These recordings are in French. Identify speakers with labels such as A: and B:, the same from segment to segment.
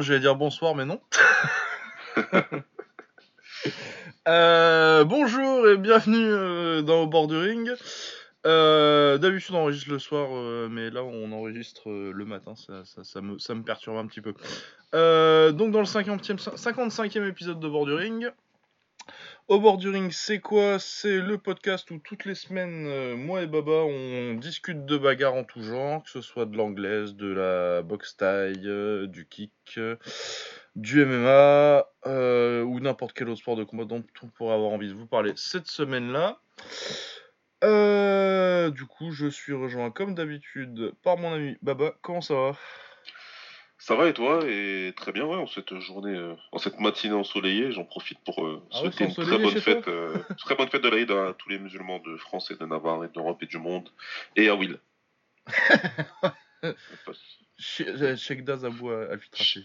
A: j'allais dire bonsoir, mais non. Bonjour et bienvenue dans Au bord du ring. D'habitude, on enregistre le soir, mais là, on enregistre le matin. Ça me perturbe un petit peu. Donc, dans le 55e épisode de Bord du ring. Au bord du ring, c'est quoi? C'est le podcast où toutes les semaines, moi et Baba, on discute de bagarres en tout genre, que ce soit de l'anglaise, de la boxe thaï, du kick, du MMA, ou n'importe quel autre sport de combat dont on pourrait avoir envie de vous parler cette semaine-là. Du coup, je suis rejoint comme d'habitude par mon ami Baba. Comment ça va?
B: Ça va et toi? Et très bien, ouais, en cette journée, en cette matinée ensoleillée, j'en profite pour
A: Ah ouais, c'est
B: souhaiter une très
A: ensoleillé
B: bonne
A: chez toi?
B: fête, très bonne fête de l'Aïd à tous les musulmans de France et de Navarre et d'Europe et du monde, et à Will.
A: Cheikh Daz Abou Alfitrafi.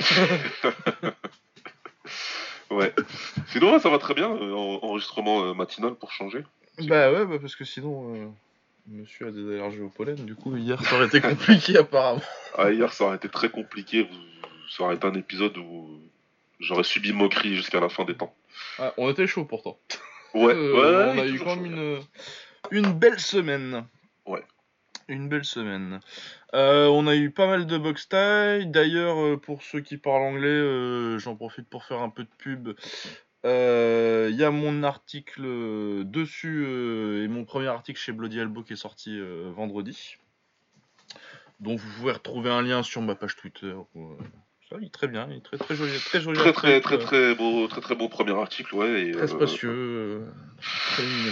B: Ouais. Sinon, ouais, ça va très bien, enregistrement matinal pour changer. C'est
A: Bah
B: cool.
A: ouais, parce que sinon, monsieur a des allergies au pollen, du coup, hier, ça aurait été compliqué apparemment.
B: Ah, hier, ça aurait été très compliqué, ça aurait été un épisode où j'aurais subi moquerie jusqu'à la fin des temps.
A: Ah, on était chaud pourtant.
B: Ouais, ouais,
A: On
B: il est
A: a eu
B: toujours
A: quand
B: chaud.
A: même une belle semaine.
B: Ouais.
A: Une belle semaine. On a eu pas mal de box taille. D'ailleurs, pour ceux qui parlent anglais, j'en profite pour faire un peu de pub. Il y a mon article dessus et mon premier article chez Bloody Elbow qui est sorti vendredi. Donc vous pouvez retrouver un lien sur ma page Twitter. Ça, il est très bien, il est très joli article,
B: Très très beau premier article, ouais, et
A: très spacieux, très lumineux.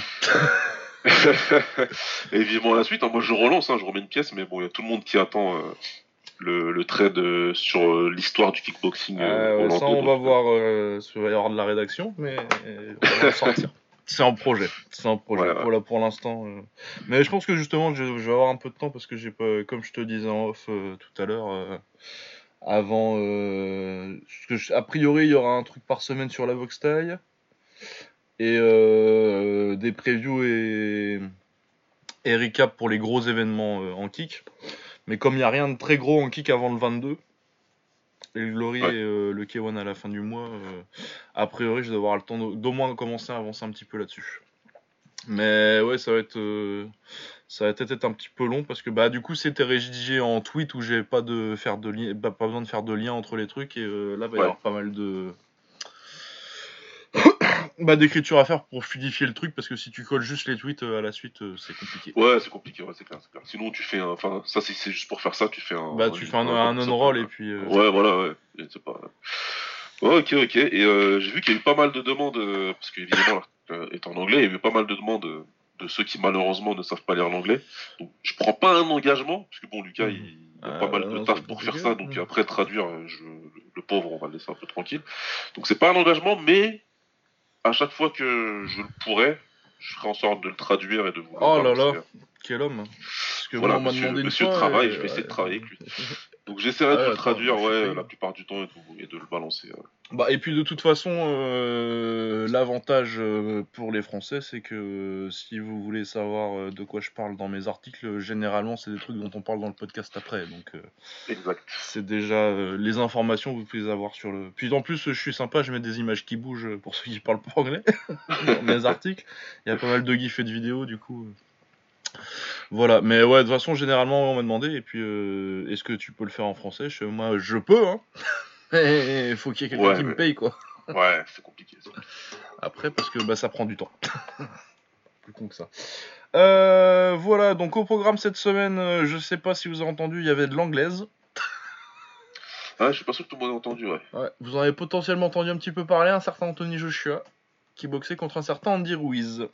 B: et vivement la suite, hein. Moi je relance, hein, je remets une pièce, mais bon, il y a tout le monde qui attend le trade sur l'histoire du kickboxing
A: Ça,
B: hollandais,
A: on
B: donc
A: va voir il va y avoir de la rédaction, mais on va en sortir. C'est un projet,
B: ouais, ouais.
A: pour l'instant. Mais je pense que justement, je vais avoir un peu de temps parce que j'ai pas, comme je te disais en off tout à l'heure, avant, a priori, il y aura un truc par semaine sur la boxe taille et des previews et recap pour les gros événements en kick. Mais comme il n'y a rien de très gros en kick avant le 22, et le Glory
B: Ouais.
A: et le K1 à la fin du mois, a priori je vais avoir le temps d'au moins commencer à avancer un petit peu là-dessus. Mais ouais, ça va peut-être être un petit peu long parce que bah du coup c'était rédigé en tweet où j'ai pas pas besoin de faire de lien entre les trucs et là va y
B: Ouais.
A: avoir pas mal de d'écriture à faire pour fluidifier le truc parce que si tu colles juste les tweets à la suite c'est compliqué.
B: Ouais, c'est compliqué, ouais, c'est clair, c'est clair. Sinon, tu fais enfin, ça, c'est juste pour faire ça, tu fais
A: Bah tu fais un
B: comment ça
A: on-roll
B: s'appelle,
A: et puis
B: ouais, voilà, ouais, et c'est pas. Ouais, ok, ok. Et j'ai vu qu'il y a eu pas mal de demandes, parce qu'évidemment, l'article est en anglais, il y a eu pas mal de demandes de ceux qui malheureusement ne savent pas lire l'anglais. Donc je prends pas un engagement, parce que bon, Lucas, il y a pas mal de
A: non,
B: taf
A: c'est
B: pour faire
A: compliqué.
B: ça, donc après traduire, le pauvre, on va le laisser un peu tranquille. Donc c'est pas un engagement, mais à chaque fois que je le pourrais, je ferai en sorte de le traduire et de vous le
A: Oh là
B: balancer.
A: là, quel homme. Parce que moi
B: Voilà,
A: on m'a demandé une
B: monsieur
A: fois
B: travaille, je
A: et
B: vais essayer de travailler avec lui.
A: ouais.
B: Donc j'essaierai
A: Ah
B: de vous
A: ouais,
B: le
A: attends, moi
B: traduire,
A: je suis
B: ouais,
A: payé.
B: la plupart du temps et de le balancer.
A: Bah et puis de toute façon, l'avantage pour les Français, c'est que si vous voulez savoir de quoi je parle dans mes articles, généralement c'est des trucs dont on parle dans le podcast après. Donc
B: Exact.
A: c'est déjà les informations vous pouvez les avoir sur le. Puis en plus je suis sympa, je mets des images qui bougent pour ceux qui parlent pas anglais dans mes articles. Il y a pas mal de gifs et de vidéos du coup. Voilà, mais ouais, de toute façon, généralement, on m'a demandé, et puis, est-ce que tu peux le faire en français? Moi, je peux, hein. Il faut qu'il y ait quelqu'un
B: Ouais,
A: qui me
B: mais
A: paye, quoi.
B: ouais, c'est compliqué.
A: Après, parce que bah, ça prend du temps. Plus con que ça. Voilà, donc au programme cette semaine, je sais pas si vous avez entendu, il y avait de l'anglaise.
B: Ah, je suis pas sûr que tout le monde ait entendu, ouais.
A: Ouais, vous en avez potentiellement entendu un petit peu parler, un certain Anthony Joshua, qui boxait contre un certain Andy Ruiz.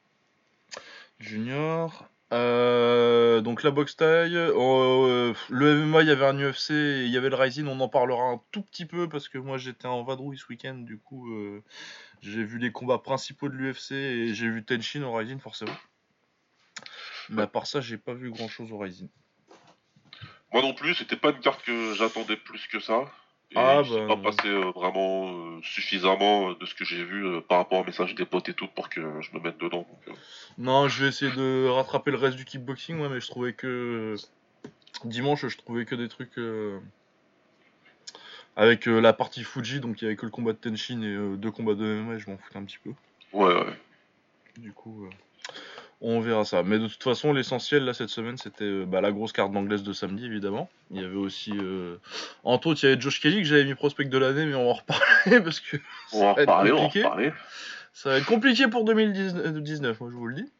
A: Junior. Donc la boxe taille, le MMA, il y avait un UFC, et il y avait le Rising, on en parlera un tout petit peu parce que moi j'étais en vadrouille ce week-end, du coup j'ai vu les combats principaux de l'UFC et j'ai vu Tenshin au Rising forcément. Mais
B: Ouais.
A: à part ça, j'ai pas vu grand chose au Rising.
B: Moi non plus, c'était pas une carte que j'attendais plus que ça. Et
A: Ah
B: il s'est
A: bah
B: pas
A: non.
B: passé vraiment suffisamment de ce que j'ai vu par rapport au message des potes et tout pour que je me mette dedans. Donc,
A: Non, je vais essayer de rattraper le reste du kickboxing, ouais, mais je trouvais que dimanche, je trouvais que des trucs Avec la partie Fuji, donc il n'y avait que le combat de Tenshin et 2 combats de MMA, je m'en foutais un petit peu.
B: Ouais.
A: Du coup, on verra ça. Mais de toute façon, l'essentiel là cette semaine, c'était la grosse carte d'anglaise de samedi, évidemment. Il y avait aussi, entre autres, il y avait Josh Kelly que j'avais mis prospect de l'année, mais on va en reparler parce que
B: On
A: ça
B: va en
A: va être
B: reparler,
A: compliqué. Ça va être compliqué pour 2019, moi je vous le dis.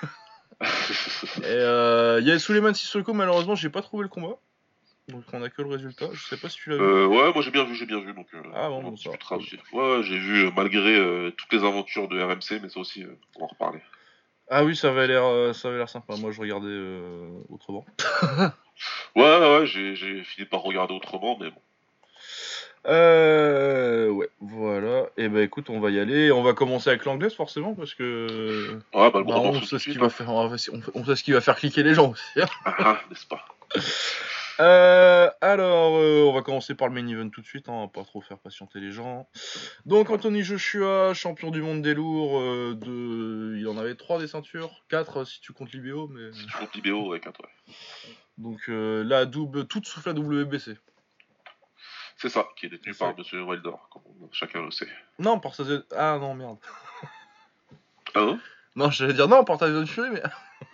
A: Et il y a Suleiman Sissoko, malheureusement, j'ai pas trouvé le combat. Donc on a que le résultat. Je sais pas si tu l'as vu.
B: Ouais, moi j'ai bien vu, donc
A: Ah
B: on en
A: bon, ça va.
B: discutera aussi. Ouais, j'ai vu malgré toutes les aventures de RMC, mais ça aussi, on va en reparler.
A: Ah oui, ça avait l'air sympa. Moi, je regardais autrement.
B: Ouais, j'ai fini par regarder autrement, mais bon.
A: Ouais, voilà. Et ben écoute, on va y aller. On va commencer avec l'anglaise forcément parce que
B: Ouais, bah le gros
A: on
B: morceau tout
A: sait
B: de
A: ce qui
B: suite,
A: va
B: hein.
A: faire, on sait ce qui va faire cliquer les gens aussi, hein.
B: N'est-ce pas?
A: Alors, on va commencer par le main event tout de suite, hein, on va pas trop faire patienter les gens. Donc Anthony Joshua, champion du monde des lourds, il en avait 3 des ceintures, 4 si tu comptes l'IBO, mais
B: Si tu comptes l'IBO, ouais, 4, ouais.
A: donc la double, toute sauf la WBC.
B: C'est ça, qui est détenu
A: C'est ça.
B: par Monsieur Wilder, comme chacun le sait.
A: Non, par ah non, merde.
B: Hein?
A: Non, j'allais dire non, par Tyson Fury, mais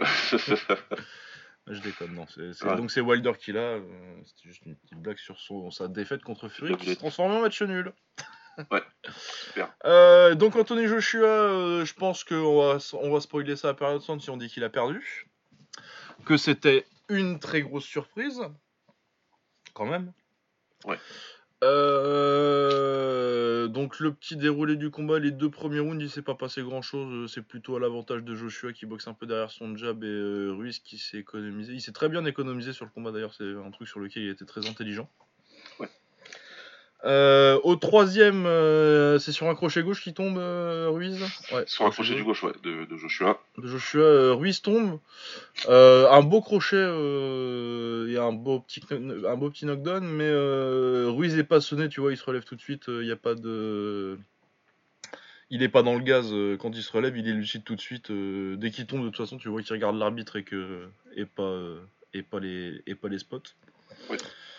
A: je déconne, non.
B: Ouais.
A: Donc c'est Wilder qui l'a. C'était juste une petite blague sur sa défaite contre Fury qui se transforme en match nul.
B: Ouais, super.
A: Donc Anthony Joshua, je pense qu'on va spoiler ça à période centre si on dit qu'il a perdu. Que c'était une très grosse surprise. Quand même.
B: Ouais.
A: Donc le petit déroulé du combat, les 2 premiers rounds, il s'est pas passé grand chose. C'est plutôt à l'avantage de Joshua qui boxe un peu derrière son jab et Ruiz qui s'est économisé. Il s'est très bien économisé sur le combat d'ailleurs, c'est un truc sur lequel il était très intelligent.
B: Ouais.
A: Au troisième, c'est sur un crochet gauche qui tombe Ruiz. Ouais,
B: sur un crochet du gauche, ouais, de Joshua.
A: De Joshua, Ruiz tombe. Un beau crochet et un beau petit knockdown, mais Ruiz est pas sonné, tu vois, il se relève tout de suite, il y a pas de... Il est pas dans le gaz quand il se relève, il est lucide tout de suite. Dès qu'il tombe, de toute façon, tu vois qu'il regarde l'arbitre et pas les spots.
B: Oui.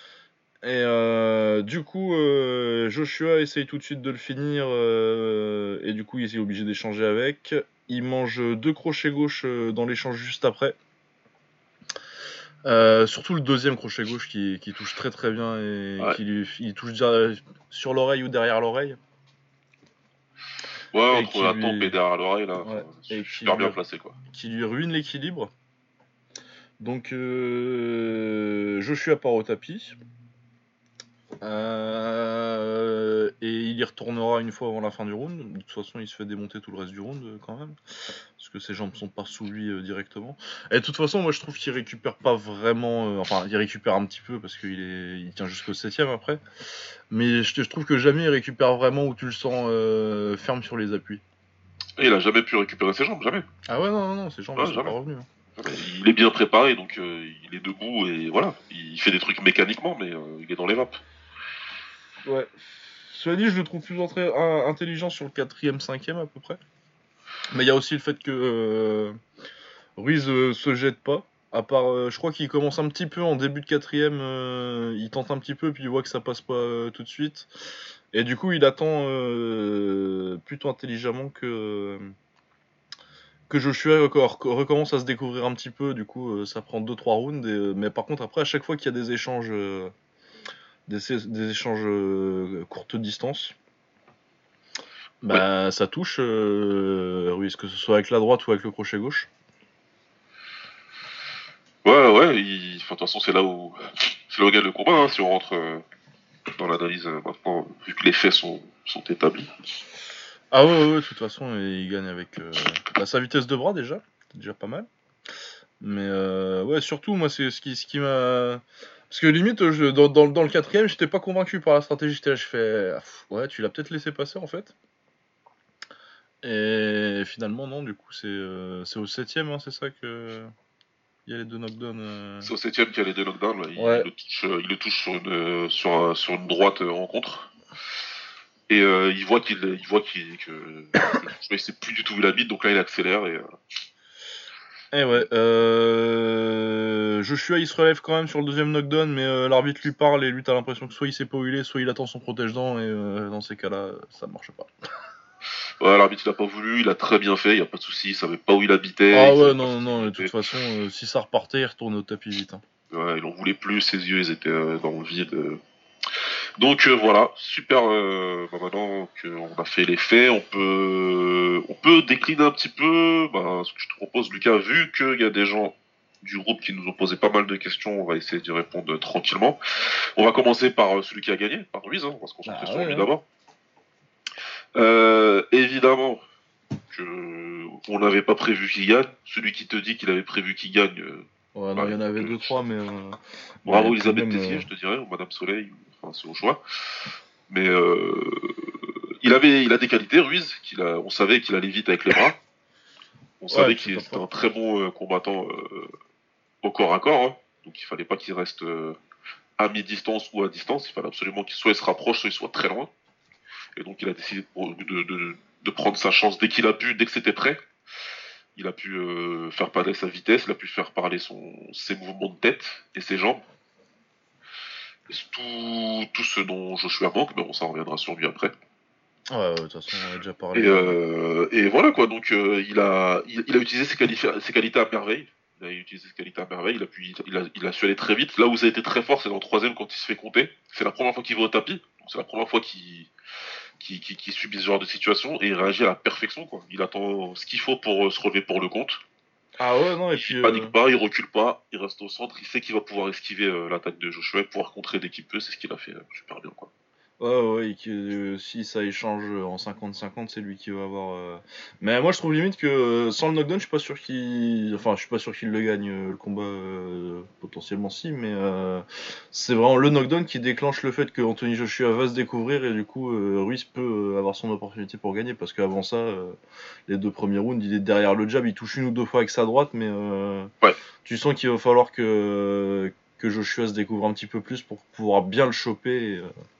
A: Et du coup, Joshua essaye tout de suite de le finir et du coup, il est obligé d'échanger avec. Il mange 2 crochets gauche dans l'échange juste après. Surtout le deuxième crochet gauche qui touche très très bien et il touche sur l'oreille ou derrière l'oreille.
B: Ouais, entre la tempe et derrière l'oreille, là,
A: ouais,
B: c'est super bien placé, quoi.
A: Qui lui ruine l'équilibre. Donc Joshua part au tapis. Et il y retournera une fois avant la fin du round. De toute façon, il se fait démonter tout le reste du round quand même. Parce que ses jambes sont pas sous lui directement. Et de toute façon, moi je trouve qu'il récupère pas vraiment. Enfin, il récupère un petit peu parce qu'il tient jusqu'au 7ème après. Mais je trouve que jamais il récupère vraiment où tu le sens ferme sur les appuis.
B: Et il a jamais pu récupérer ses jambes, jamais.
A: Ah ouais, non, ses jambes sont pas revenues. Hein.
B: Il est bien préparé, donc il est debout et voilà. Il fait des trucs mécaniquement, mais il est dans les vapes.
A: Ouais. Cela dit, je le trouve plus intelligent sur le 4ème, 5ème à peu près. Mais il y a aussi le fait que Ruiz se jette pas. À part, je crois qu'il commence un petit peu en début de 4ème, il tente un petit peu, puis il voit que ça passe pas tout de suite. Et du coup, il attend plutôt intelligemment que Joshua recommence à se découvrir un petit peu. Du coup, ça prend 2-3 rounds. Mais par contre, après, à chaque fois qu'il y a des échanges, des échanges courte distance, bah ça touche Ruiz, que ce soit avec la droite ou avec le crochet gauche.
B: Ouais, de toute façon, c'est là où gagne le combat, hein, si on rentre dans l'analyse maintenant, vu que les faits sont établis.
A: Ah ouais, de toute façon, il gagne avec sa vitesse de bras déjà, c'est déjà pas mal. Mais ouais, surtout, moi, c'est ce qui m'a... Parce que limite, dans le 4ème, j'étais pas convaincu par la stratégie. Je fais, ouais, tu l'as peut-être laissé passer en fait. Et finalement, non, du coup, c'est au 7ème, hein, c'est ça que... Il y a les 2 knockdowns.
B: C'est au 7ème qu'il y a les 2 knockdowns. Là.
A: Ouais.
B: Il le touche sur une droite rencontre. Et il voit que il s'est plus du tout vu la bite, donc là il accélère et
A: ouais. Joshua il se relève quand même sur le deuxième knockdown, mais l'arbitre lui parle et lui t'as l'impression que soit il sait pas où il est, soit il attend son protège-dents, et dans ces cas-là, ça marche pas.
B: Ouais, l'arbitre il a pas voulu, il a très bien fait, y a pas de souci, il savait pas où il habitait,
A: Ah
B: il
A: ouais,
B: savait pas ce
A: non,
B: qu'il
A: non, de toute
B: était.
A: façon, si ça repartait, il retourne au tapis vite. Hein.
B: Ouais, il en voulait plus, ses yeux ils étaient dans le vide. Donc voilà, super. Maintenant qu'on a fait les faits, on peut décliner un petit peu. Ce que je te propose, Lucas, vu qu'il y a des gens du groupe qui nous ont posé pas mal de questions, on va essayer d'y répondre tranquillement. On va commencer par celui qui a gagné, par Ruiz, hein, on va se concentrer sur lui
A: Hein.
B: d'abord. Évidemment que on n'avait pas prévu qu'il gagne. Celui qui te dit qu'il avait prévu qu'il gagne,
A: Ouais, non, il y en avait 2-3, mais.
B: bravo
A: mais
B: Elisabeth
A: même,
B: Tessier, je te dirais, ou Madame Soleil, enfin c'est au choix. Mais il a des qualités, Ruiz. On savait qu'il allait vite avec les bras. On savait qu'il était un très bon combattant au corps à corps. Hein. Donc il fallait pas qu'il reste à mi-distance ou à distance. Il fallait absolument qu'il soit il se rapproche, soit il soit très loin. Et donc il a décidé de prendre sa chance dès qu'il a pu, dès que c'était prêt. Il a pu faire parler sa vitesse, il a pu faire parler ses mouvements de tête et ses jambes. Tout ce dont Joshua manque, mais on s'en reviendra sur lui après.
A: Ouais, de toute façon, on a déjà parlé.
B: Et voilà quoi, donc il a utilisé ses qualités à merveille. Il a utilisé ses qualités à merveille, il a su aller très vite. Là où ça a été très fort, c'est dans le troisième quand il se fait compter. C'est la première fois qu'il va au tapis, donc c'est la première fois qu'il subit ce genre de situation et il réagit à la perfection quoi. Il attend ce qu'il faut pour se relever pour le compte.
A: Ah ouais, non, et
B: Il
A: puis.
B: panique pas, il recule pas, il reste au centre, il sait qu'il va pouvoir esquiver l'attaque de Joshua et pouvoir contrer dès qu'il peut, c'est ce qu'il a fait super bien quoi.
A: Ouais, et que si ça échange en 50-50, c'est lui qui va avoir. Mais moi, je trouve limite que sans le knockdown, je suis pas sûr qu'il. Enfin, je suis pas sûr qu'il le gagne le combat, potentiellement si, mais c'est vraiment le knockdown qui déclenche le fait que Anthony Joshua va se découvrir et du coup, Ruiz peut avoir son opportunité pour gagner parce qu'avant ça, les 2 premiers rounds, il est derrière le jab, il touche 1 ou 2 fois avec sa droite, mais
B: Ouais.
A: tu sens qu'il va falloir que Joshua se découvre un petit peu plus pour pouvoir bien le choper.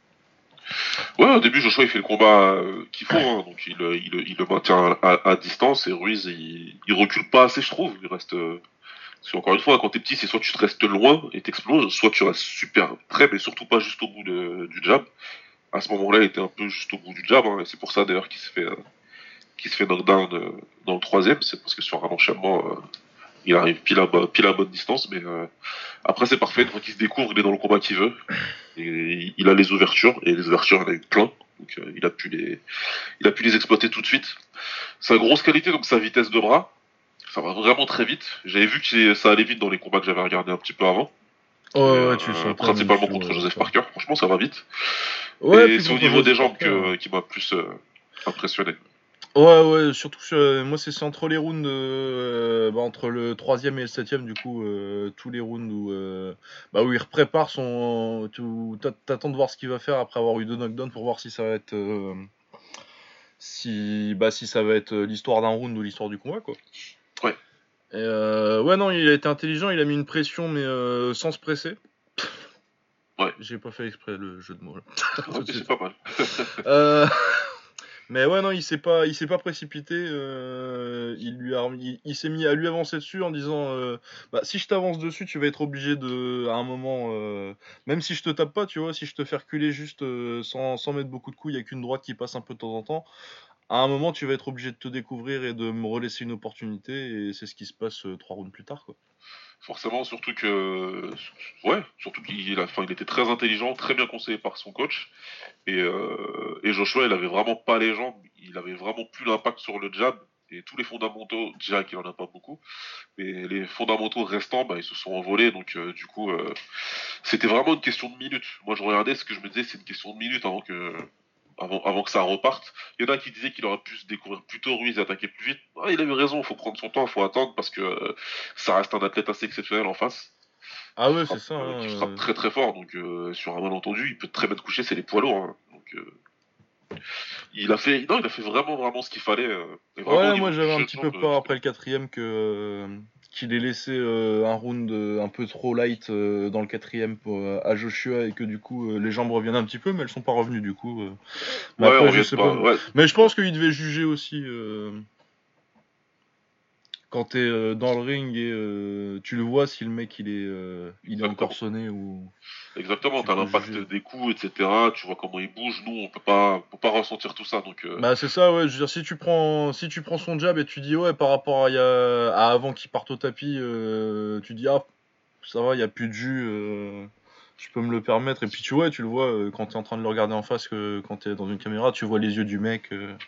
B: Ouais, au début, Joshua il fait le combat qu'il faut, hein, donc il le maintient à distance et Ruiz il recule pas assez, je trouve. Il reste. Parce qu'encore une fois, quand t'es petit, c'est soit tu te restes loin et t'exploses, soit tu restes super près, mais surtout pas juste au bout du jab. À ce moment-là, il était un peu juste au bout du jab, hein, et c'est pour ça d'ailleurs qu'il se fait knockdown dans le troisième, c'est parce que sur un enchaînement, il arrive pile à bonne distance, mais après c'est parfait, une fois qu'il se découvre, il est dans le combat qu'il veut. Et il a les ouvertures, et les ouvertures, il en a eu plein. Donc il a pu les exploiter tout de suite. Sa grosse qualité, donc sa vitesse de bras, ça va vraiment très vite. J'avais vu que ça allait vite dans les combats que j'avais regardés un petit peu avant.
A: Ouais, tu sens
B: principalement contre Joseph Parker, franchement ça va vite.
A: Ouais,
B: et c'est au niveau des jambes qui m'a plus impressionné.
A: Ouais, surtout moi c'est entre les rounds, entre le troisième et le septième du coup, tous les rounds où il prépare t'attends de voir ce qu'il va faire après avoir eu 2 knockdowns pour voir si ça va être si ça va être l'histoire d'un round ou l'histoire du combat quoi.
B: Ouais.
A: Et ouais non il a été intelligent, il a mis une pression mais sans se presser.
B: Ouais.
A: J'ai pas fait exprès le jeu de mots là.
B: Ouais, mais c'est pas mal.
A: Mais ouais non il s'est pas précipité, il s'est mis à lui avancer dessus en disant si je t'avance dessus tu vas être obligé à un moment, même si je te tape pas tu vois, si je te fais reculer juste sans mettre beaucoup de coups, il y a qu'une droite qui passe un peu de temps en temps, à un moment tu vas être obligé de te découvrir et de me relaisser une opportunité et c'est ce qui se passe 3 rounds plus tard quoi.
B: Forcément, surtout qu'il était très intelligent, très bien conseillé par son coach. Et Joshua, il avait vraiment pas les jambes, il avait vraiment plus l'impact sur le jab. Et tous les fondamentaux, déjà qu'il en a pas beaucoup, mais les fondamentaux restants, ils se sont envolés. Donc du coup, c'était vraiment une question de minutes. Moi, je regardais ce que je me disais, c'est une question de minutes avant que ça reparte. Il y en a qui disaient qu'il aurait pu se découvrir plus tôt Ruiz et attaquer plus vite. Il avait raison, il faut prendre son temps, il faut attendre parce que ça reste un athlète assez exceptionnel en face.
A: Ah ouais, c'est ça.
B: Qui frappe très très fort, donc sur un malentendu, il peut très bien te coucher, c'est les poids lourds. Hein. Donc il a fait vraiment vraiment ce qu'il fallait.
A: Ouais, moi j'avais un petit peu peur après le quatrième qu'il ait laissé un round un peu trop light dans le quatrième à Joshua et que du coup les jambes reviennent un petit peu, mais elles sont pas revenues du coup. Mais
B: ouais,
A: après, je sais pas.
B: Ouais.
A: Mais je pense qu'il devait juger aussi. quand t'es dans le ring et tu le vois si le mec il est
B: Exactement.
A: encore sonné ou.
B: Exactement,
A: Tu
B: t'as
A: peux
B: l'impact
A: juger.
B: des coups, etc. Tu vois comment il bouge. Nous, on peut pas ressentir tout ça. Donc,
A: Bah c'est ça, ouais. Je veux dire, si tu prends son jab et tu dis ouais par rapport à avant qu'il parte au tapis, tu dis ah ça va, il y a plus de jus, je peux me le permettre. Et puis tu le vois quand t'es en train de le regarder en face, que quand t'es dans une caméra, tu vois les yeux du mec.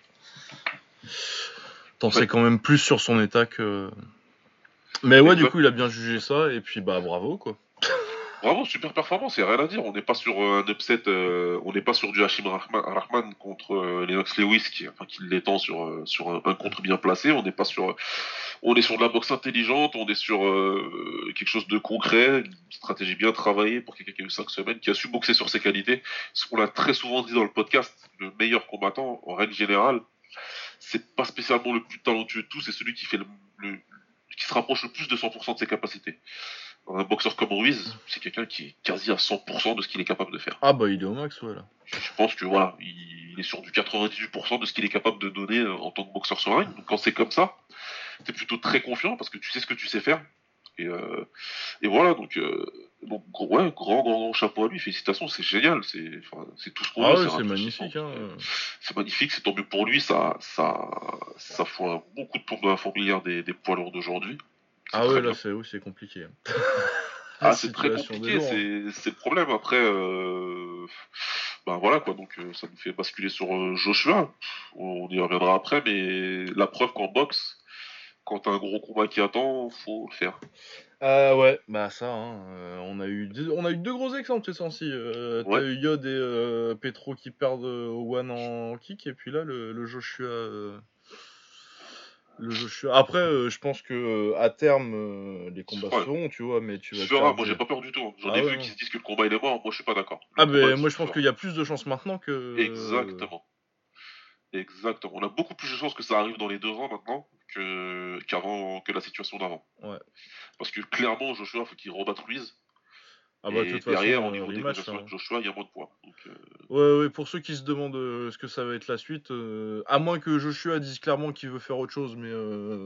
A: T'en sais
B: ouais,
A: quand même plus sur son état que. Mais ouais, du
B: exact.
A: coup, il a bien jugé ça et puis bah bravo quoi.
B: Bravo, super performance, y a rien à dire. On n'est pas sur un upset, on n'est pas sur du Hashim Rahman contre Lennox Lewis qui l'étend sur un contre bien placé. On est sur de la boxe intelligente, on est sur quelque chose de concret, une stratégie bien travaillée pour quelqu'un qui a eu 5 semaines, qui a su boxer sur ses qualités. Ce qu'on a très souvent dit dans le podcast, le meilleur combattant, en règle générale, c'est pas spécialement le plus talentueux de tous, c'est celui qui fait qui se rapproche le plus de 100% de ses capacités. Un boxeur comme Ruiz, c'est quelqu'un qui est quasi à 100% de ce qu'il est capable de faire.
A: Ah bah il est au max, ouais là.
B: Je pense que voilà, il est sur du 98% de ce qu'il est capable de donner en tant que boxeur sur un ring. Donc quand c'est comme ça, t'es plutôt très confiant parce que tu sais ce que tu sais faire. Et, euh, et voilà, donc ouais, grand chapeau à lui, félicitations, c'est génial, c'est tout ce qu'on
A: Ah
B: veut,
A: ouais,
B: c'est
A: c'est
B: rafraîchissant.
A: magnifique, hein.
B: C'est magnifique, c'est tant mieux pour lui, ça fout beaucoup de plomb dans la fourmilière des poids lourds d'aujourd'hui. C'est
A: Ah ouais,
B: très
A: là
B: bien.
A: c'est oui, c'est compliqué. La
B: Ah, c'est très
A: situation des
B: compliqué,
A: lourds, hein.
B: c'est le problème. Après, ben voilà quoi, donc ça nous fait basculer sur Joshua. On y reviendra après, mais la preuve qu'en boxe, quand t'as un gros combat qui attend, faut le faire.
A: Ah ouais, bah ça, hein, on a eu deux gros exemples ces temps-ci. T'as
B: Ouais,
A: eu Yod et Petro qui perdent au One en kick, et puis là le Joshua. Le Joshua. Après, je pense que à terme, les combats se
B: ouais,
A: feront, tu vois, mais tu
B: il se
A: vas te
B: fera.
A: faire
B: Moi, j'ai
A: dire.
B: pas peur du tout, hein. J'en
A: Ah
B: ai
A: ouais,
B: vu qui
A: non.
B: se disent que le combat il est mort. Moi, je suis pas d'accord. Le
A: Ah
B: combat
A: ben
B: il
A: moi
B: se
A: je pense qu'il
B: fera.
A: y a plus de chances maintenant que.
B: Exactement. Exactement. On a beaucoup plus de chances que ça arrive dans les 2 ans maintenant qu'avant que la situation d'avant.
A: Ouais.
B: Parce que clairement, Joshua, faut qu'il rebatte Ruiz.
A: Ah bah de
B: Et
A: toute façon,
B: derrière, au niveau
A: rematch là,
B: négociation
A: hein.
B: avec Joshua, il y a moins de poids. Donc,
A: Ouais, ouais, pour ceux qui se demandent ce que ça va être la suite, à moins que Joshua dise clairement qu'il veut faire autre chose, mais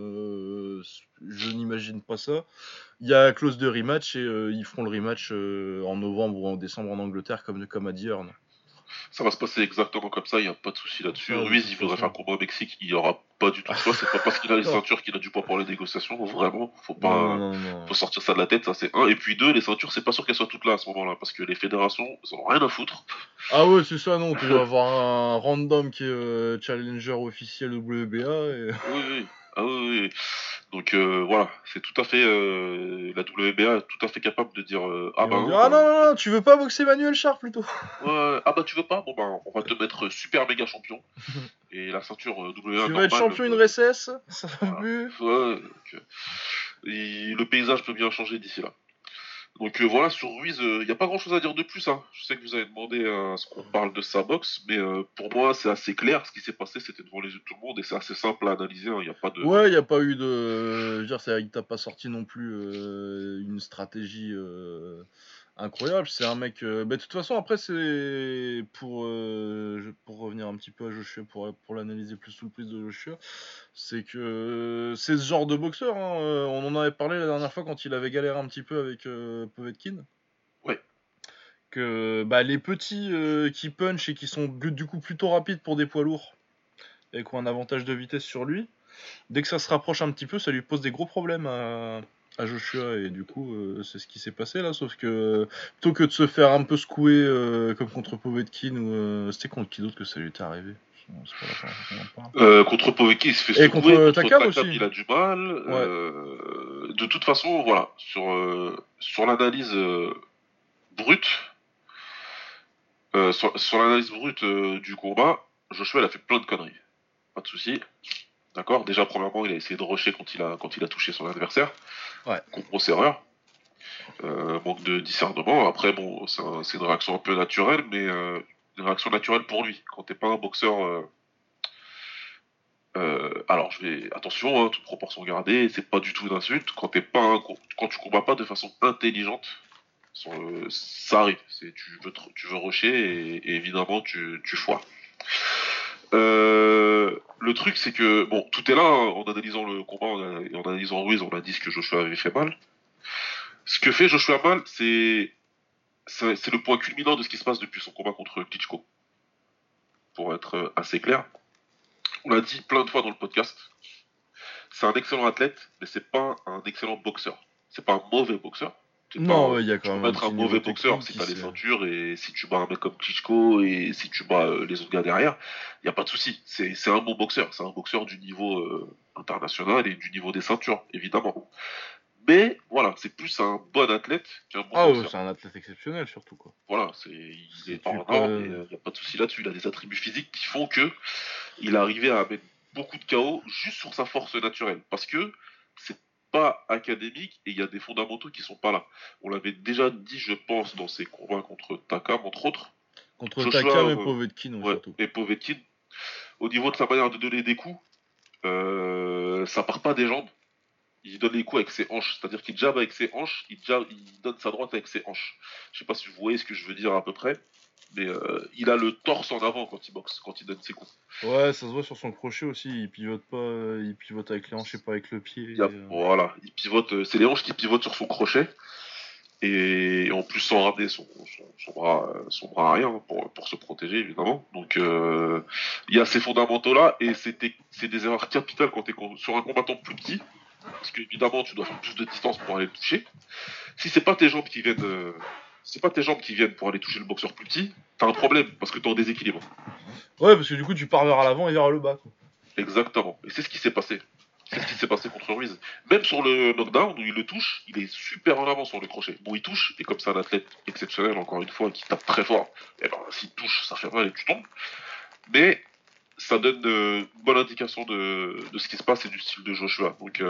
A: je n'imagine pas ça. Il y a clause de rematch et ils feront le rematch en novembre ou en décembre en Angleterre, comme a dit Earn.
B: ça va se passer exactement comme ça, il n'y a pas de souci là-dessus.
A: Ça, de
B: Ruiz,
A: toute
B: il voudrait faire un
A: façon.
B: combat au Mexique, il n'y aura pas du tout de choix. C'est pas parce qu'il a les
A: Non,
B: ceintures qu'il a du poids pour les négociations, vraiment.
A: non, non, non, non.
B: Faut sortir ça de la tête, ça c'est un. Et puis deux, les ceintures, c'est pas sûr qu'elles soient toutes là à ce moment-là, parce que les fédérations, ils en ont rien à foutre.
A: Ah ouais, c'est ça, non, tu vas avoir un random qui est challenger officiel WBA et.
B: Oui, oui. Ah oui, oui, oui. Donc voilà, c'est tout à fait la WBA est tout à fait capable de dire ah
A: Ils
B: bah
A: vont dire
B: non,
A: ah non,
B: bah
A: non, non, tu veux pas boxer Manuel Charles plutôt.
B: ouais, ah bah tu veux pas, bon bah on va te mettre super méga champion et la ceinture WBA
A: Tu veux être
B: normale,
A: champion une RSS, ça va
B: voilà.
A: plus.
B: Ouais, donc, le paysage peut bien changer d'ici là. Donc voilà, sur Ruiz, il n'y a pas grand-chose à dire de plus, hein. Je sais que vous avez demandé à ce qu'on parle de sa boxe, mais pour moi c'est assez clair. Ce qui s'est passé, c'était devant les yeux de tout le monde et c'est assez simple à analyser, hein. Il n'y a pas de...
A: Ouais, il y a pas eu de. Je veux dire, il t'a pas sorti non plus une stratégie incroyable. C'est un mec. Bah, de toute façon, après, c'est pour revenir un petit peu à Joshua, pour l'analyser plus sous le prise de Joshua, c'est que c'est ce genre de boxeur, hein. On en avait parlé la dernière fois quand il avait galéré un petit peu avec Povetkin.
B: Ouais,
A: Que bah, les petits qui punch et qui sont du coup plutôt rapides pour des poids lourds et qui ont un avantage de vitesse sur lui, dès que ça se rapproche un petit peu, ça lui pose des gros problèmes à Joshua. Et du coup, c'est ce qui s'est passé là. Sauf que plutôt que de se faire un peu secouer comme contre Povetkin, ou c'était contre qui d'autre que ça lui était arrivé. C'est pas la première fois qu'on en parle.
B: contre Povetkin, il se fait
A: Et
B: secouer,
A: contre
B: contre
A: Takam
B: Takam,
A: aussi.
B: il a du mal.
A: Ouais.
B: De toute façon, voilà, sur l'analyse brute, sur l'analyse brute du combat, Joshua il a fait plein de conneries. Pas de souci. D'accord. Déjà, premièrement, il a essayé de rusher quand il a touché son adversaire.
A: Ouais.
B: Grosse erreur. Manque de discernement. Après, bon, c'est une réaction un peu naturelle, mais une réaction naturelle pour lui. Quand t'es pas un boxeur. Alors, attention, hein, toute proportion gardée, c'est pas du tout une insulte. Quand tu combats pas de façon intelligente, ça arrive. Tu veux rusher et évidemment tu foires. Le truc, c'est que, bon, tout est là, hein, en analysant le combat, en analysant Ruiz, on a dit ce que Joshua avait fait mal. Ce que fait Joshua mal, c'est le point culminant de ce qui se passe depuis son combat contre Klitschko. Pour être assez clair. On l'a dit plein de fois dans le podcast. C'est un excellent athlète, mais c'est pas un excellent boxeur. C'est pas un mauvais boxeur.
A: Non, ouais, il y a
B: Tu
A: quand
B: peux
A: même
B: pas
A: un
B: être un
A: petit niveau
B: mauvais boxeur
A: technique
B: si
A: qui
B: t'as les
A: se...
B: ceintures et si tu bats un mec comme Klitschko et si tu bats les autres gars derrière, il y a pas de souci. C'est un bon boxeur. C'est un boxeur du niveau international et du niveau des ceintures, évidemment. Mais voilà, c'est plus un bon athlète qu'un bon
A: Ah ouais,
B: boxeur.
A: c'est un athlète exceptionnel surtout, quoi.
B: Voilà, il
A: Si
B: est
A: tu
B: hors norme et
A: peux...
B: il n'y a pas de souci là-dessus. Il a des attributs physiques qui font que il est arrivé à mettre beaucoup de KO juste sur sa force naturelle. Parce que c'est pas académique et il y a des fondamentaux qui sont pas là. On l'avait déjà dit, je pense, dans ses combats contre Takam, entre autres.
A: Contre
B: Joshua,
A: Takam et Povetkin, ouais,
B: ouais,
A: surtout.
B: et Povetkin, au niveau de sa manière de donner des coups, ça part pas des jambes. Il donne les coups avec ses hanches, c'est-à-dire qu'il jab avec ses hanches, il donne sa droite avec ses hanches. Je sais pas si vous voyez ce que je veux dire à peu près, mais il a le torse en avant quand il boxe, quand il donne ses coups.
A: Ouais, ça se voit sur son crochet aussi, il pivote pas, il pivote avec les hanches et pas avec le pied.
B: Voilà, il pivote, c'est les hanches qui pivotent sur son crochet, et en plus sans ramener son bras arrière hein, pour se protéger évidemment. Donc il y a ces fondamentaux là, et c'est des erreurs capitales quand tu es sur un combattant plus petit, parce que évidemment tu dois faire plus de distance pour aller le toucher. Si c'est pas tes jambes qui viennent, c'est pas tes jambes qui viennent pour aller toucher le boxeur plus petit, t'as un problème parce que t'es en déséquilibre.
A: Ouais, parce que du coup, tu pars vers l'avant et vers le bas, quoi.
B: Exactement. Et c'est ce qui s'est passé. C'est ce qui s'est passé contre Ruiz. Même sur le knockdown où il le touche, il est super en avant sur le crochet. Bon, il touche, et comme c'est un athlète exceptionnel, encore une fois, qui tape très fort, et ben s'il touche, ça fait mal et tu tombes. Mais ça donne une bonne indication de ce qui se passe et du style de Joshua. Donc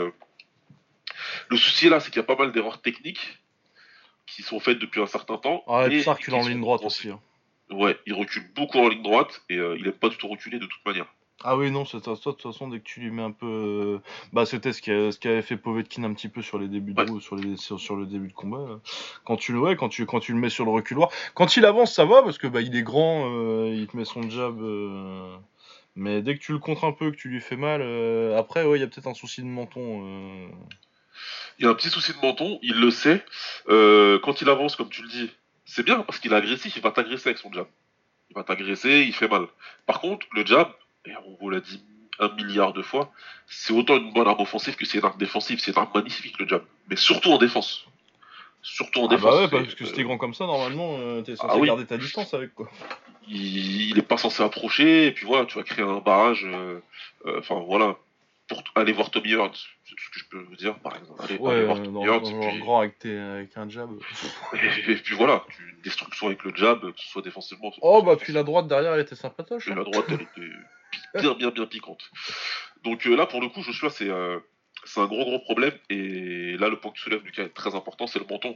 B: le souci là, c'est qu'il y a pas mal d'erreurs techniques qui sont faites depuis un certain temps,
A: Ah, et puis
B: mais
A: ça recule
B: qui
A: en
B: sont
A: ligne droite
B: compensées.
A: aussi, hein.
B: Ouais, il recule beaucoup en ligne droite et il aime pas du tout reculer de toute manière.
A: Ah oui, non, c'est ça, de toute façon, dès que tu lui mets un peu... Bah, c'était ce qu'avait fait Povetkin un petit peu sur les débuts de
B: Ouais,
A: roue, sur le début de combat, là. Quand tu le mets sur le reculoir. Quand il avance, ça va, parce que bah, il est grand, il te met son jab... Mais dès que tu le contres un peu, que tu lui fais mal, après, ouais, il y a peut-être un souci de menton.
B: il y a un petit souci de menton, il le sait. Quand il avance, comme tu le dis, c'est bien parce qu'il est agressif, il va t'agresser avec son jab. Il va t'agresser, il fait mal. Par contre, le jab, et on vous l'a dit un milliard de fois, c'est autant une bonne arme offensive que c'est une arme défensive. C'est une arme magnifique, le jab. Mais surtout en défense. Surtout en
A: Ah bah
B: défense.
A: ouais, parce que si t'es grand comme ça, normalement, t'es
B: Ah
A: censé
B: oui,
A: garder ta distance avec, quoi.
B: il est pas censé approcher, et puis voilà, tu vas créer un barrage. Enfin voilà, pour aller voir Tommy Hearns, c'est tout ce que je peux vous dire, par exemple.
A: Ouais,
B: Allez voir Tommy Hearns,
A: dans
B: et
A: genre
B: puis,
A: grand avec un jab.
B: et puis voilà, une destruction avec le jab, que ce soit défensivement,
A: Oh,
B: soit
A: bah puis la
B: offensivement.
A: droite derrière, elle était sympatoche,
B: Et
A: hein.
B: la droite, elle était bien piquante. Donc là, pour le coup, Joshua, c'est un gros problème, et là, le point que tu soulèves, Lucas, est très important, c'est le menton.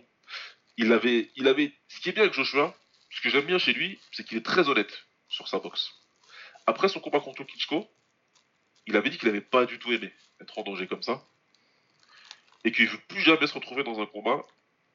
B: Ce qui est bien avec Joshua, ce que j'aime bien chez lui, c'est qu'il est très honnête sur sa boxe. Après son combat contre Klitschko, il avait dit qu'il n'avait pas du tout aimé être en danger comme ça, et qu'il ne veut plus jamais se retrouver dans un combat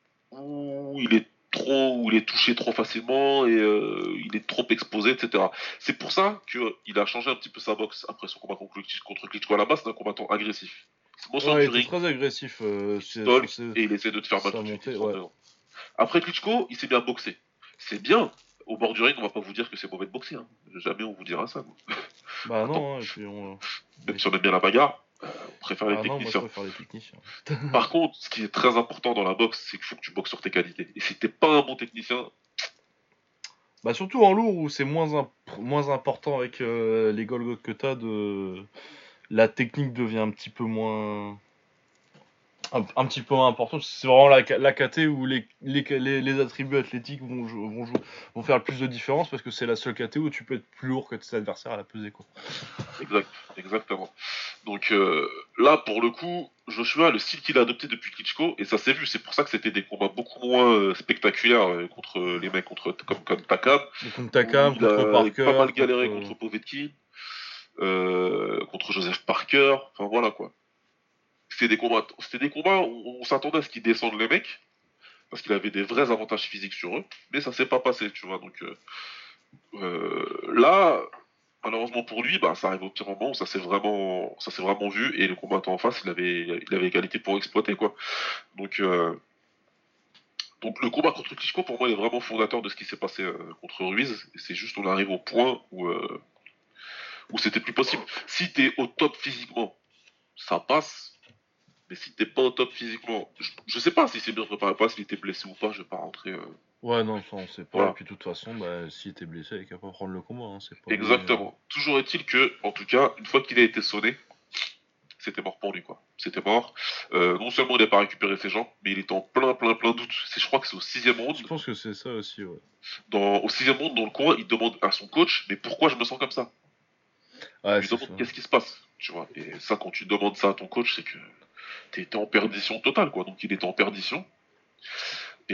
B: où il est touché trop facilement et il est trop exposé, etc. C'est pour ça qu'il a changé un petit peu sa boxe après son combat contre Klitschko. À la base, c'est un combattant agressif. Il se monte
A: Ouais, il
B: du
A: était
B: ring,
A: très agressif
B: il stalk
A: sur
B: et il essaie de te faire mal
A: sa
B: tout de suite. Il
A: montée,
B: te rentre
A: ouais.
B: dedans. Après Klitschko, il s'est bien boxé. C'est bien. Au bord du ring, on va pas vous dire que c'est mauvais de boxer. Hein. Jamais on vous dira ça.
A: Bah
B: Attends,
A: non, hein, et puis
B: même si on aime bien la bagarre, on préfère les
A: Ah non, moi je
B: techniciens.
A: préfère les techniciens.
B: Par contre, ce qui est très important dans la boxe, c'est qu'il faut que tu boxes sur tes qualités. Et si t'es pas un bon technicien,
A: Bah surtout en lourd où c'est moins important avec les Golgoth que t'as la technique devient un petit peu moins un petit peu important. C'est vraiment la KT où les attributs athlétiques vont faire le plus de différence parce que c'est la seule KT où tu peux être plus lourd que tes adversaires à la pesée, quoi.
B: exactement. Donc là, pour le coup, Joshua, le style qu'il a adopté depuis Klitschko, et ça s'est vu, c'est pour ça que c'était des combats beaucoup moins spectaculaires contre les mecs comme Takam,
A: Donc contre
B: où
A: Takam,
B: il
A: contre
B: a pas
A: Parker,
B: mal galéré contre Povetkin, contre Joseph Parker, enfin voilà quoi. C'était des combats où on s'attendait à ce qu'ils descendent les mecs, parce qu'il avait des vrais avantages physiques sur eux, mais ça s'est pas passé, tu vois. Donc là, malheureusement pour lui, bah, ça arrive au pire moment où ça s'est vraiment vu et le combattant en face, il avait égalité pour exploiter quoi. Donc, euh, donc le combat contre Klitschko pour moi est vraiment fondateur de ce qui s'est passé contre Ruiz. Et c'est juste on arrive au point où c'était plus possible. Si t'es au top physiquement, ça passe. Mais si t'es pas au top physiquement, je sais pas si c'est bien préparé pas, s'il était blessé ou pas, je vais pas rentrer.
A: Ouais, non, ça on sait pas. Et
B: Voilà.
A: puis de toute façon, bah, s'il était blessé, il est capable de prendre le combat. Hein. C'est pas lui.
B: Exactement. Toujours est-il que, en tout cas, une fois qu'il a été sonné, c'était mort pour lui, quoi. C'était mort. Non seulement il n'a pas récupéré ses jambes, mais il était en plein doute. Je crois que c'est au sixième round.
A: Je pense que c'est ça aussi, ouais.
B: Au sixième round, dans le coin, il demande à son coach, mais pourquoi je me sens comme ça? Il
A: Ouais,
B: lui
A: c'est
B: demande
A: ça.
B: qu'est-ce qui se passe, tu vois. Et ça, quand tu demandes ça à ton coach, c'est que t'es en perdition totale, quoi. Donc il était en perdition. Et,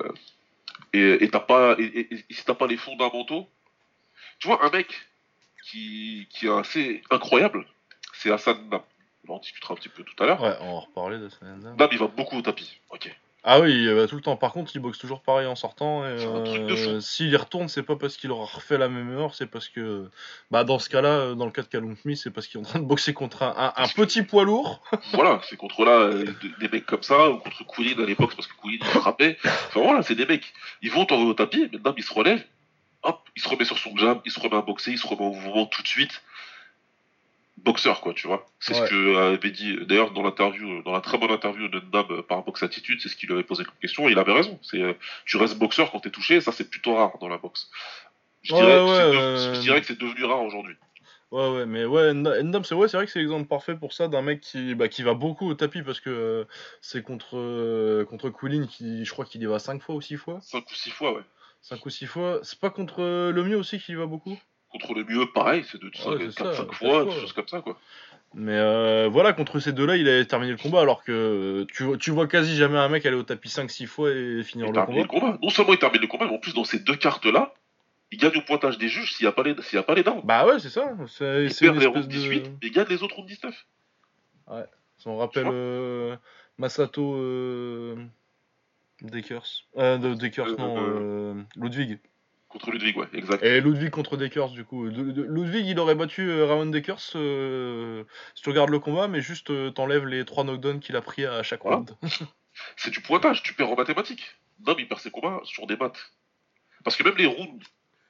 B: et si t'as pas les fondamentaux, tu vois, un mec qui est assez incroyable, c'est Hassan Nam. On en discutera un petit peu tout à l'heure.
A: Ouais, on va en reparler de Sananda.
B: Nam, il va beaucoup au tapis. Ok.
A: Ah oui, bah, tout le temps. Par contre, il boxe toujours pareil en sortant. Et
B: C'est un truc de fou.
A: s'il y retourne, c'est pas parce qu'il aura refait la même erreur, c'est parce que, bah, dans ce cas-là, dans le cas de Callum Smith, c'est parce qu'il est en train de boxer contre un
B: Parce que,
A: petit poids lourd.
B: voilà, c'est contre là des mecs comme ça, ou contre Queen à l'époque, parce que Queen il frappait. Enfin voilà, c'est des mecs. Ils vont tomber au tapis, mais Nam, il se relève, hop, il se remet sur son jab, il se remet à boxer, il se remet au mouvement tout de suite. Boxeur, quoi, tu vois. C'est ce
A: Ouais.
B: que avait dit, d'ailleurs, dans l'interview, dans la très bonne interview de Nam par Box Attitude, c'est ce qu'il lui avait posé comme question, et il avait raison. Tu restes boxeur quand t'es touché, et ça c'est plutôt rare dans la boxe. Je
A: Ouais,
B: dirais,
A: ouais,
B: je dirais que c'est devenu rare aujourd'hui.
A: ouais, mais ouais, Ndam, c'est vrai que c'est l'exemple parfait pour ça d'un mec qui va beaucoup au tapis parce que c'est contre Quillin qui, je crois qu'il y va 5 fois ou 6 fois.
B: 5 ou 6 fois, ouais.
A: 5 ou 6 fois. C'est pas contre le mieux aussi qu'il y va beaucoup?
B: Contre le mieux, pareil, c'est de
A: Ouais, c'est
B: 4
A: ça,
B: 5
A: 4
B: fois, des
A: fois.
B: choses comme ça, quoi.
A: Mais voilà, contre ces deux-là, il a terminé le combat alors que tu vois quasi jamais un mec aller au tapis 5 6 fois et
B: Et
A: finir le
B: terminé
A: combat.
B: le combat. Non seulement il termine le combat, mais en plus, dans ces deux cartes-là, il gagne au pointage des juges s'il y a pas les downs.
A: Bah ouais, c'est ça.
B: Il
A: C'est une
B: perd les
A: espèce
B: rounds
A: de.
B: 18, mais il gagne les autres rounds 19.
A: Ouais. Ça me
B: Tu
A: rappelle
B: vois?
A: Masato Dekers. De Dekers, non,
B: Euh,
A: Ludwig.
B: Contre Ludwig, ouais, exact.
A: Et Ludwig contre Dekers, du coup. Ludwig, il aurait battu Ramon Dekers si tu regardes le combat, mais juste t'enlèves les 3 knockdowns qu'il a pris à chaque
B: Voilà.
A: round.
B: C'est du pointage, tu perds en mathématiques. Dom, il perd ses combats sur des maths. Parce que même les rounds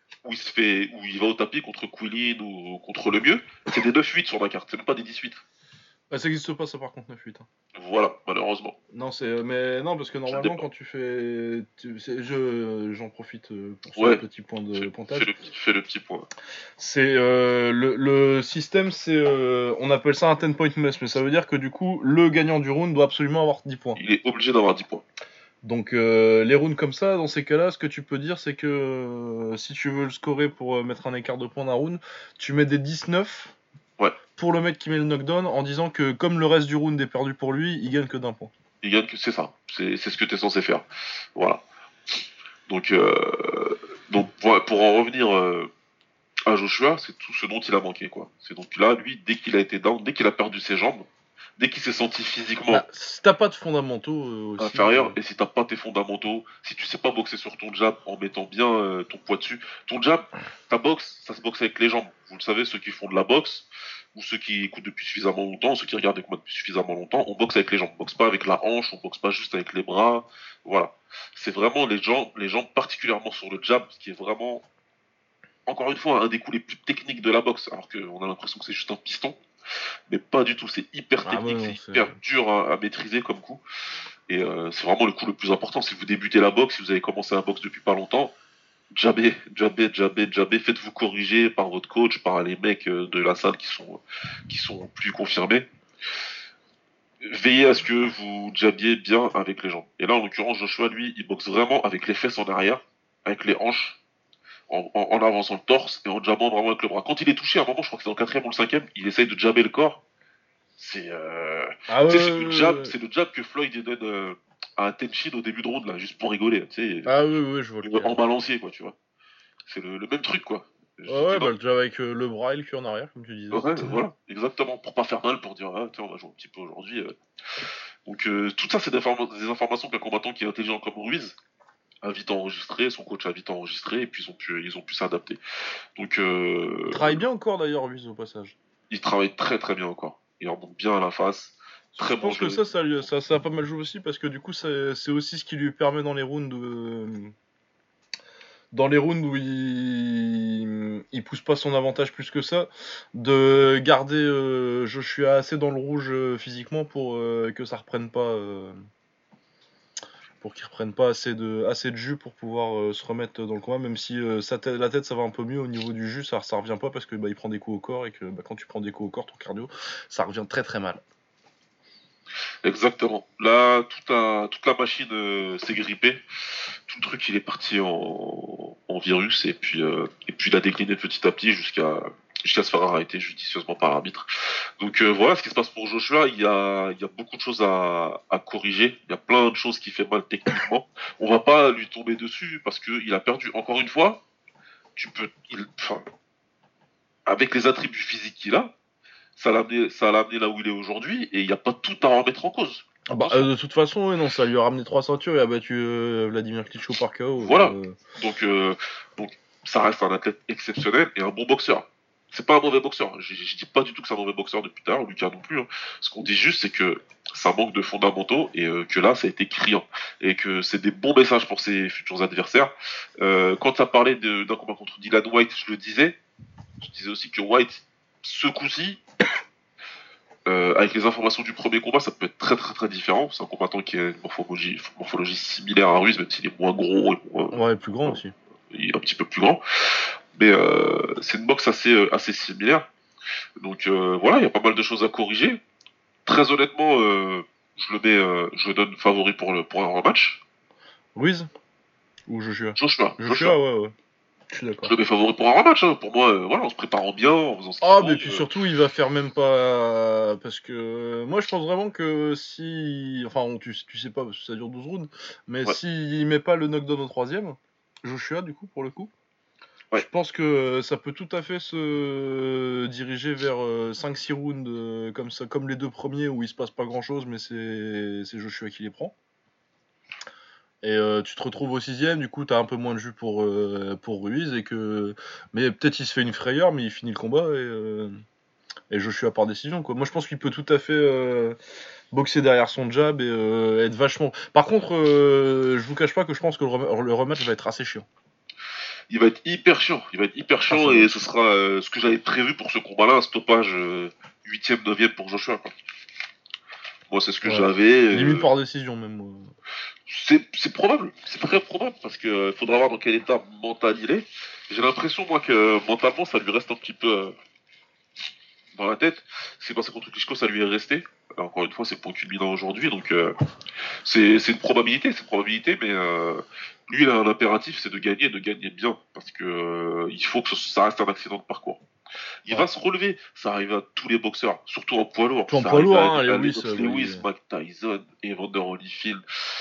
B: où il va au tapis contre Quillin ou contre le mieux, c'est des 9-8 sur ma carte, c'est même pas des 18.
A: Ah, ça existe pas, ça, par contre, 9-8. Hein.
B: Voilà, malheureusement.
A: Non, mais non, parce que
B: Je le
A: normalement,
B: déplore.
A: quand tu fais. J'en profite pour ce
B: Ouais,
A: petit point de
B: fais
A: pointage.
B: le petit point.
A: C'est le système, c'est on appelle ça un 10 point mess, mais ça veut dire que du coup, le gagnant du round doit absolument avoir 10 points.
B: Il est obligé d'avoir 10 points.
A: Donc les rounds comme ça, dans ces cas-là, ce que tu peux dire, c'est que si tu veux le scorer pour mettre un écart de points d'un round, tu mets des 19
B: Ouais,
A: pour le mec qui met le knockdown en disant que comme le reste du round est perdu pour lui, il gagne que d'un point.
B: il gagne que c'est ça. C'est ce que tu es censé faire. Voilà. Donc, voilà, pour en revenir à Joshua, c'est tout ce dont il a manqué, quoi. C'est donc là, lui, dès qu'il a été down, dès qu'il a perdu ses jambes, dès qu'il s'est senti physiquement
A: Bah, si t'as pas de fondamentaux aussi.
B: inférieur, et si t'as pas tes fondamentaux, si tu sais pas boxer sur ton jab en mettant bien ton poids dessus, ton jab, ta boxe, ça se boxe avec les jambes. Vous le savez, ceux qui font de la boxe, ou ceux qui écoutent depuis suffisamment longtemps, ceux qui regardent les combats depuis suffisamment longtemps, on boxe avec les jambes. On boxe pas avec la hanche, on boxe pas juste avec les bras. Voilà. C'est vraiment les jambes particulièrement sur le jab, ce qui est vraiment, encore une fois, un des coups les plus techniques de la boxe, alors qu'on a l'impression que c'est juste un piston, mais pas du tout. C'est hyper
A: Ah ouais,
B: technique,
A: non,
B: c'est
A: c'est.
B: hyper dur à maîtriser comme coup. Et c'est vraiment le coup le plus important. Si vous débutez la boxe, si vous avez commencé la boxe depuis pas longtemps, jabez, faites-vous corriger par votre coach, par les mecs de la salle qui sont plus confirmés. Veillez à ce que vous jabbiez bien avec les jambes. Et là, en l'occurrence, Joshua, lui, il boxe vraiment avec les fesses en arrière, avec les hanches, en avançant le torse et en jabbant vraiment avec le bras. Quand il est touché, à un moment, je crois que c'est dans le quatrième ou le cinquième, il essaye de jabber le corps. C'est,
A: Ah ouais,
B: tu sais,
A: ouais, ouais.
B: c'est le jab que Floyd donne à Tenchin au début de round là, juste pour rigoler. Tu sais,
A: Ah oui, oui, je vois
B: en
A: lequel.
B: balancier quoi, tu vois. C'est le même truc quoi.
A: Ouais,
B: Je dis
A: ouais,
B: non.
A: bah déjà avec le bras et le cul en arrière, comme tu disais.
B: Ouais, voilà, exactement. Pour pas faire mal, pour dire ah tiens on va jouer un petit peu aujourd'hui. Donc tout ça c'est des informations qu'un combattant qui est intelligent comme Ruiz a vite enregistré, son coach a vite enregistré, et puis ils ont pu s'adapter. Donc,
A: Il travaille bien encore d'ailleurs, Ruiz, au passage.
B: il travaille très très bien encore. Il remonte bien à la face.
A: Je
B: Très bon
A: pense que
B: jeu.
A: ça a pas mal joué aussi parce que du coup, c'est aussi ce qui lui permet dans les rounds où il pousse pas son avantage plus que ça, de garder Joshua assez dans le rouge physiquement que ça reprenne pas. Pour qu'il reprenne pas assez de jus pour pouvoir se remettre dans le combat, même si la tête ça va un peu mieux au niveau du jus, ça revient pas parce que il prend des coups au corps et que quand tu prends des coups au corps, ton cardio, ça revient très très mal.
B: Exactement. Là, toute la machine s'est grippée. Tout le truc, il est parti en virus, et puis il a décliné petit à petit jusqu'à se faire arrêter judicieusement par l'arbitre. Donc voilà ce qui se passe pour Joshua. Il y a beaucoup de choses à corriger. Il y a plein de choses qui fait mal techniquement. On va pas lui tomber dessus parce qu'il a perdu. Encore une fois, enfin, avec les attributs physiques qu'il a, ça l'a amené là où il est aujourd'hui, et il n'y a pas tout à remettre en cause. Attention.
A: De toute façon, ouais, non, ça lui a ramené 3 ceintures et a battu Vladimir Klitschko par KO.
B: Voilà. Donc, donc, ça reste un athlète exceptionnel et un bon boxeur. C'est pas un mauvais boxeur. Je dis pas du tout que c'est un mauvais boxeur depuis tout à l'heure, Lucas non plus. Hein. Ce qu'on dit juste, c'est que ça manque de fondamentaux, et que là, ça a été criant. Et que c'est des bons messages pour ses futurs adversaires. Quand tu as parlé d'un combat contre Dylan White, je disais aussi que White, ce coup-ci, avec les informations du premier combat, ça peut être très très très différent. C'est un combattant qui a une morphologie similaire à Ruiz, même s'il est moins gros,
A: Ouais, plus grand aussi.
B: il est un petit peu plus grand. Mais c'est une boxe assez similaire. Donc voilà, il y a pas mal de choses à corriger. Très honnêtement, je le donne favori pour un rematch.
A: Ruiz ou Joshua?
B: Joshua.
A: Ouais. Je suis
B: Je
A: d'accord.
B: le mets favori pour un rematch. Hein. Pour moi, voilà, en se préparant bien, en faisant ce qu'il
A: Ah,
B: faut.
A: mais puis surtout, il va faire même pas. Parce que moi, je pense vraiment que si. Enfin, tu sais pas, parce que ça dure 12 rounds. Mais
B: Ouais,
A: s'il met pas le knockdown au troisième, Joshua, du coup, pour le coup, je
B: ouais.
A: pense que ça peut tout à fait se diriger vers 5-6 rounds comme ça, comme les deux premiers où il se passe pas grand chose, mais c'est Joshua qui les prend. Et tu te retrouves au sixième, du coup, t'as un peu moins de jus pour Ruiz. Mais peut-être il se fait une frayeur, mais il finit le combat et Joshua par décision, quoi. Moi, je pense qu'il peut tout à fait boxer derrière son jab et être vachement. Par contre, je vous cache pas que je pense que le rematch va être assez chiant.
B: Il va être hyper chiant. Il va être hyper
A: Ah,
B: chiant,
A: ça va
B: et
A: être
B: ce
A: chiant.
B: sera ce que j'avais prévu pour ce combat-là, un stoppage 8ème, 9ème pour Joshua. Quoi. Moi, c'est ce que
A: Ouais.
B: j'avais.
A: Limite par décision, même.
B: C'est probable, c'est très probable, parce que faudra voir dans quel état mental il est. J'ai l'impression, moi, que mentalement, ça lui reste un petit peu dans la tête. C'est parce que contre Klitschko, ça lui est resté. Alors, encore une fois, c'est point culminant aujourd'hui, donc c'est c'est une probabilité, mais lui, il a un impératif, c'est et de gagner bien, parce que il faut que ça reste un accident de parcours. Il
A: Ouais.
B: va se relever, ça arrive à tous les boxeurs, surtout en poids lourd.
A: Tout en
B: Ça
A: poids
B: arrive
A: lourd,
B: à,
A: hein,
B: à
A: Lewis.
B: Lennox Lewis, Mike Tyson, Evander Holyfield.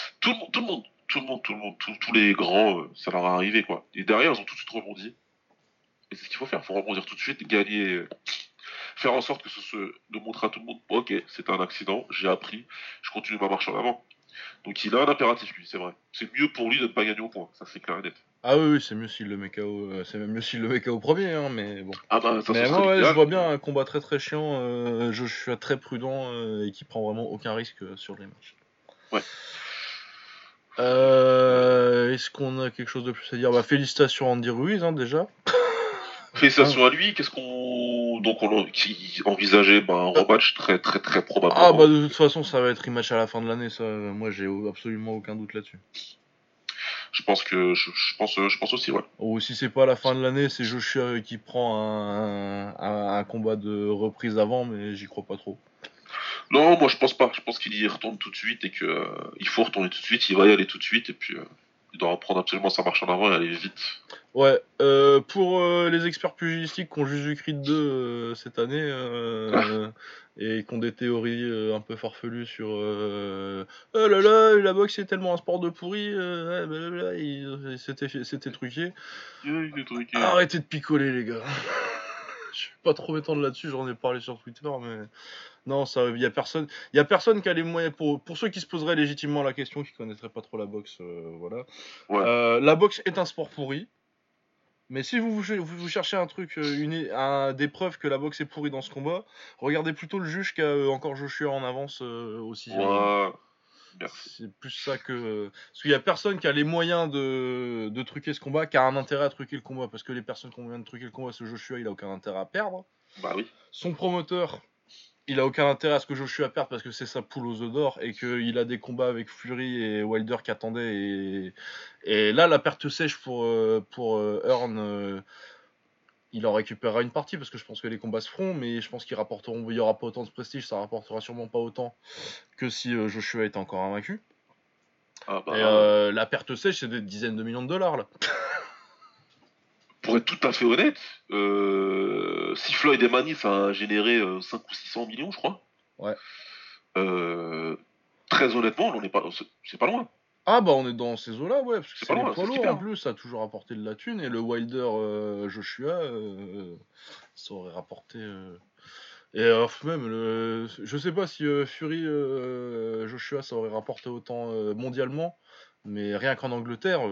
B: Tous les grands, ça leur est arrivé, quoi. Et derrière, ils ont tout de suite rebondi. Et c'est ce qu'il faut faire, il faut rebondir tout de suite, gagner, faire en sorte que de montrer à tout le monde, ok, c'était un accident, j'ai appris, je continue ma marche en avant. Donc il a un impératif, lui, c'est vrai. C'est mieux pour lui de ne pas gagner au point, ça c'est clair et net.
A: Ah oui, oui, c'est mieux s'il le met KO. C'est même mieux s'il le met KO premier, hein, mais bon.
B: Ah bah ça ce
A: Mais
B: serait
A: moi, ouais, je
B: l'idéal,
A: vois
B: mais,
A: bien un combat très très chiant. Joshua très prudent et qui prend vraiment aucun risque sur les matchs.
B: ouais.
A: Est-ce qu'on a quelque chose de plus à dire? Bah, félicitations Andy Ruiz, hein, déjà. Hein.
B: Félicitations à lui, qu'est-ce qu'on... Donc qui envisageait un
A: Euh,
B: rematch très très très
A: Ah bah
B: probablement.
A: de toute façon ça va être rematch à la fin de l'année, ça. Moi j'ai absolument aucun doute là-dessus.
B: Je pense aussi, ouais.
A: Ou si c'est pas à la fin de l'année, c'est Joshua qui prend un combat de reprise avant, mais j'y crois pas trop.
B: Non, moi je pense pas. Je pense qu'il y retourne tout de suite, et que il faut retourner tout de suite. Il va y aller tout de suite, et puis il doit reprendre absolument sa marche en avant et aller vite.
A: Ouais, pour les experts pugilistiques qui ont juste Creed 2 cette année
B: Ah,
A: et qui ont des théories un peu farfelues sur oh là là, la boxe c'est tellement un sport de pourri, ouais, blablabla, c'était truqué.
B: il y a eu des trucs.
A: Arrêtez de picoler les gars. Je vais pas trop m'étendre là-dessus, j'en ai parlé sur Twitter, mais Non, ça, il y a personne qui a les moyens pour ceux qui se poseraient légitimement la question, qui connaîtraient pas trop la boxe, voilà.
B: Ouais.
A: La boxe est un sport pourri. Mais si vous cherchez un truc, des preuves que la boxe est pourrie dans ce combat, regardez plutôt le juge qui a encore Joshua en avance au 6ème round.
B: Ouais. Merci.
A: C'est plus ça que. Parce qu'il y a personne qui a les moyens de truquer ce combat, qui a un intérêt à truquer le combat. Parce que les personnes qui ont moyen de truquer le combat, ce Joshua, il a aucun intérêt à perdre.
B: Bah oui.
A: Son promoteur, il a aucun intérêt à ce que Joshua perde parce que c'est sa poule aux œufs d'or et qu'il a des combats avec Fury et Wilder qui attendaient. Et là, la perte sèche pour Hearn. Il en récupérera une partie parce que je pense que les combats se feront, mais je pense qu'il y aura pas autant de prestige, ça rapportera sûrement pas autant que si Joshua était encore invaincu.
B: Ah bah.
A: Et la perte sèche, c'est des dizaines de millions de dollars là.
B: Pour être tout à fait honnête, si Floyd et Manny, ça a généré 5 ou 600 millions, je crois.
A: Ouais.
B: Très honnêtement, on en est pas, c'est pas loin.
A: Ah bah on est dans ces eaux-là, ouais, parce que
B: C'est
A: c'est
B: pas
A: les
B: loin,
A: poids
B: c'est ce
A: lourds
B: qu'il
A: en
B: perd.
A: plus, ça a toujours apporté de la thune, et le Wilder Joshua, ça aurait rapporté. Et même, je sais pas si Fury Joshua ça aurait rapporté autant mondialement, mais rien qu'en Angleterre.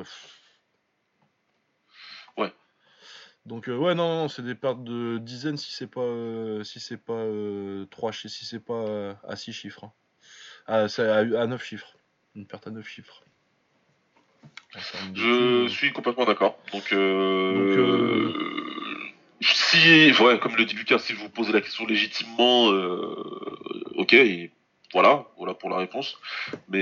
B: Ouais.
A: Donc ouais non, c'est des pertes de dizaines si c'est pas 3 si c'est pas à 6 chiffres. Hein. C'est à 9 chiffres. Une perte à 9 chiffres.
B: Je suis complètement d'accord. Donc,
A: Donc
B: si, ouais, comme le dit Lucas, si vous posez la question légitimement, ok, voilà pour la réponse. Mais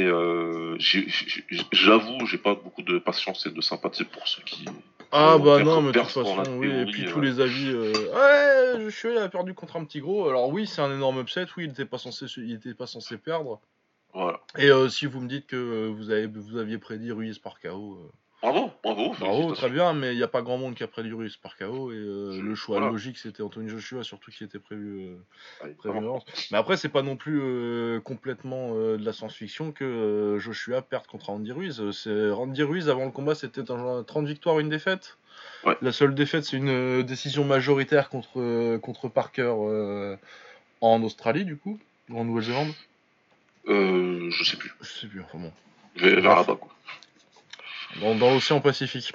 B: j'avoue, j'ai pas beaucoup de patience et de sympathie pour ceux qui
A: ah bah non, mais de toute
B: percent dans la
A: façon, oui, et puis
B: théorie.
A: tous les avis, ouais, Joshua il a perdu contre un petit gros. Alors oui, c'est un énorme upset, oui, il était pas censé perdre.
B: Voilà.
A: Et si vous me dites que vous aviez prédit Ruiz par KO,
B: Bravo,
A: bravo, très
B: félicitations.
A: bien, mais il n'y a pas grand monde qui a prédit Ruiz par KO, et le choix
B: Voilà.
A: logique c'était Anthony Joshua, surtout qui était prévu.
B: Allez,
A: Prévu
B: vraiment.
A: d'avance. Mais après, c'est pas non plus complètement de la science-fiction que Joshua perde contre Randy Ruiz. Randy Ruiz, avant le combat, c'était un 30 victoires, une défaite.
B: Ouais.
A: La seule défaite, c'est une décision majoritaire contre Parker en Australie, du coup, ou en Nouvelle-Zélande.
B: Je sais plus.
A: Je sais plus, enfin bon.
B: Vers là-bas, quoi.
A: Dans l'océan Pacifique.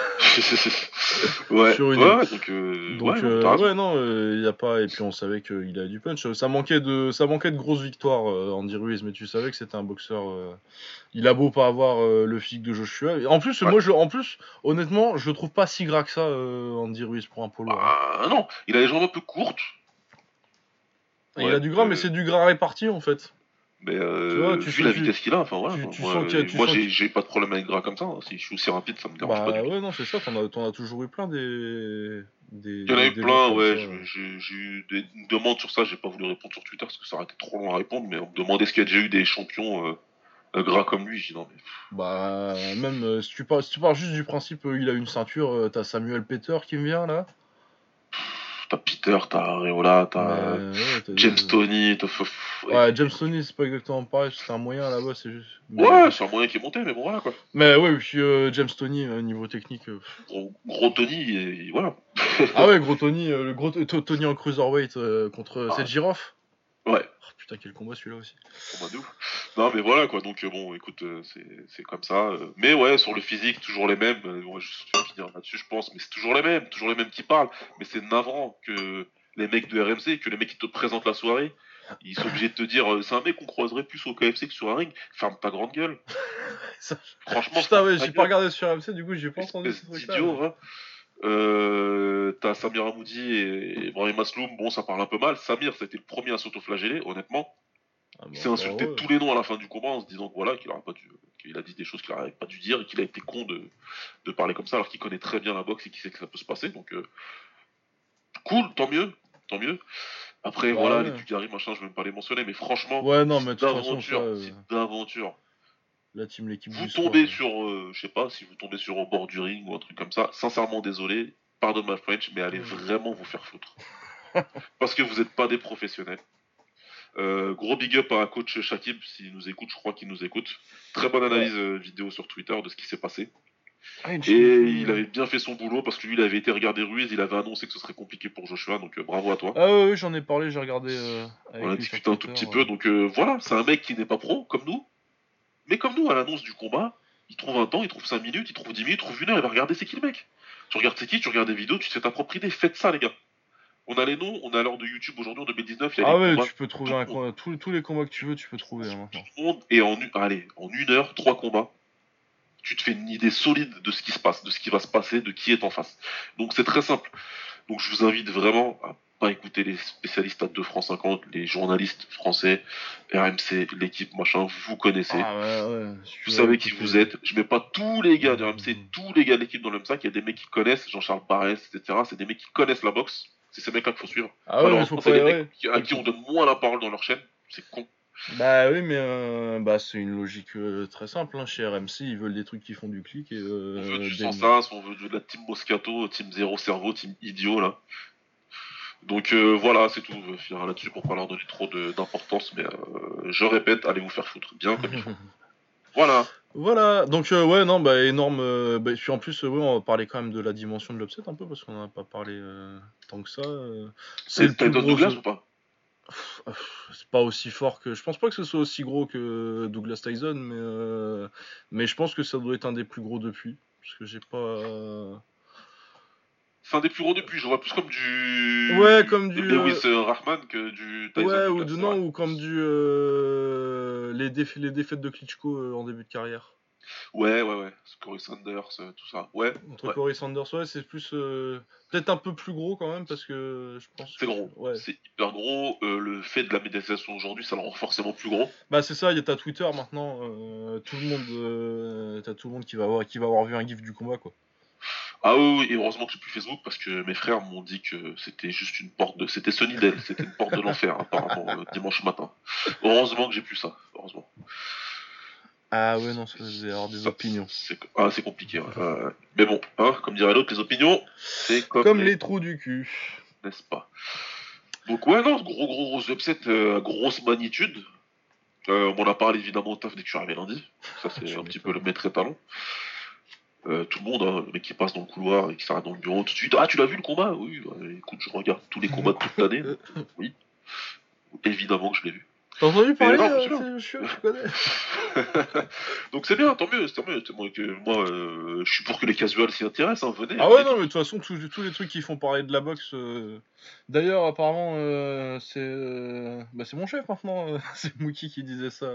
B: Ouais,
A: Sur une île.
B: ouais, donc t'as raison.
A: ouais, non, y a pas. Et puis on savait qu'il avait du punch. Ça manquait de grosses victoires, Andy Ruiz, mais tu savais que c'était un boxeur. Il a beau pas avoir le physique de Joshua. En plus,
B: Ouais.
A: honnêtement, je le trouve pas si gras que ça, Andy Ruiz, pour un poids lourd. Hein.
B: Bah, non, il a les jambes un peu courtes.
A: Il a du gras, mais c'est du gras réparti en fait.
B: Mais
A: Tu vois,
B: vu la vitesse qu'il a, enfin voilà. Moi, j'ai pas de problème avec gras comme ça. Hein. Si je suis aussi rapide, ça me dérange pas du tout.
A: Ouais, non, c'est ça. T'en as toujours eu plein
B: Il y en a eu
A: des
B: plein,
A: comme
B: ouais.
A: ça.
B: J'ai eu des demandes sur ça. J'ai pas voulu répondre sur Twitter parce que ça aurait été trop long à répondre. Mais on me demandait s'il y a déjà eu des champions gras comme lui. J'ai dit non, mais.
A: Bah, même si tu pars juste du principe, il a une ceinture, t'as Samuel Peter qui me vient là.
B: T'as Peter, t'as Areola, t'as James Toney,
A: Ouais, James Toney, c'est pas exactement pareil, c'est un moyen là-bas, c'est juste.
B: Ouais, c'est un moyen qui est monté, mais bon, voilà quoi.
A: Mais ouais, puis James Toney, niveau technique.
B: Gros Tony, et voilà.
A: Ah ouais, gros Tony, le gros Tony en cruiserweight contre cette girafe.
B: Ouais.
A: Oh, putain, quel combat celui-là aussi.
B: Combat de ouf. Non, mais voilà quoi, donc bon, écoute, c'est comme ça. Mais ouais, sur le physique, toujours les mêmes. Je vais finir là-dessus, je pense, mais c'est toujours les mêmes qui parlent. Mais c'est navrant que les mecs de RMC, que les mecs qui te présentent la soirée, ils sont obligés de te dire c'est un mec qu'on croiserait plus au KFC que sur un ring. Ferme ta grande gueule. Franchement,
A: putain, ouais, j'ai pas regardé sur RMC, du coup, j'ai pas entendu ce truc-là.
B: Idiot, hein. T'as Samir Hamoudi et Brahim Masloum, bon ça parle un peu mal. Samir c'était le premier à s'autoflageller, honnêtement. Il s'est insulté tous les noms à la fin du combat en se disant que voilà, qu'il a dit des choses qu'il n'aurait pas dû dire et qu'il a été con de parler comme ça alors qu'il connaît très bien la boxe et qu'il sait que ça peut se passer. Donc cool, tant mieux. Après voilà, les Dugarry machin, je vais même pas les mentionner, mais franchement,
A: c'est
B: d'aventure.
A: La team l'équipe
B: vous tombez sur, je sais pas, si vous tombez sur au bord du ring ou un truc comme ça, sincèrement désolé, pardonne ma French, mais allez vraiment vous faire foutre. Parce que vous n'êtes pas des professionnels. Gros big up à coach Shakib, s'il nous écoute, je crois qu'il nous écoute. Très bonne analyse vidéo sur Twitter de ce qui s'est passé. Et il avait bien fait son boulot parce que lui, il avait été regarder Ruiz, il avait annoncé que ce serait compliqué pour Joshua, donc bravo à toi.
A: Ah ouais, j'en ai parlé, j'ai regardé avec
B: On a
A: lui sur
B: discuté un
A: Twitter.
B: tout petit peu, donc voilà, c'est un mec qui n'est pas pro, comme nous, mais comme nous, à l'annonce du combat, il trouve un temps, il trouve 5 minutes, il trouve 10 minutes, il trouve 1 heure, il va regarder c'est qui le mec. Tu regardes c'est qui, tu regardes des vidéos, tu te fais ta propre idée, faites ça les gars. On a les noms, on a l'heure de YouTube aujourd'hui en 2019, il y a
A: Ah
B: les
A: ouais,
B: combats.
A: tu peux trouver un combat, tous les combats que tu veux, tu peux trouver
B: Tout
A: maintenant.
B: le monde, et en 1 heure, 3 combats, tu te fais une idée solide de ce qui se passe, de ce qui va se passer, de qui est en face. Donc c'est très simple. Donc je vous invite vraiment à pas écouter les spécialistes à 2 francs 50, les journalistes français, RMC, l'équipe machin, vous connaissez.
A: Ah ouais,
B: Vous savez qui vous êtes. Je mets pas tous les gars de RMC, tous les gars de l'équipe dans le même sac. Il y a des mecs qui connaissent, Jean-Charles Barès, etc. C'est des mecs qui connaissent la boxe. C'est ces mecs-là qu'il faut suivre.
A: Ah ouais, mais faut
B: c'est
A: pas...
B: les mecs à qui on donne moins la parole dans leur chaîne. C'est con.
A: Bah oui, mais c'est une logique très simple. Hein. Chez RMC, ils veulent des trucs qui font du clic. Et,
B: On veut du sans sas, on veut de la team Moscato, team Zéro Cerveau, team Idiot là. Donc voilà, c'est tout. Je vais finir là-dessus pour pas leur donner trop d'importance. Mais je répète, allez vous faire foutre bien comme il faut. Voilà.
A: Voilà, donc ouais, non, énorme. Puis en plus, ouais, on va parler quand même de la dimension de l'upset un peu, parce qu'on n'en a pas parlé tant que ça. C'est le plus
B: Tyson
A: gros.
B: Douglas ou pas?
A: C'est pas aussi fort que. Je pense pas que ce soit aussi gros que Douglas Tyson, mais je pense que ça doit être un des plus gros depuis. Parce que j'ai pas.
B: C'est un des plus gros depuis, je vois plus comme du.
A: Ouais, comme du.
B: Lewis Rahman que du Tyson
A: Ouais,
B: Douglas.
A: ou comme du. Les défaites de Klitschko en début de carrière.
B: Ouais. Corey Sanders, tout ça. Ouais.
A: Entre Corey Sanders, ouais, c'est plus. Peut-être un peu plus gros quand même, parce que je pense.
B: C'est gros.
A: Ouais.
B: C'est hyper gros. Le fait de la médiatisation aujourd'hui, ça le rend forcément plus gros.
A: Bah, c'est ça, il y a ta Twitter maintenant. Tout le monde. T'as tout le monde qui va avoir vu un gif du combat, quoi.
B: Ah oui, et heureusement que j'ai plus Facebook parce que mes frères m'ont dit que c'était juste une porte de. C'était Sunnydale, c'était une porte de l'enfer, apparemment, dimanche matin. Heureusement que j'ai plus ça, heureusement.
A: Ah ouais, non, ça faisait avoir des opinions.
B: C'est compliqué, ouais. Mais bon, hein, comme dirait l'autre, les opinions, c'est
A: comme les trous du cul.
B: N'est-ce pas? Donc ouais, non, gros upset, grosse magnitude. On en a parlé évidemment au taf dès que je suis arrivé lundi. Ça, c'est un petit peu le maître étalon. Tout le monde, hein, le mec qui passe dans le couloir et qui s'arrête dans le bureau tout de suite. Ah, tu l'as vu le combat? Oui, écoute, je regarde tous les combats de toute l'année. Oui, évidemment que je l'ai vu.
A: T'as entendu parler
B: je
A: connais.
B: Donc c'est bien, tant mieux. Moi, je suis pour que les casuals s'y intéressent, hein, venez.
A: Ah ouais, non, mais de toute façon, tous les trucs qui font parler de la boxe. D'ailleurs, apparemment, c'est mon chef maintenant. C'est Mookie qui disait ça.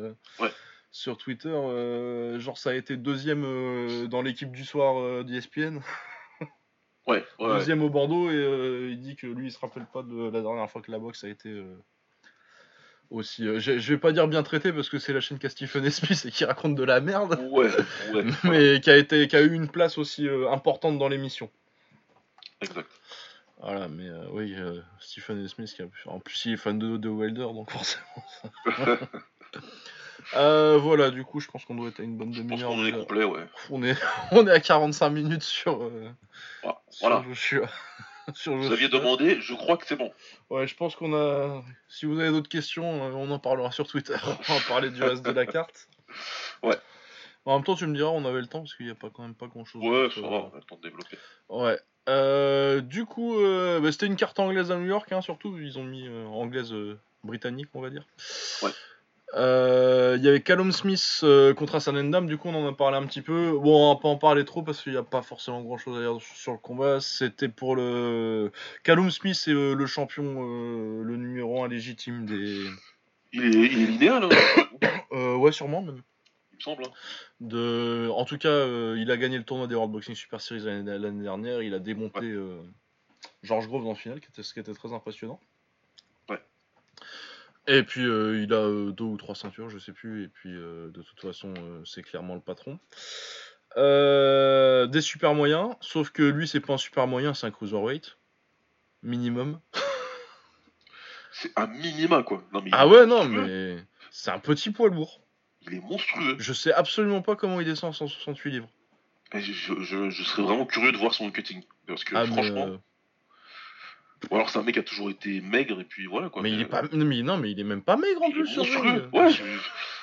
A: Sur Twitter, genre ça a été deuxième dans l'équipe du soir d'ESPN.
B: Ouais.
A: Deuxième au Bordeaux, et il dit que lui il se rappelle pas de la dernière fois que la boxe a été aussi. Je vais pas dire bien traité parce que c'est la chaîne qu'a Stephen Smith et qui raconte de la merde.
B: Ouais.
A: Mais qui a eu une place aussi importante dans l'émission.
B: Exact.
A: Voilà, mais oui, Stephen Smith, en plus il est fan de Wilder, donc forcément. Voilà, du coup, je pense qu'on doit être à une bonne demi-heure.
B: Je pense qu'on est complet, ouais.
A: On est à 45 minutes sur.
B: Voilà.
A: Vous
B: aviez demandé, je crois que c'est bon.
A: Ouais, je pense qu'on a. Si vous avez d'autres questions, on en parlera sur Twitter. On va parler du reste de la carte.
B: Ouais.
A: En même temps, tu me diras, on avait le temps parce qu'il n'y a quand même pas grand-chose.
B: Ouais, ça va, on a le temps de développer.
A: Ouais. Du coup, c'était une carte anglaise à New York, hein, surtout. Ils ont mis anglaise britannique, on va dire.
B: Ouais.
A: Il y avait Callum Smith contre Hassan N'Dam, du coup on en a parlé un petit peu. Bon, on va pas en parler trop parce qu'il n'y a pas forcément grand chose à dire sur le combat. C'était pour le. Callum Smith, c'est le champion, le numéro 1 légitime des.
B: Il est linéal, hein.
A: Ouais, sûrement même.
B: Il me semble.
A: En tout cas, il a gagné le tournoi des World Boxing Super Series l'année dernière. Il a démonté George Groves en finale, ce qui était très impressionnant.
B: Ouais.
A: Et puis il a 2 ou 3 ceintures, je sais plus. Et puis de toute façon, c'est clairement le patron. Des super moyens, sauf que lui, c'est pas un super moyen, c'est un cruiserweight minimum.
B: C'est un minima, quoi. Non, mais
A: mais c'est un petit poids lourd.
B: Il est monstrueux.
A: Je sais absolument pas comment il descend à 168 livres.
B: Et je serais vraiment curieux de voir son cutting, parce que franchement. Ou alors c'est un mec qui a toujours été maigre et puis voilà quoi.
A: Mais il est pas. Mais il est même pas maigre en plus.
B: Monstrueux. Ouais.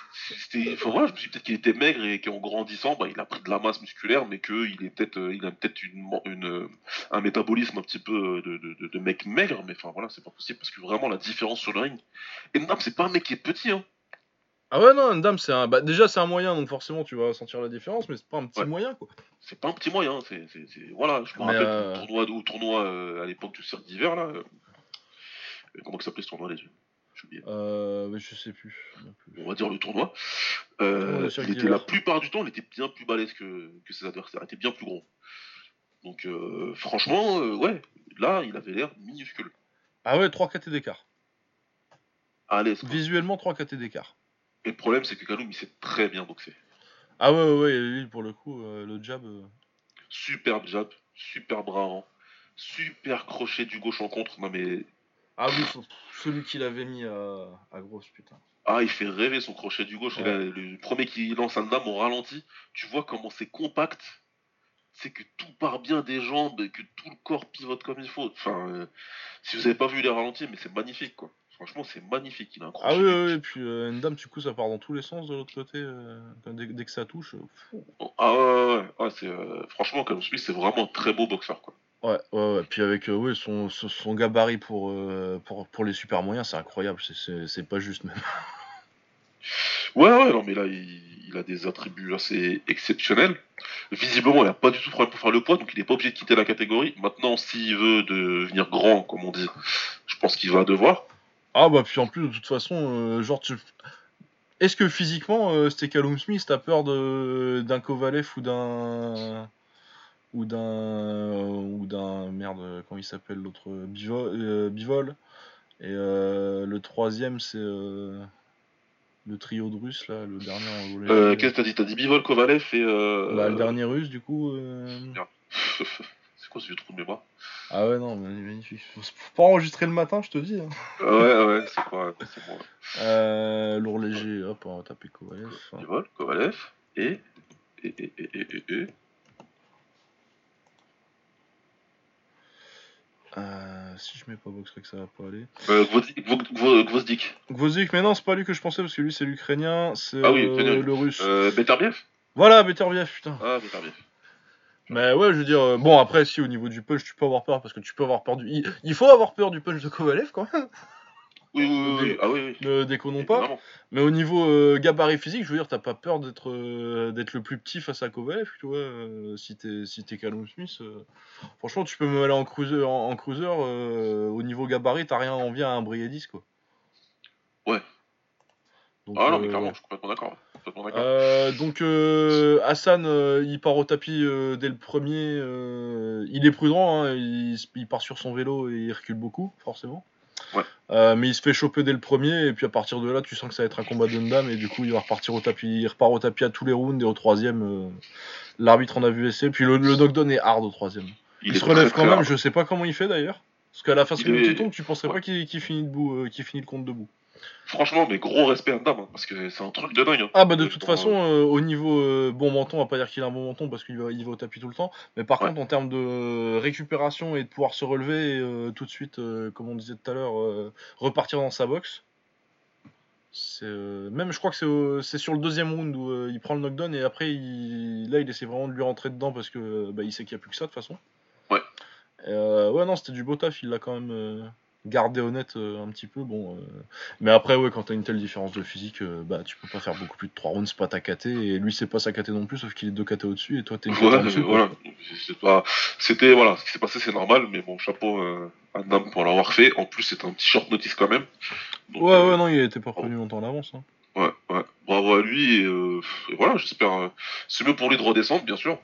B: Enfin, voilà, je me suis dit peut-être qu'il était maigre et qu'en grandissant, bah, il a pris de la masse musculaire, mais il a peut-être un métabolisme un petit peu de mec maigre, mais enfin voilà, c'est pas possible parce que vraiment la différence sur le ring. Et Ndam, c'est pas un mec qui est petit, hein.
A: Ah ouais, non, Ndam, c'est un. Bah, déjà, c'est un moyen, donc forcément, tu vas sentir la différence, mais c'est pas un petit
B: Ouais,
A: moyen, quoi.
B: c'est pas un petit moyen, hein, voilà, je me
A: Mais,
B: rappelle au tournoi à l'époque du cirque d'hiver là, comment que ça s'appelait ce tournoi les yeux? J'ai oublié.
A: mais je sais plus. Non plus.
B: On va dire le tournoi.
A: Tournoi du cirque
B: Il était la
A: d'hiver.
B: plupart du temps, il était bien plus balèze que ses adversaires, il était bien plus gros. Donc franchement, ouais, là, il avait l'air minuscule.
A: Ah ouais, 3 KT d'écart.
B: À l'aise, quoi.
A: Visuellement, 3 KT d'écart.
B: Et le problème, c'est que Kaloum, il sait très bien boxer.
A: Ah ouais, ouais, ouais, lui, pour le coup, le jab.
B: Super jab, super bras avant, super crochet du gauche en contre. Non mais,
A: Ah oui, celui qu'il avait mis à grosse, putain.
B: ah, il fait rêver son crochet du gauche. Et
A: Ouais.
B: là, le premier qui lance un dame au ralenti, tu vois comment c'est compact. C'est que tout part bien des jambes, que tout le corps pivote comme il faut. Enfin, si vous avez pas vu les ralentis, mais c'est magnifique, quoi. Franchement, c'est magnifique. Il a un
A: Ah oui,
B: crochet du
A: oui,
B: gauche.
A: et puis Ndam, du coup, ça part dans tous les sens de l'autre côté. Dès que ça touche.
B: Ah ouais, c'est franchement, Callum Smith, c'est vraiment un très beau boxeur, quoi.
A: Ouais, ouais, ouais. Puis avec ouais, son gabarit pour les super moyens, c'est incroyable. C'est pas juste même.
B: Ouais, non, mais là, il a des attributs assez exceptionnels. Visiblement, il a pas du tout de problème pour faire le poids, donc il est pas obligé de quitter la catégorie. Maintenant, s'il veut devenir grand, comme on dit, je pense qu'il va devoir.
A: Ah bah puis en plus de toute façon, genre est-ce que physiquement, Callum Smith, t'as peur d'un Kovalev ou d'un merde, comment il s'appelle l'autre, Bivol. Et le troisième c'est le trio de Russes là, le dernier en low léger.
B: Qu'est-ce que t'as dit? T'as dit Bivol, Kovalev et
A: Bah le dernier Russe du coup.
B: merde. C'est quoi ce vieux trou de mémoire?
A: Ah ouais non, magnifique. Faut pas enregistrer le matin, je te dis. Hein.
B: Ouais, c'est quoi? C'est bon.
A: Lourd léger, hop, on va taper Kovalev.
B: Bivol, Kovalev et.
A: Si je mets pas Boxrec, ça va pas aller.
B: Gvozdik.
A: Gvozdik, mais non, c'est pas lui que je pensais parce que lui c'est l'Ukrainien, c'est
B: Ah oui, Ukrainien.
A: le Russe.
B: Beterbiev.
A: Voilà, Beterbiev, putain.
B: Ah, Beterbiev.
A: Mais ouais, je veux dire, bon après, si au niveau du punch, tu peux avoir peur parce que tu peux avoir peur du. Il faut avoir peur du punch de Kovalev quand même.
B: Oui. Ah oui.
A: Ne déconnons pas.
B: Évidemment.
A: Mais au niveau gabarit physique, je veux dire, t'as pas peur d'être le plus petit face à Kovalev, tu vois. Si t'es Callum Smith, franchement, tu peux me aller en cruiser. En cruiser, au niveau gabarit, t'as rien envie à un Briedis, quoi.
B: Ouais.
A: Donc,
B: Ah non, mais clairement,
A: ouais.
B: je suis complètement d'accord.
A: Donc Hassan, il part au tapis dès le premier. Il est prudent, hein, il part sur son vélo et il recule beaucoup, forcément.
B: Ouais.
A: Mais il se fait choper dès le premier et puis à partir de là, tu sens que ça va être un combat de Ndam et du coup il va repartir au tapis. Il repart au tapis à tous les rounds et au troisième, l'arbitre en a vu essayer. Puis le knockdown est hard au troisième. Il se relève quand même,
B: hard.
A: je sais pas comment il fait d'ailleurs. Parce qu'à la façon dont il tombe, tu penserais
B: ouais.
A: pas qu'il finit debout, qu'il finit le compte debout.
B: Franchement, mais gros respect à Ndam, hein, parce que c'est un truc de dingue. Hein.
A: Ah bah de toute façon, au niveau bon menton, on va pas dire qu'il a un bon menton parce qu'il va au tapis tout le temps, mais par contre en termes de récupération et de pouvoir se relever et tout de suite, comme on disait tout à l'heure, repartir dans sa boxe, c'est même je crois que c'est sur le deuxième round où il prend le knockdown et après il essaie vraiment de lui rentrer dedans parce que il sait qu'il n'y a plus que ça de toute façon.
B: Ouais.
A: Ouais non, c'était du beau taf, il l'a quand même gardé honnête un petit peu, bon. Mais après ouais, quand t'as une telle différence de physique, bah tu peux pas faire beaucoup plus de 3 rounds, c'est pas ta KT et lui c'est pas sa KT non plus, sauf qu'il est 2 KT au-dessus et toi t'es une KT en dessous.
B: Voilà. C'était voilà, ce qui s'est passé, c'est normal, mais bon, chapeau à Ndam pour l'avoir fait. En plus, c'était un petit short notice quand même.
A: Donc, ouais, non, il était pas prévenu longtemps en avance. Hein.
B: Ouais. Bravo à lui et voilà, j'espère. C'est mieux pour lui de redescendre, bien sûr.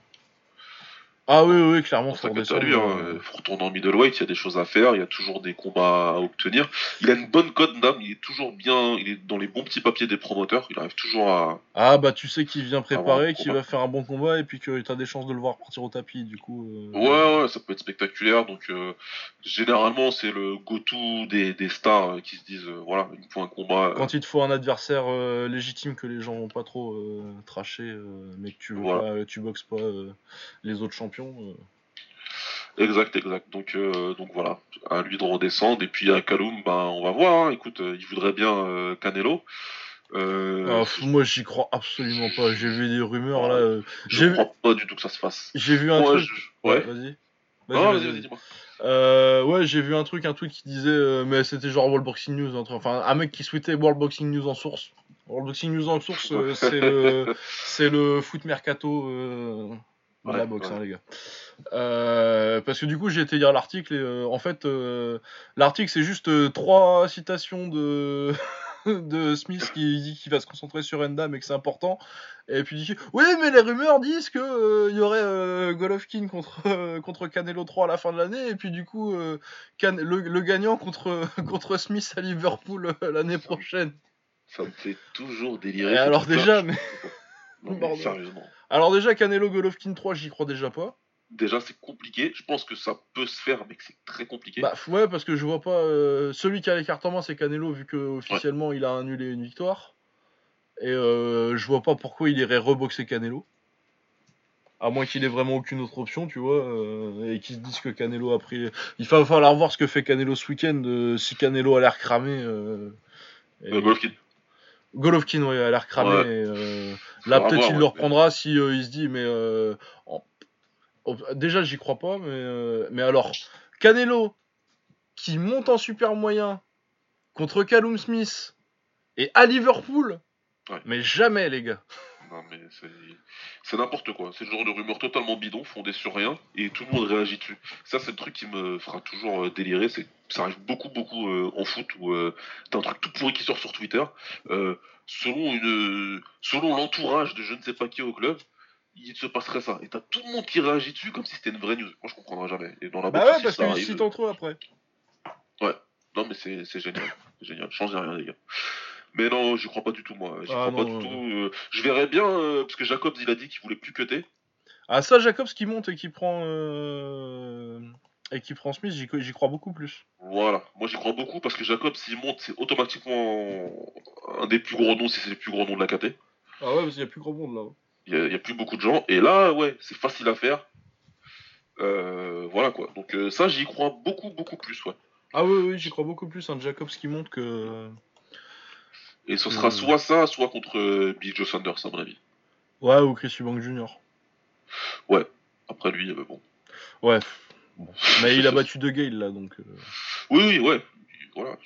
A: Ah oui, clairement,
B: Faut
A: faut
B: redescendre.
A: redescendre.
B: Lui, faut retourner en middleweight, il y a des choses à faire, il y a toujours des combats à obtenir. Il a une bonne cote d'âme, il est toujours bien, il est dans les bons petits papiers des promoteurs, il arrive toujours à.
A: Ah bah tu sais qu'il vient préparer, qu'il
B: combat.
A: va faire un bon combat et puis que t'as des chances de le voir partir au tapis, du coup.
B: Ouais, ça peut être spectaculaire. Donc généralement c'est le go-to des stars qui se disent voilà, il me faut un combat.
A: Quand il te faut un adversaire légitime que les gens vont pas trop tracher, mais que tu veux pas, tu boxes pas les autres champions.
B: Exact. Donc voilà, à lui de redescendre et puis à Kaloum, ben on va voir. Hein. Écoute, il voudrait bien Canelo.
A: Moi, j'y crois absolument pas. J'ai vu des rumeurs là.
B: Je crois pas du tout que ça se fasse.
A: J'ai vu un
B: Moi,
A: truc. Ouais,
B: ouais.
A: vas-y.
B: Non, vas-y, dis-moi.
A: Ouais, j'ai vu un tweet qui disait, mais c'était genre World Boxing News, enfin un mec qui tweetait World Boxing News en source. World Boxing News en source, c'est le foot mercato de la boxe, hein, les gars. Parce que du coup, j'ai été lire l'article et en fait, l'article c'est juste 3 citations de de Smith qui dit qu'il va se concentrer sur Enda mais que c'est important. Et puis il dit oui, mais les rumeurs disent que il y aurait Golovkin contre Canelo 3 à la fin de l'année et puis du coup le gagnant contre Smith à Liverpool l'année prochaine.
B: Ça me fait toujours
A: Et
B: délirer.
A: alors déjà,
B: Non, mais sérieusement.
A: Alors déjà Canelo Golovkin 3, j'y crois déjà pas.
B: Déjà, c'est compliqué. Je pense que ça peut se faire, mais que c'est très compliqué.
A: Bah ouais, parce que je vois pas. Celui qui a les cartes en main, c'est Canelo, vu que officiellement il a annulé une victoire. Et je vois pas pourquoi il irait reboxer Canelo. À moins qu'il ait vraiment aucune autre option, tu vois. Et qu'ils se disent que Canelo a pris. Il va falloir voir ce que fait Canelo ce week-end. Si Canelo a l'air cramé.
B: Golovkin.
A: Golovkin, ouais, a l'air cramé.
B: Ouais.
A: Et, là, peut-être il le reprendra si il se dit, mais. Déjà, j'y crois pas, mais alors. Canelo, qui monte en super moyen contre Callum Smith et à Liverpool, mais jamais, les gars.
B: Non, mais c'est n'importe quoi. C'est le genre de rumeur totalement bidon, fondée sur rien, et tout le monde réagit dessus. Ça, c'est le truc qui me fera toujours délirer. Ça arrive beaucoup en foot, où t'as un truc tout pourri qui sort sur Twitter. Selon l'entourage de je ne sais pas qui au club, il se passerait ça. Et t'as tout le monde qui réagit dessus comme si c'était une vraie news. Moi, je comprendrai jamais. Et dans la boxe aussi,
A: parce
B: ça
A: qu'ils
B: arrive.
A: citent entre eux après.
B: Ouais. Non, mais c'est génial. C'est génial. Changez rien, les gars. Mais non, j'y crois pas du tout, moi. J'y crois pas du tout. Je verrais bien, parce que Jacobs, il a dit qu'il voulait plus cutter.
A: Ah, ça, Jacobs qui monte et qui prend Smith, j'y crois beaucoup plus.
B: Voilà. Moi, j'y crois beaucoup parce que Jacobs, s'il monte, c'est automatiquement un des plus gros noms, si c'est le plus gros nom de la KT.
A: Ah ouais, parce qu'il y a plus grand monde là.
B: Il y a plus beaucoup de gens. Et là, ouais, c'est facile à faire. Voilà quoi. Donc ça, j'y crois beaucoup plus, ouais.
A: Ah oui, j'y crois beaucoup plus, un Jacobs qui monte que.
B: Et ce sera soit ça, soit contre Big Joe Sanders, à mon avis.
A: Ouais, ou Chris Eubank Jr.
B: Ouais. Après lui, bon.
A: Ouais. Bon. Mais il a battu De Gale là, donc.
B: Oui, ouais. Voilà.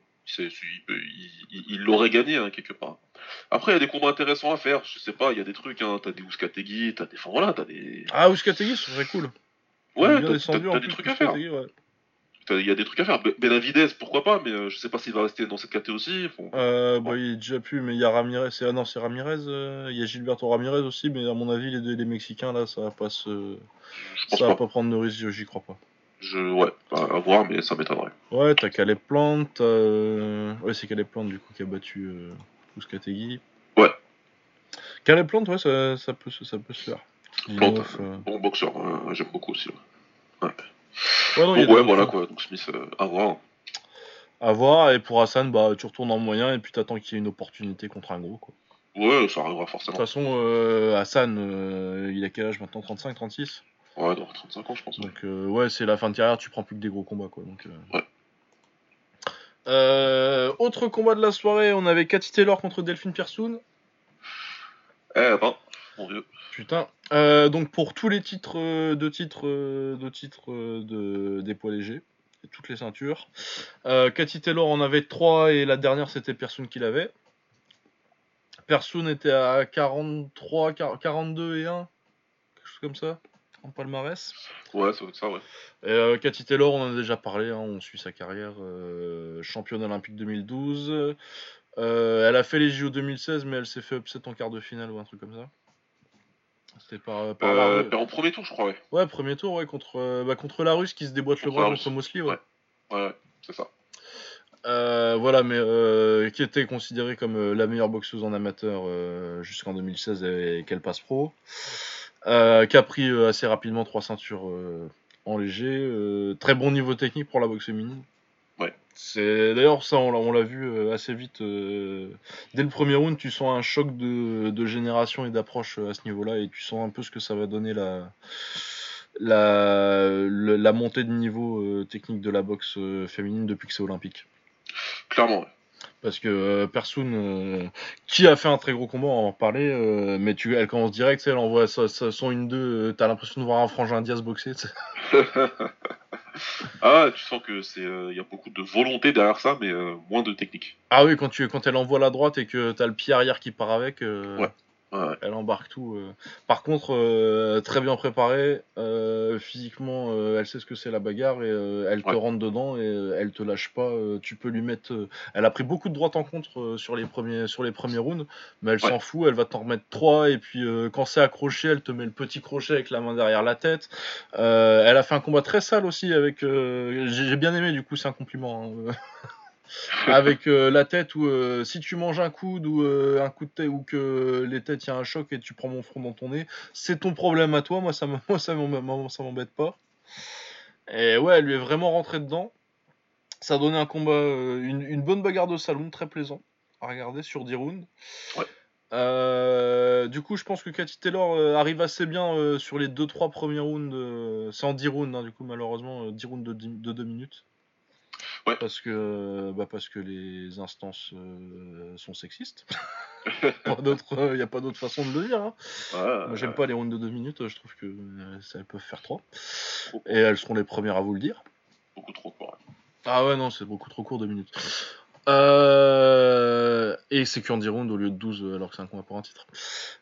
B: Il l'aurait gagné, hein, quelque part. Après, il y a des combats intéressants à faire. Je sais pas, il y a des trucs, hein. T'as des Ouskategui, t'as des. Enfin voilà, t'as des.
A: Ah, Ouskategui, ce serait cool.
B: Ouais, t'as des trucs à faire.
A: Ouais.
B: Il y a des trucs à faire. Benavidez, pourquoi pas, mais je sais pas s'il va rester dans cette catégorie aussi.
A: Bah, il est déjà plus, mais il y a Ramirez. Non, c'est Ramirez. Il y a Gilberto Ramirez aussi, mais à mon avis, les Mexicains là, ça va pas va pas prendre de risque, j'y crois pas.
B: Ouais, à voir, mais ça m'étonnerait.
A: Ouais, t'as Caleb Plant. Ouais, c'est Caleb Plant du coup qui a battu Ouskategui.
B: Ouais.
A: Caleb Plant, ouais, ça peut se faire.
B: Plant, bon boxeur, j'aime beaucoup aussi. Ouais.
A: Ouais,
B: donc ouais, voilà quoi. Donc Smith, à voir.
A: À voir, et pour Hassan, bah tu retournes en moyen et puis t'attends qu'il y ait une opportunité contre un gros quoi.
B: Ouais, ça arrivera forcément.
A: De toute façon, Hassan, il a quel âge maintenant, 35, 36 ?
B: Ouais, dans 35 ans, je pense.
A: Donc ouais, c'est la fin de carrière, tu prends plus que des gros combats quoi. Donc,
B: ouais.
A: Autre combat de la soirée, on avait Cathy Taylor contre Delphine Persoon.
B: Mon vieux.
A: Putain. Donc pour tous les titres des poids légers, toutes les ceintures. Cathy Taylor en avait 3 et la dernière c'était Persoon qui l'avait. Persoon était à 43, 42 et 1, quelque chose comme ça, en palmarès.
B: Ouais, ça doit être ça, ouais.
A: Et Cathy Taylor, on en a déjà parlé, hein, on suit sa carrière. Championne olympique 2012. Elle a fait les JO 2016, mais elle s'est fait upset en quart de finale ou un truc comme ça. C'était par
B: en premier tour, je crois, ouais.
A: Ouais, premier tour, ouais, contre la Russe qui se déboîte le bras contre Mosley, ouais.
B: Ouais, c'est ça.
A: Voilà, mais qui était considérée comme la meilleure boxeuse en amateur jusqu'en 2016 et qu'elle passe pro. Qui a pris assez rapidement 3 ceintures en léger. Très bon niveau technique pour la boxe féminine.
B: Ouais.
A: D'ailleurs, ça, on l'a vu assez vite. Dès le premier round, tu sens un choc de génération et d'approche à ce niveau-là, et tu sens un peu ce que ça va donner la montée de niveau technique de la boxe féminine depuis que c'est olympique.
B: Clairement, ouais.
A: Parce que Persoon, qui a fait un très gros combat, on va en reparler, mais elle commence direct, elle envoie son 1-2, t'as l'impression de voir un frangin Diaz boxer.
B: Ah, tu sens que y a beaucoup de volonté derrière ça, mais moins de technique.
A: Ah oui, quand elle envoie la droite et que t'as le pied arrière qui part avec,
B: Ouais. Ouais.
A: elle embarque tout. Par contre, très bien préparée, physiquement, elle sait ce que c'est la bagarre et elle te
B: Ouais.
A: rentre dedans et elle te lâche pas. Tu peux lui mettre. Elle a pris beaucoup de droite en contre sur les premiers rounds, mais elle
B: Ouais.
A: s'en fout. Elle va t'en remettre 3 et puis quand c'est accroché, elle te met le petit crochet avec la main derrière la tête. Elle a fait un combat très sale aussi avec. J'ai bien aimé, du coup, c'est un compliment, hein. Avec la tête où si tu manges un coude ou un coup de tête ou que les têtes, il y a un choc et tu prends mon front dans ton nez, c'est ton problème à toi. Moi, ça m'embête pas. Et ouais, elle lui est vraiment rentrée dedans. Ça a donné un combat, une bonne bagarre de salon, très plaisant à regarder sur 10 rounds.
B: Ouais.
A: Du coup, je pense que Katy Taylor arrive assez bien sur les 2-3 premiers rounds. C'est en 10 rounds, hein, du coup, malheureusement, 10 rounds de 2 minutes.
B: Ouais.
A: Parce que les instances sont sexistes. Il n'y a pas d'autre façon de le dire, hein. Moi, j'aime pas les rounds de 2 minutes, je trouve que elles peuvent faire 3. Et elles seront les premières à vous le dire.
B: Beaucoup trop court. Ouais.
A: Ah ouais, non, c'est beaucoup trop court, 2 minutes. Et c'est qu'en 10 rounds au lieu de 12 alors que c'est un combat pour un titre.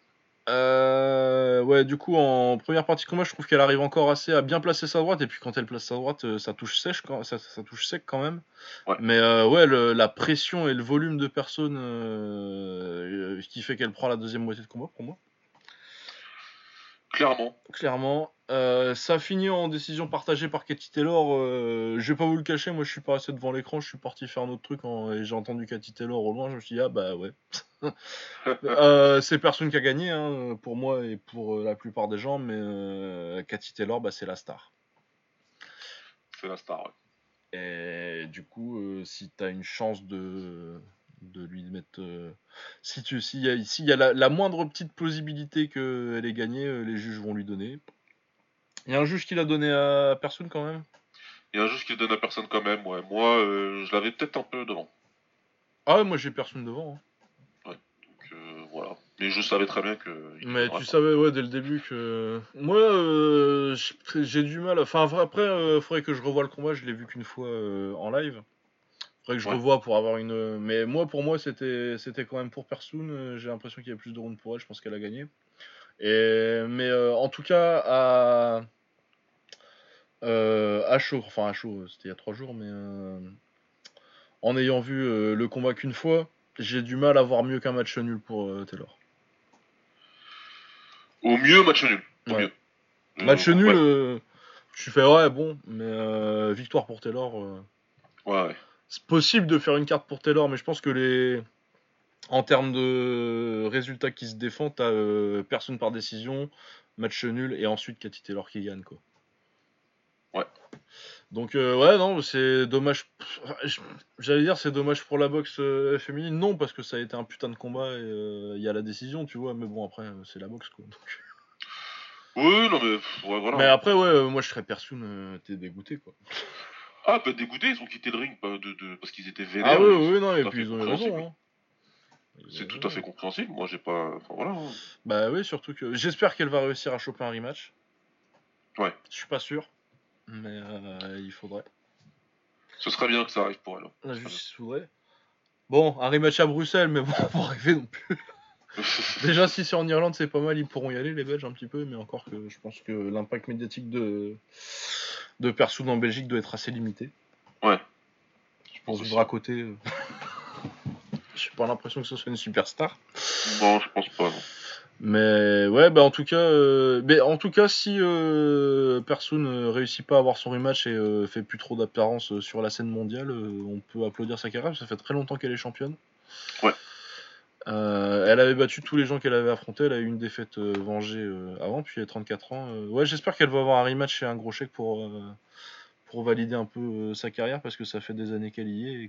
A: Ouais, du coup, en première partie de combat, je trouve qu'elle arrive encore assez à bien placer sa droite. Et puis quand elle place sa droite, ça touche sec quand même.
B: Ouais.
A: Mais ouais, la pression et le volume de personnes qui fait qu'elle prend la deuxième moitié de combat pour moi. Clairement. Ça finit en décision partagée par Katy Taylor. Je vais pas vous le cacher, moi je suis pas resté devant l'écran, je suis parti faire un autre truc et j'ai entendu Katy Taylor au loin. Je me suis dit, ah bah ouais. C'est personne qui a gagné, hein, pour moi et pour la plupart des gens, mais Katy Taylor, bah, c'est la star.
B: C'est la star, ouais.
A: Et du coup, si tu as une chance de lui mettre. S'il y a la moindre petite plausibilité qu'elle ait gagné, les juges vont lui donner. Il y a un juge qui l'a donné à personne quand même.
B: Il y a un juge qui le donne à personne quand même, ouais. Moi, je l'avais peut-être un peu devant.
A: Ah ouais, moi j'ai personne devant, hein.
B: Ouais, donc voilà. Mais je savais très bien qu'il
A: Mais
B: donnera
A: tu
B: pas.
A: savais, ouais, dès le début que. Moi, j'ai du mal. Enfin, après, faudrait que je revoie le combat, je l'ai vu qu'une fois en live. Faudrait que je
B: Ouais.
A: revoie pour avoir une. Mais pour moi, c'était quand même pour Persoon. J'ai l'impression qu'il y a plus de rounds pour elle, je pense qu'elle a gagné. Mais en tout cas, à chaud, enfin à chaud, c'était il y a 3 jours, mais en ayant vu le combat qu'une fois, j'ai du mal à voir mieux qu'un match nul pour Taylor.
B: Au mieux, match nul. Au
A: Ouais.
B: mieux.
A: Match nul,
B: Ouais.
A: je fais ouais, bon, mais victoire pour Taylor.
B: Ouais.
A: C'est possible de faire une carte pour Taylor, mais je pense que en termes de résultats qui se défendent, t'as personne par décision, match nul, et ensuite Katy Taylor qui gagne, quoi.
B: Ouais.
A: Donc ouais, non, c'est dommage. J'allais dire c'est dommage pour la boxe féminine, non, parce que ça a été un putain de combat et il y a la décision, tu vois, mais bon, après, c'est la boxe, quoi. Donc.
B: Oui, non mais ouais, voilà.
A: Mais après, ouais, moi je serais personne, t'es dégoûté, quoi.
B: Ah, peut être dégoûté, ils ont quitté le ring parce qu'ils étaient
A: Ah
B: vénères,
A: oui,
B: et
A: oui, non,
B: c'est
A: et
B: tout à
A: puis
B: fait
A: ils ont eu raison,
B: compréhensible.
A: hein. Ils ont
B: C'est
A: eu
B: tout à
A: raison.
B: fait compréhensible, moi j'ai pas. Enfin voilà. Hein.
A: Bah oui, surtout que. J'espère qu'elle va réussir à choper un rematch.
B: Ouais.
A: Je suis pas sûr, mais il faudrait.
B: Ce serait bien que ça arrive pour elle.
A: La justice voudrait. Bon, un rematch à Bruxelles, mais bon, faut rêver non plus. Déjà, si c'est en Irlande, c'est pas mal, ils pourront y aller, les Belges, un petit peu, mais encore que je pense que l'impact médiatique de Persoon en Belgique doit être assez limité.
B: Ouais.
A: Pour vivre à côté, j'ai pas l'impression que ce soit une superstar.
B: Non, je pense pas, non.
A: Mais ouais, bah en tout cas, si Persoon réussit pas à avoir son rematch et fait plus trop d'apparence sur la scène mondiale, on peut applaudir sa carrière. Ça fait très longtemps qu'elle est championne.
B: Ouais.
A: Elle avait battu tous les gens qu'elle avait affrontés. Elle a eu une défaite vengée avant, puis elle a 34 ans. Ouais, j'espère qu'elle va avoir un rematch et un gros chèque pour valider un peu sa carrière parce que ça fait des années qu'elle y est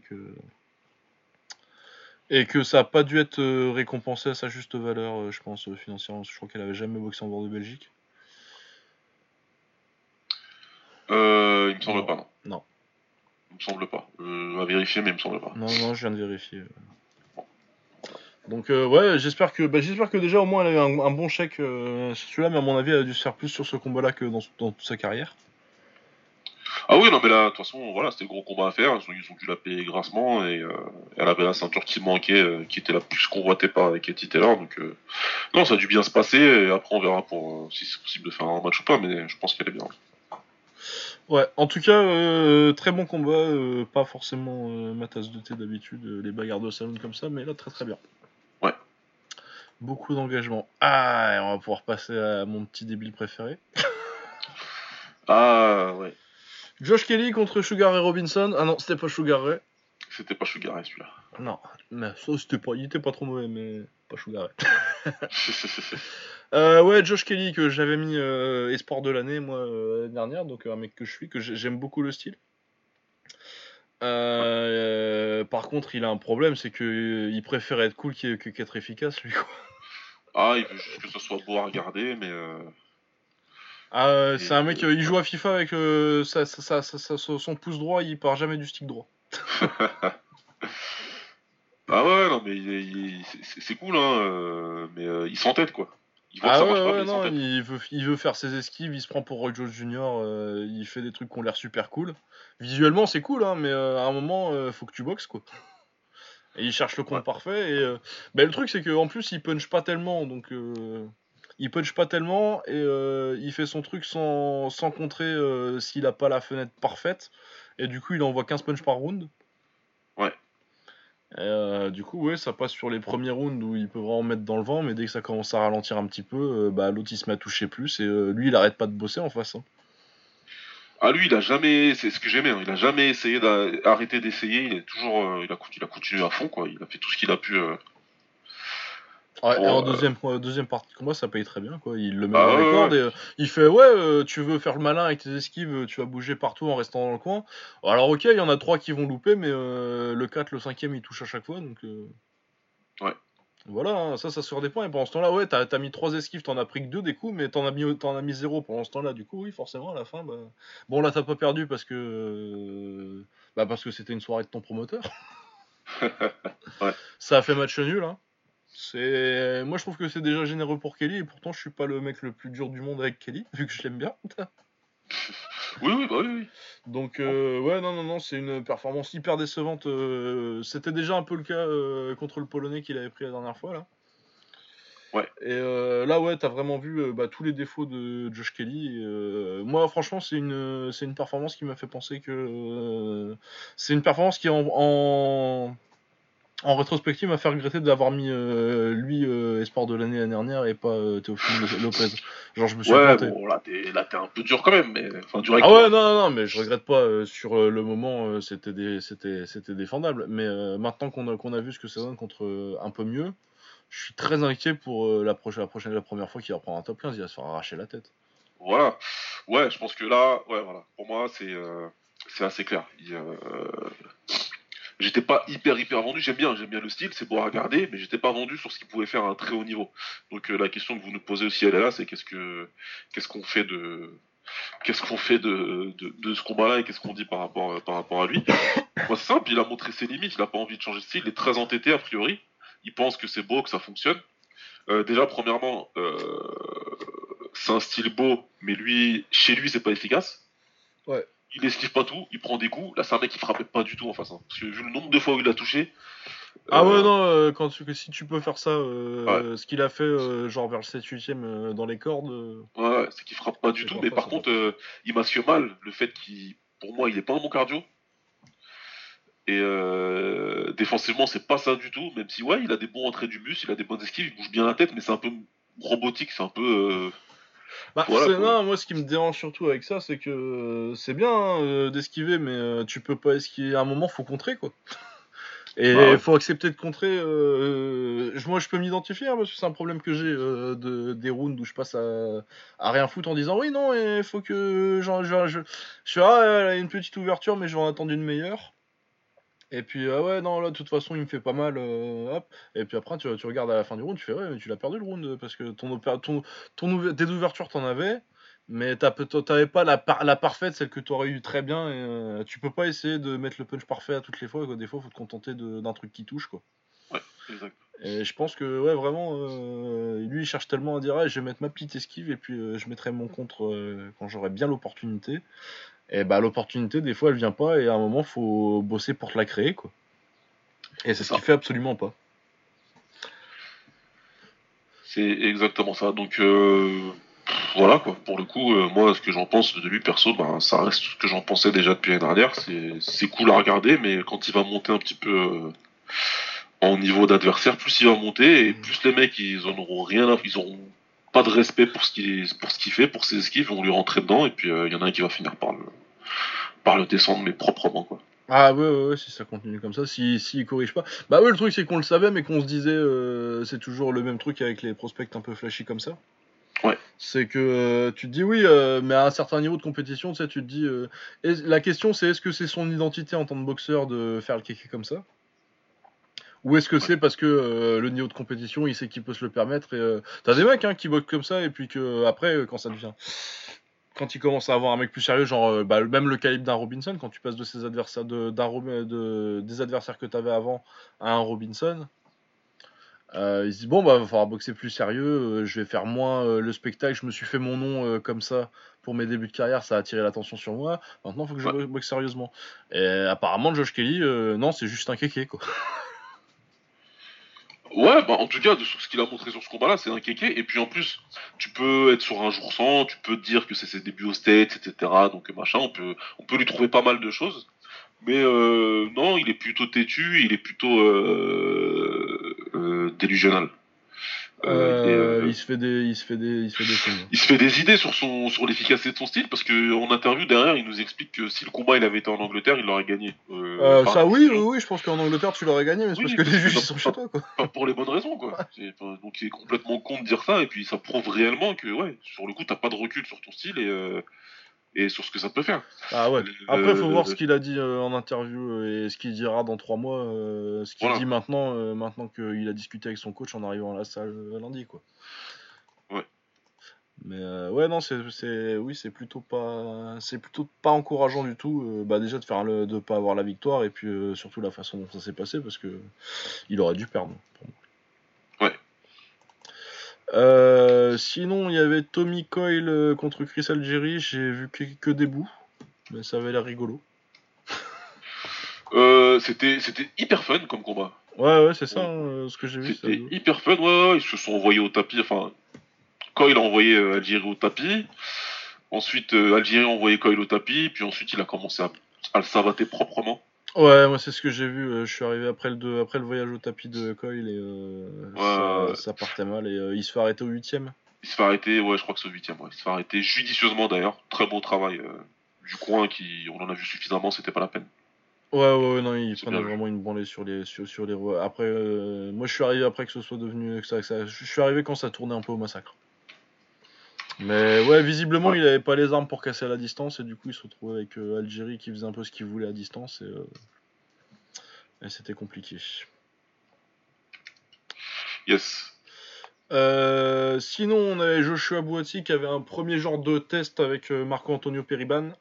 A: et que ça n'a pas dû être récompensé à sa juste valeur, je pense, financièrement. Je crois qu'elle avait jamais boxé en dehors de Belgique.
B: Il me semble
A: Non.
B: pas, non.
A: Non.
B: Il me semble pas. À vérifier, mais il me semble pas.
A: Non, je viens de vérifier. Donc ouais, j'espère que déjà au moins elle a eu un bon chèque sur celui-là, mais à mon avis elle a dû se faire plus sur ce combat-là que dans toute sa carrière.
B: Ah oui, non, mais là, de toute façon, voilà, c'était le gros combat à faire. Ils ont dû la payer grassement et elle avait la ceinture qui manquait, qui était la plus convoitée par Katie Taylor. Donc, non, ça a dû bien se passer. Et après, on verra pour si c'est possible de faire un match ou pas, mais je pense qu'elle est bien.
A: Ouais, en tout cas, très bon combat, pas forcément ma tasse de thé d'habitude, les bagarres de salon comme ça, mais là très très bien.
B: Ouais.
A: Beaucoup d'engagement. Ah, et on va pouvoir passer à mon petit débile préféré.
B: Ah, ouais.
A: Josh Kelly contre Sugar Ray Robinson. Ah non, c'était pas Sugar Ray.
B: C'était pas Sugar Ray celui-là.
A: Non, mais ça il était pas trop mauvais, mais pas Sugar Ray. Ouais, Josh Kelly que j'avais mis espoir de l'année moi l'année dernière, donc un mec que je suis, que j'aime beaucoup le style. Par contre, il a un problème, c'est que il préfère être cool qu'être efficace, lui, quoi.
B: Ah, il veut juste que ce soit beau à regarder, mais.
A: Ah, c'est un mec, il joue à FIFA avec son pouce droit, il part jamais du stick droit.
B: Ah ouais, non, mais c'est cool, hein, mais il s'entête, quoi. Il voit que
A: Ah
B: ça
A: ouais,
B: marche pas, mais
A: ouais,
B: il
A: non,
B: s'entête.
A: il veut faire ses esquives, il se prend pour Roy Jones Jr., il fait des trucs qui ont l'air super cool. Visuellement, c'est cool, hein, mais à un moment, faut que tu boxes, quoi. Et il cherche le
B: Ouais.
A: compte parfait. Et le truc, c'est qu'en plus, il punch pas tellement. Donc, il punch pas tellement. Et il fait son truc sans contrer s'il a pas la fenêtre parfaite. Et du coup, il envoie 15 punch par round.
B: Ouais.
A: Et, du coup, ouais, ça passe sur les premiers rounds où il peut vraiment mettre dans le vent. Mais dès que ça commence à ralentir un petit peu, l'autre il se met à toucher plus. Et lui, il arrête pas de bosser en face, hein.
B: Ah, lui, il a jamais, c'est ce que j'aimais, hein, il a jamais essayé d'arrêter d'essayer, il est toujours, il a continué à fond, quoi. Il a fait tout ce qu'il a pu
A: Ouais, et en
B: pour.
A: deuxième partie de combat, ça paye très bien, quoi. Il le met
B: Ah
A: dans les
B: ouais,
A: cordes
B: ouais.
A: et il fait ouais, tu veux faire le malin avec tes esquives, tu vas bouger partout en restant dans le coin. Alors ok, il y en a trois qui vont louper, mais le 4, le cinquième, il touche à chaque fois, donc
B: Ouais.
A: voilà, hein, ça se redépend. Et pendant ce temps-là, ouais, t'as mis trois esquives, t'en as pris que deux des coups, mais t'en as mis zéro pendant ce temps-là. Du coup, oui, forcément, à la fin, bah... Bon, là, t'as pas perdu parce que c'était une soirée de ton promoteur.
B: Ouais.
A: Ça a fait match nul, hein. Moi je trouve que c'est déjà généreux pour Kelly et pourtant je suis pas le mec le plus dur du monde avec Kelly vu que je l'aime bien.
B: Oui, oui, bah oui, oui.
A: Donc
B: Bon.
A: ouais non c'est une performance hyper décevante. C'était déjà un peu le cas contre le Polonais qu'il avait pris la dernière fois là.
B: Ouais.
A: Et là ouais t'as vraiment vu tous les défauts de Josh Kelly. Et, moi franchement c'est une performance qui m'a fait penser que c'est une performance qui en rétrospective, m'a fait regretter d'avoir mis lui espoir de l'année dernière et pas Théophile Lopez. Genre, je me suis
B: Ouais,
A: planté.
B: bon, là, t'es un peu dur quand même, mais. Enfin, dur avec
A: Ah ouais,
B: toi.
A: non, mais je regrette pas. Sur le moment, c'était défendable. Mais maintenant qu'on a vu ce que ça donne contre un peu mieux, je suis très inquiet pour la première fois qu'il va prendre un top 15, il va se faire arracher la tête.
B: Voilà. Ouais, je pense que là, ouais, voilà. Pour moi, c'est assez clair. J'étais pas hyper vendu. J'aime bien le style, c'est beau à regarder, mais j'étais pas vendu sur ce qu'il pouvait faire à un très haut niveau. Donc la question que vous nous posez aussi, elle est là, c'est qu'est-ce qu'on fait de ce combat-là et qu'est-ce qu'on dit par rapport à lui. Moi, c'est simple, il a montré ses limites, il a pas envie de changer de style, il est très entêté a priori. Il pense que c'est beau, que ça fonctionne. Déjà, premièrement, c'est un style beau, mais chez lui, c'est pas efficace.
A: Ouais.
B: Il esquive pas tout, il prend des coups. Là, c'est un mec qui frappait pas du tout en face, hein. Parce que vu le nombre de fois où il a touché,
A: Ah ouais,
B: euh,
A: non, si tu peux faire ça,
B: ouais,
A: ce qu'il a fait, genre vers le 7-8ème dans les cordes,
B: ouais, c'est qu'il frappe pas du
A: c'est
B: tout. Mais
A: parfait,
B: par
A: c'est pas
B: contre,
A: possible.
B: il masque mal le fait qu'il, pour moi, il est pas un bon cardio. Et défensivement, c'est pas ça du tout. Même si, ouais, il a des bons entrées du bus, il a des bonnes esquives, il bouge bien la tête, mais c'est un peu robotique, c'est un peu. Voilà quoi.
A: Non, moi ce qui me dérange surtout avec ça, c'est que c'est bien hein, d'esquiver, mais tu peux pas esquiver. À un moment, faut contrer quoi.
B: Bah
A: Et
B: ouais.
A: faut accepter de contrer. Moi, je peux m'identifier hein, parce que c'est un problème que j'ai des rounds où je passe à rien foutre en disant oui, non, il faut que je suis une petite ouverture, mais j'en attends une meilleure. Et puis ah ouais non là de toute façon il me fait pas mal hop et puis après tu regardes à la fin du round tu fais ouais mais tu l'as perdu le round parce que tes ouvertures t'en avais Mais t'avais pas la parfaite, celle que tu aurais eu très bien. Et tu peux pas essayer de mettre le punch parfait à toutes les fois, quoi. Des fois, faut te contenter d'un truc qui touche, quoi.
B: Ouais, exact.
A: Et je pense que, ouais, vraiment, lui, il cherche tellement à dire, ah, je vais mettre ma petite esquive et puis je mettrai mon contre quand j'aurai bien l'opportunité. Et bah, l'opportunité, des fois, elle vient pas et à un moment, faut bosser pour te la créer, quoi. Et c'est ce qu'il fait absolument pas.
B: C'est exactement ça. Donc voilà quoi. Pour le coup, moi, ce que j'en pense de lui perso, ben ça reste ce que j'en pensais déjà depuis l'année dernière. C'est cool à regarder, mais quand il va monter un petit peu en niveau d'adversaire, plus il va monter et plus les mecs ils en auront rien, ils auront pas de respect pour ce qu'il fait, pour ses esquives, ils vont lui rentrer dedans et puis il y en a un qui va finir par le descendre mais proprement quoi.
A: Ah ouais, si ça continue comme ça, si il corrige pas. Bah ouais, le truc c'est qu'on le savait, mais qu'on se disait, c'est toujours le même truc avec les prospects un peu flashy comme ça.
B: Ouais.
A: C'est que tu te dis oui, mais à un certain niveau de compétition, tu sais, tu te dis. La question c'est est-ce que c'est son identité en tant que boxeur de faire le kéké comme ça? Ou est-ce que c'est parce que le niveau de compétition, il sait qu'il peut se le permettre et t'as des mecs qui boxent comme ça et puis que après quand ça devient quand il commence à avoir un mec plus sérieux, genre même le calibre d'un Robinson, quand tu passes de ses adversaires des adversaires que t'avais avant à un Robinson, il se dit bon bah va falloir boxer plus sérieux, je vais faire moins le spectacle, je me suis fait mon nom comme ça pour mes débuts de carrière, ça a attiré l'attention sur moi, maintenant il faut que je boxe sérieusement. Et apparemment Josh Kelly, non c'est juste un kéké quoi.
B: Ouais, bah en tout cas, sur ce qu'il a montré sur ce combat-là, c'est un kéké. Et puis en plus, tu peux être sur un jour sans, tu peux te dire que c'est ses débuts au States, etc. Donc machin, on peut lui trouver pas mal de choses. Mais non, il est plutôt têtu, il est plutôt délusionnel. Il se fait des idées sur l'efficacité de son style parce que en interview derrière, il nous explique que si le combat il avait été en Angleterre, il l'aurait gagné.
A: Ça oui, je pense qu'en Angleterre tu l'aurais gagné, mais c'est parce que les juges ils sont chez toi quoi.
B: Pas pour les bonnes raisons quoi. Donc il est complètement con de dire ça et puis ça prouve réellement que ouais, sur le coup t'as pas de recul sur ton style et sur ce que ça peut faire.
A: Ah ouais. Après faut voir ce qu'il a dit en interview et ce qu'il dira dans 3 mois, ce qu'il dit maintenant qu'il a discuté avec son coach en arrivant à la salle lundi quoi.
B: Ouais.
A: Mais ouais non c'est plutôt pas encourageant du tout bah déjà de pas avoir la victoire et puis surtout la façon dont ça s'est passé parce que il aurait dû perdre pour moi. Sinon il y avait Tommy Coyle contre Chris Algieri, j'ai vu que des bouts mais ça avait l'air rigolo.
B: C'était hyper fun comme combat.
A: Ouais c'est ça ce que j'ai vu.
B: C'était hyper fun, ouais, ils se sont envoyés au tapis, enfin Coyle a envoyé Algieri au tapis, ensuite Algieri a envoyé Coyle au tapis, puis ensuite il a commencé à le savater proprement.
A: Ouais, moi c'est ce que j'ai vu. Je suis arrivé après le voyage au tapis de Coyle et ça partait mal et il se fait arrêter au 8ème.
B: Il se fait arrêter, ouais, je crois que c'est au 8ème. Ouais. Il se fait arrêter judicieusement d'ailleurs. Très beau travail du coin on en a vu suffisamment, c'était pas la peine.
A: Ouais, non, il prenait vraiment une branlée sur les. Après, moi je suis arrivé après que ce soit devenu. Je suis arrivé quand ça tournait un peu au massacre. Mais ouais, visiblement il avait pas les armes pour casser à la distance et du coup il se retrouvait avec Algieri qui faisait un peu ce qu'il voulait à distance et c'était compliqué.
B: Yes.
A: Sinon, on avait Joshua Buatsi qui avait un premier genre de test avec Marco Antonio Periban.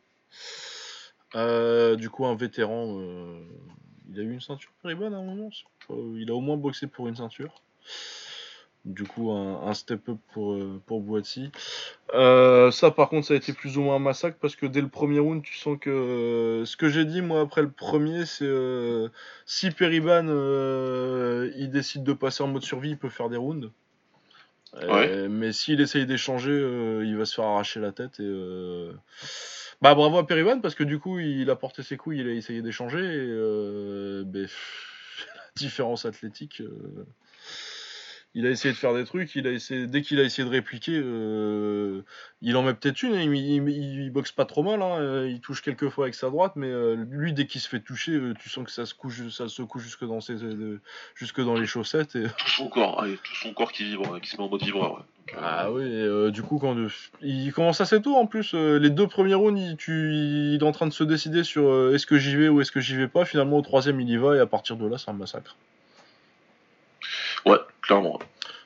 A: Du coup, un vétéran. Il a eu une ceinture Periban à un moment. Il a au moins boxé pour une ceinture. Du coup, un step-up pour Buatsi. Ça, par contre, ça a été plus ou moins un massacre parce que dès le premier round, tu sens que ce que j'ai dit moi après le premier, c'est si Periban il décide de passer en mode survie, il peut faire des rounds. Mais s'il essaye d'échanger, il va se faire arracher la tête et bah bravo à Periban parce que du coup il a porté ses couilles, il a essayé d'échanger et la différence athlétique. Il a essayé de faire des trucs, dès qu'il a essayé de répliquer, il en met peut-être une, il boxe pas trop mal, il touche quelques fois avec sa droite, mais lui dès qu'il se fait toucher, tu sens que ça se secoue jusque dans les chaussettes. Et...
B: tout son corps qui vibre, qui se met en mode vibreur.
A: Oui, du coup quand il commence assez tôt en plus, les 2 premiers rounds, il est en train de se décider sur est-ce que j'y vais ou est-ce que j'y vais pas, finalement au 3ème il y va et à partir de là c'est un massacre.
B: Ouais, clairement.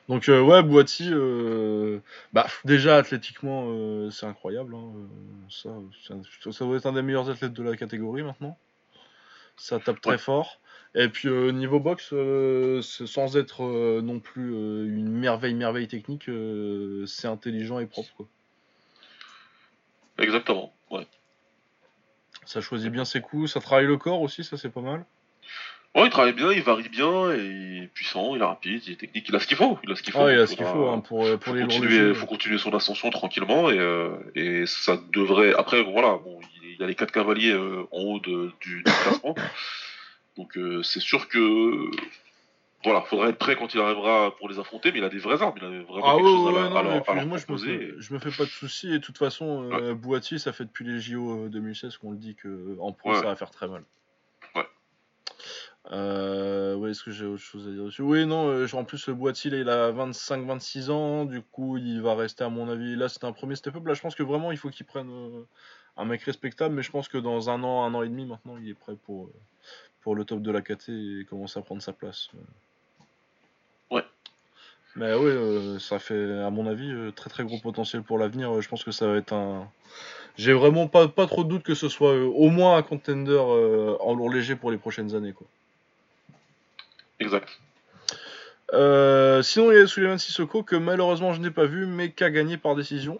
A: Donc ouais, Boati, déjà athlétiquement, c'est incroyable. Hein, ça doit être un des meilleurs athlètes de la catégorie maintenant. Ça tape
B: Ouais,
A: très fort. Et puis niveau boxe, sans être non plus une merveille technique, c'est intelligent et propre, quoi.
B: exactement. Ouais.
A: Ça choisit bien ses coups, ça travaille le corps aussi, ça c'est pas mal.
B: Ouais, il travaille bien, il varie bien, et il est puissant, il est rapide, il est technique, il a ce qu'il faut, il a ce qu'il faut.
A: Ah, il
B: Donc
A: a ce qu'il faut hein, pour les lourds légers.
B: faut continuer son ascension tranquillement, et ça devrait. Après, voilà, bon, il y a les quatre cavaliers en haut du classement, donc c'est sûr que voilà, faudra être prêt quand il arrivera pour les affronter, mais il a des vraies armes, il a vraiment
A: Ah
B: quelque
A: ouais,
B: chose
A: ouais, ouais, non, mais
B: à
A: puis
B: leur
A: moi
B: proposer.
A: je me fais pas de soucis, et de toute façon,
B: Ouais,
A: Boati, ça fait depuis les JO 2016 qu'on le dit que en pro
B: ouais,
A: ça va faire très mal.
B: ouais.
A: Ouais, est-ce que j'ai autre chose à dire dessus? Oui, non, en plus, le Boiti, là, il a 25-26 ans, du coup, il va rester, à mon avis. Là, c'était un premier step-up. Là, je pense que vraiment, il faut qu'il prenne un mec respectable, mais je pense que dans un an et demi, maintenant, il est prêt pour le top de la KT et commencer à prendre sa place.
B: Ouais.
A: Mais oui, ça fait, à mon avis, très très gros potentiel pour l'avenir. Je pense que ça va être un. J'ai vraiment pas trop de doute que ce soit au moins un contender en lourd léger pour les prochaines années, quoi.
B: Exact.
A: Sinon, il y a Suleiman Sissoko que malheureusement je n'ai pas vu, mais qui a gagné par décision.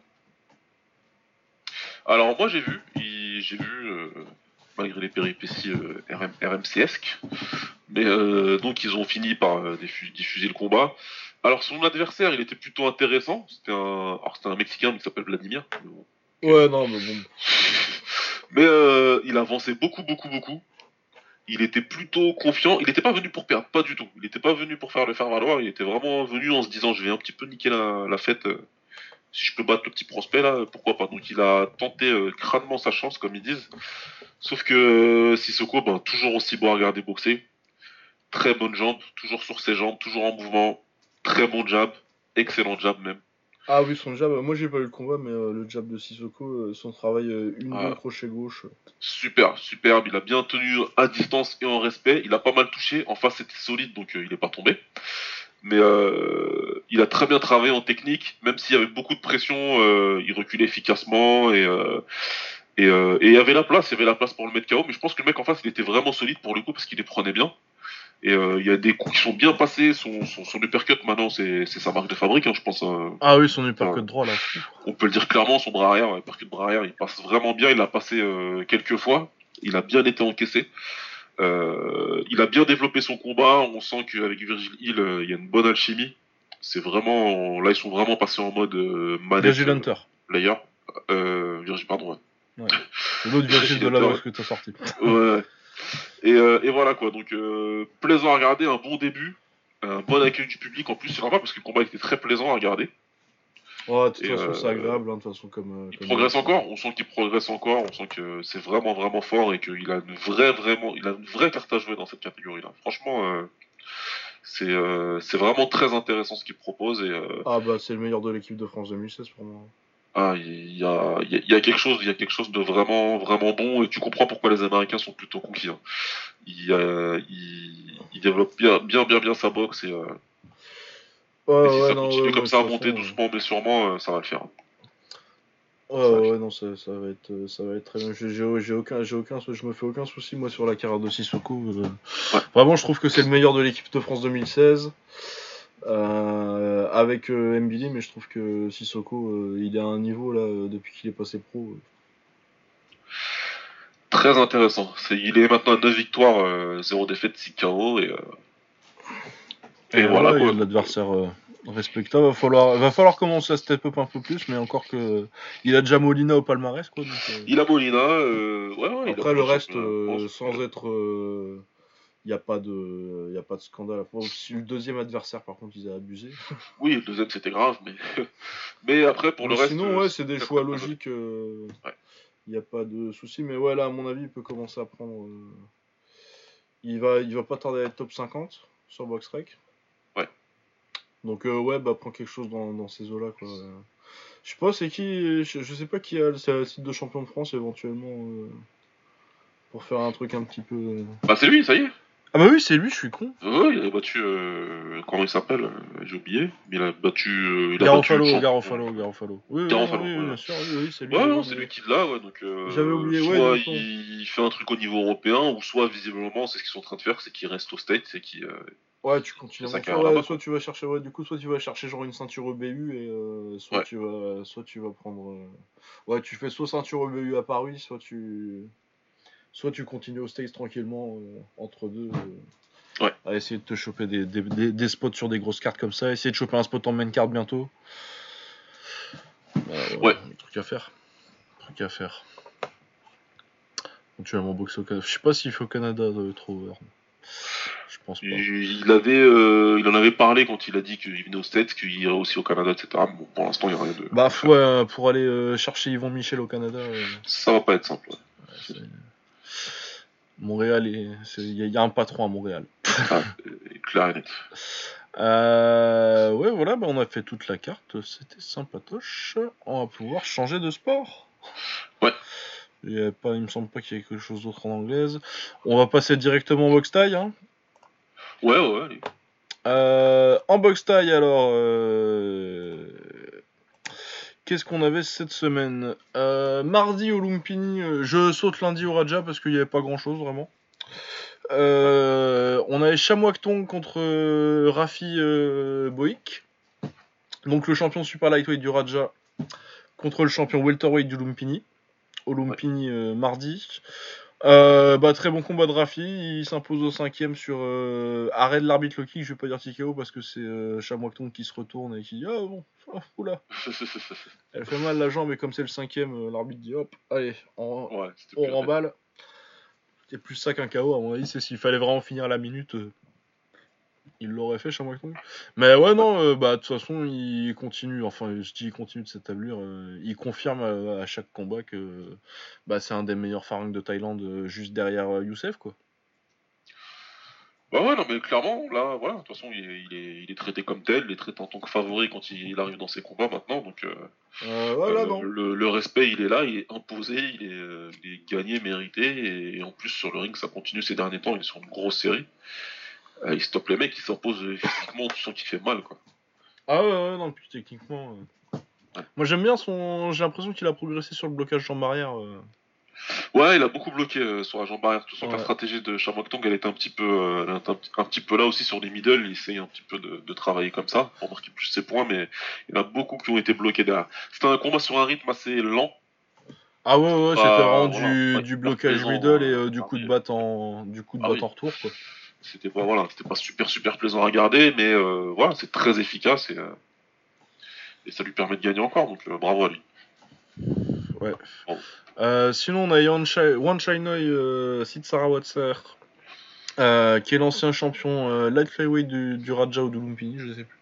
B: Alors moi j'ai vu malgré les péripéties RMCesques, mais donc ils ont fini par diffuser le combat. Alors son adversaire, il était plutôt intéressant. C'était un Mexicain qui s'appelle Vladimir. Mais bon, ok.
A: Ouais, non, mais bon.
B: Mais il avançait beaucoup. Il était plutôt confiant. Il n'était pas venu pour perdre, pas du tout. Il n'était pas venu pour faire le faire valoir. Il était vraiment venu en se disant, je vais un petit peu niquer la fête. Si je peux battre le petit prospect là, pourquoi pas. Donc il a tenté crânement sa chance, comme ils disent. Sauf que Sissoko, ben, toujours aussi beau à regarder boxer. Très bonne jambe, toujours sur ses jambes, toujours en mouvement. Très bon jab, excellent jab même.
A: Ah oui, son jab, moi j'ai pas eu le combat, mais le jab de Sissoko, son travail une-deux
B: Ah,
A: crochet gauche.
B: superbe. Il a bien tenu à distance et en respect. Il a pas mal touché. En face, c'était solide, donc il est pas tombé. Mais il a très bien travaillé en technique, même s'il y avait beaucoup de pression, il reculait efficacement et il y avait la place pour le mettre KO. Mais je pense que le mec en face, il était vraiment solide pour le coup parce qu'il les prenait bien. Et il y a des coups qui sont bien passés. Son uppercut maintenant, c'est sa marque de fabrique, hein, je pense.
A: Ah oui, son
B: Enfin,
A: uppercut droit là.
B: on peut le dire clairement, son bras arrière, uppercut bras arrière, il passe vraiment bien. Il l'a passé quelques fois. Il a bien été encaissé. Il a bien développé son combat. On sent qu'avec Virgil Hill, il y a une bonne alchimie. C'est vraiment. Là, ils sont vraiment passés en mode manette
A: Virgil Hunter.
B: player. Virgil, pardon, ouais.
A: Ouais. C'est l'autre Virgil
B: Virgil
A: de la
B: Hunter,
A: voix
B: ouais.
A: que t'as sorti.
B: Ouais. Et voilà quoi. Donc, plaisant à regarder, un bon début. Un bon accueil du public en plus. C'est normal parce que le combat était très plaisant à regarder.
A: Ouais, de toute
B: Et
A: façon, c'est agréable, hein, de toute façon,
B: il
A: comme
B: progresse
A: boxe.
B: encore. On sent qu'il progresse encore. On sent que c'est vraiment fort et qu'il a il a une vraie carte à jouer dans cette catégorie-là. Franchement. C'est vraiment très intéressant ce qu'il propose et
A: Ah bah, c'est le meilleur de l'équipe de France 2016 pour moi.
B: il y a il y a quelque chose de vraiment bon et tu comprends pourquoi les Américains sont plutôt conquis. Hein. Il développe bien sa boxe et si
A: Ouais,
B: ça
A: non, ouais,
B: continue
A: moi,
B: comme
A: de
B: ça à
A: toute
B: monter
A: façon.
B: doucement mais sûrement, ça va le faire. Ça va le
A: Ouais,
B: faire.
A: non, ça va être très bien. Je me fais aucun souci, moi, sur la carrière de Sissoko.
B: Ouais,
A: Vraiment, je trouve que c'est le meilleur de l'équipe de France 2016. Avec Mbili, mais je trouve que Sissoko, il est à un niveau là depuis qu'il est passé pro.
B: très intéressant. Il est maintenant à 9 victoires, 0 défaite, 6 KO et
A: Et
B: voilà
A: ouais, il y a
B: quoi.
A: de
B: Donc,
A: l'adversaire respectable. Va falloir commencer à step up un peu plus, mais encore que il a déjà Molina au palmarès, quoi. Donc,
B: il a Molina, ouais, il a
A: après le
B: plusieurs
A: reste,
B: championnats de France.
A: sans être, il y a pas de scandale. Si le deuxième adversaire, par contre, ils a abusé.
B: Oui, le deuxième c'était grave, mais mais après pour le
A: Mais
B: reste,
A: sinon, ouais,
B: c'est
A: c'est des
B: très
A: choix
B: bien joué.
A: logiques.
B: Ouais.
A: Il n'y a pas de souci. Mais ouais, là, à mon avis, il peut commencer à prendre. Il va pas tarder à être top 50 sur BoxRec.
B: Ouais.
A: Donc ouais, bah prends quelque chose dans ces eaux-là, quoi. Je sais pas, c'est qui, je sais pas qui a le titre de champion de France éventuellement pour faire un truc un petit peu.
B: Bah c'est lui, ça y est.
A: Ah bah oui, c'est lui, je suis con.
B: Il avait battu, comment il s'appelle? J'ai oublié, mais il a battu le champion.
A: Garofalo. Oui, oui, non,
B: Garofalo,
A: oui, oui,
B: ouais.
A: bien sûr, oui, oui, c'est lui,
B: Ouais,
A: j'avais
B: non, c'est
A: oublié.
B: lui qui l'a, ouais, donc
A: J'avais oublié, ouais,
B: soit
A: donc non.
B: il fait un truc au niveau européen, ou soit visiblement c'est ce qu'ils sont en train de faire, c'est qu'il reste au States et qu'il
A: Ouais, tu
B: fait
A: continues
B: sa
A: avant.
B: carrière là-bas,
A: Soit
B: quoi.
A: tu vas chercher, ouais, du coup, soit tu vas chercher genre une ceinture EBU et
B: Ouais.
A: soit tu vas prendre. Ouais, tu fais soit ceinture EBU à Paris, soit tu continues au States tranquillement entre deux.
B: Ouais.
A: À essayer de te choper des spots sur des grosses cartes comme ça, essayer de choper un spot en main card bientôt.
B: Ouais.
A: Truc à faire. Tu as mon box au Canada. Je sais pas s'il fait au Canada de Trover. Je pense pas.
B: Il en avait parlé quand il a dit qu'il venait aux States, qu'il irait aussi au Canada, etc. Bon, pour l'instant, il n'y a rien de
A: Bah,
B: concret.
A: ouais, pour aller chercher Yvon Michel au Canada.
B: Ça va pas être simple. Ouais.
A: Montréal, il y a un patron à Montréal.
B: Ah, clair et net.
A: Ouais, voilà, bah, on a fait toute la carte. C'était sympatoche. On va pouvoir changer de sport.
B: Ouais.
A: Il me semble pas qu'il y ait quelque chose d'autre en anglaise. On va passer directement au box taille. Hein.
B: Ouais, allez.
A: En box taille, alors. Qu'est-ce qu'on avait cette semaine Mardi au Lumpini, je saute lundi au Raja parce qu'il n'y avait pas grand chose vraiment. On avait Chamoakton contre Rafi Boik. Donc le champion super lightweight du Raja contre le champion welterweight du Lumpini. Au Lumpini mardi. Très bon combat de Rafi. Il s'impose au 5ème sur arrêt de l'arbitre low kick. Je vais pas dire TKO parce que c'est Chamoakton qui se retourne et qui dit oula. Elle fait mal la jambe et comme c'est le 5ème, l'arbitre dit hop, allez, on remballe. C'est plus ça qu'un KO à mon avis. C'est s'il fallait vraiment finir la minute. Il l'aurait fait, Chamoakton. Mais ouais, non, de toute façon, il continue. Enfin, je dis il continue de cette tablure. Il confirme à chaque combat que c'est un des meilleurs phalanges de Thaïlande, juste derrière Youssef, quoi.
B: Bah ouais, non, mais clairement, là, voilà, de toute façon, il est traité comme tel, il est traité en tant que favori quand il arrive dans ses combats maintenant, donc
A: non.
B: le respect, il est là, il est imposé, il est gagné, mérité, et en plus, sur le ring, ça continue ces derniers temps, il est sur une grosse série. Il stoppe les mecs, il s'impose physiquement, tu sens qu'il fait mal, quoi.
A: Ah ouais, non, puis techniquement.
B: Ouais.
A: Moi, j'aime bien son. J'ai l'impression qu'il a progressé sur le blocage jambe arrière.
B: Ouais, il a beaucoup bloqué sur la jambe arrière. Tu sens que la stratégie de Chamoakton, elle était un petit peu, un petit peu là aussi sur les middle. Il essaye un petit peu de travailler comme ça pour marquer plus ses points, mais il y en a beaucoup qui ont été bloqués derrière. C'était un combat sur un rythme assez lent.
A: Ah ouais, c'était vraiment du blocage
B: plaisant,
A: middle et du coup de batte en retour, quoi.
B: C'était pas super plaisant à regarder, mais voilà, c'est très efficace et ça lui permet de gagner encore. Donc bravo à lui.
A: Ouais. Sinon, on a Wan Chainoy Sid Sarawatser, qui est l'ancien champion light flyweight du Raja ou du Lumpini, je sais plus.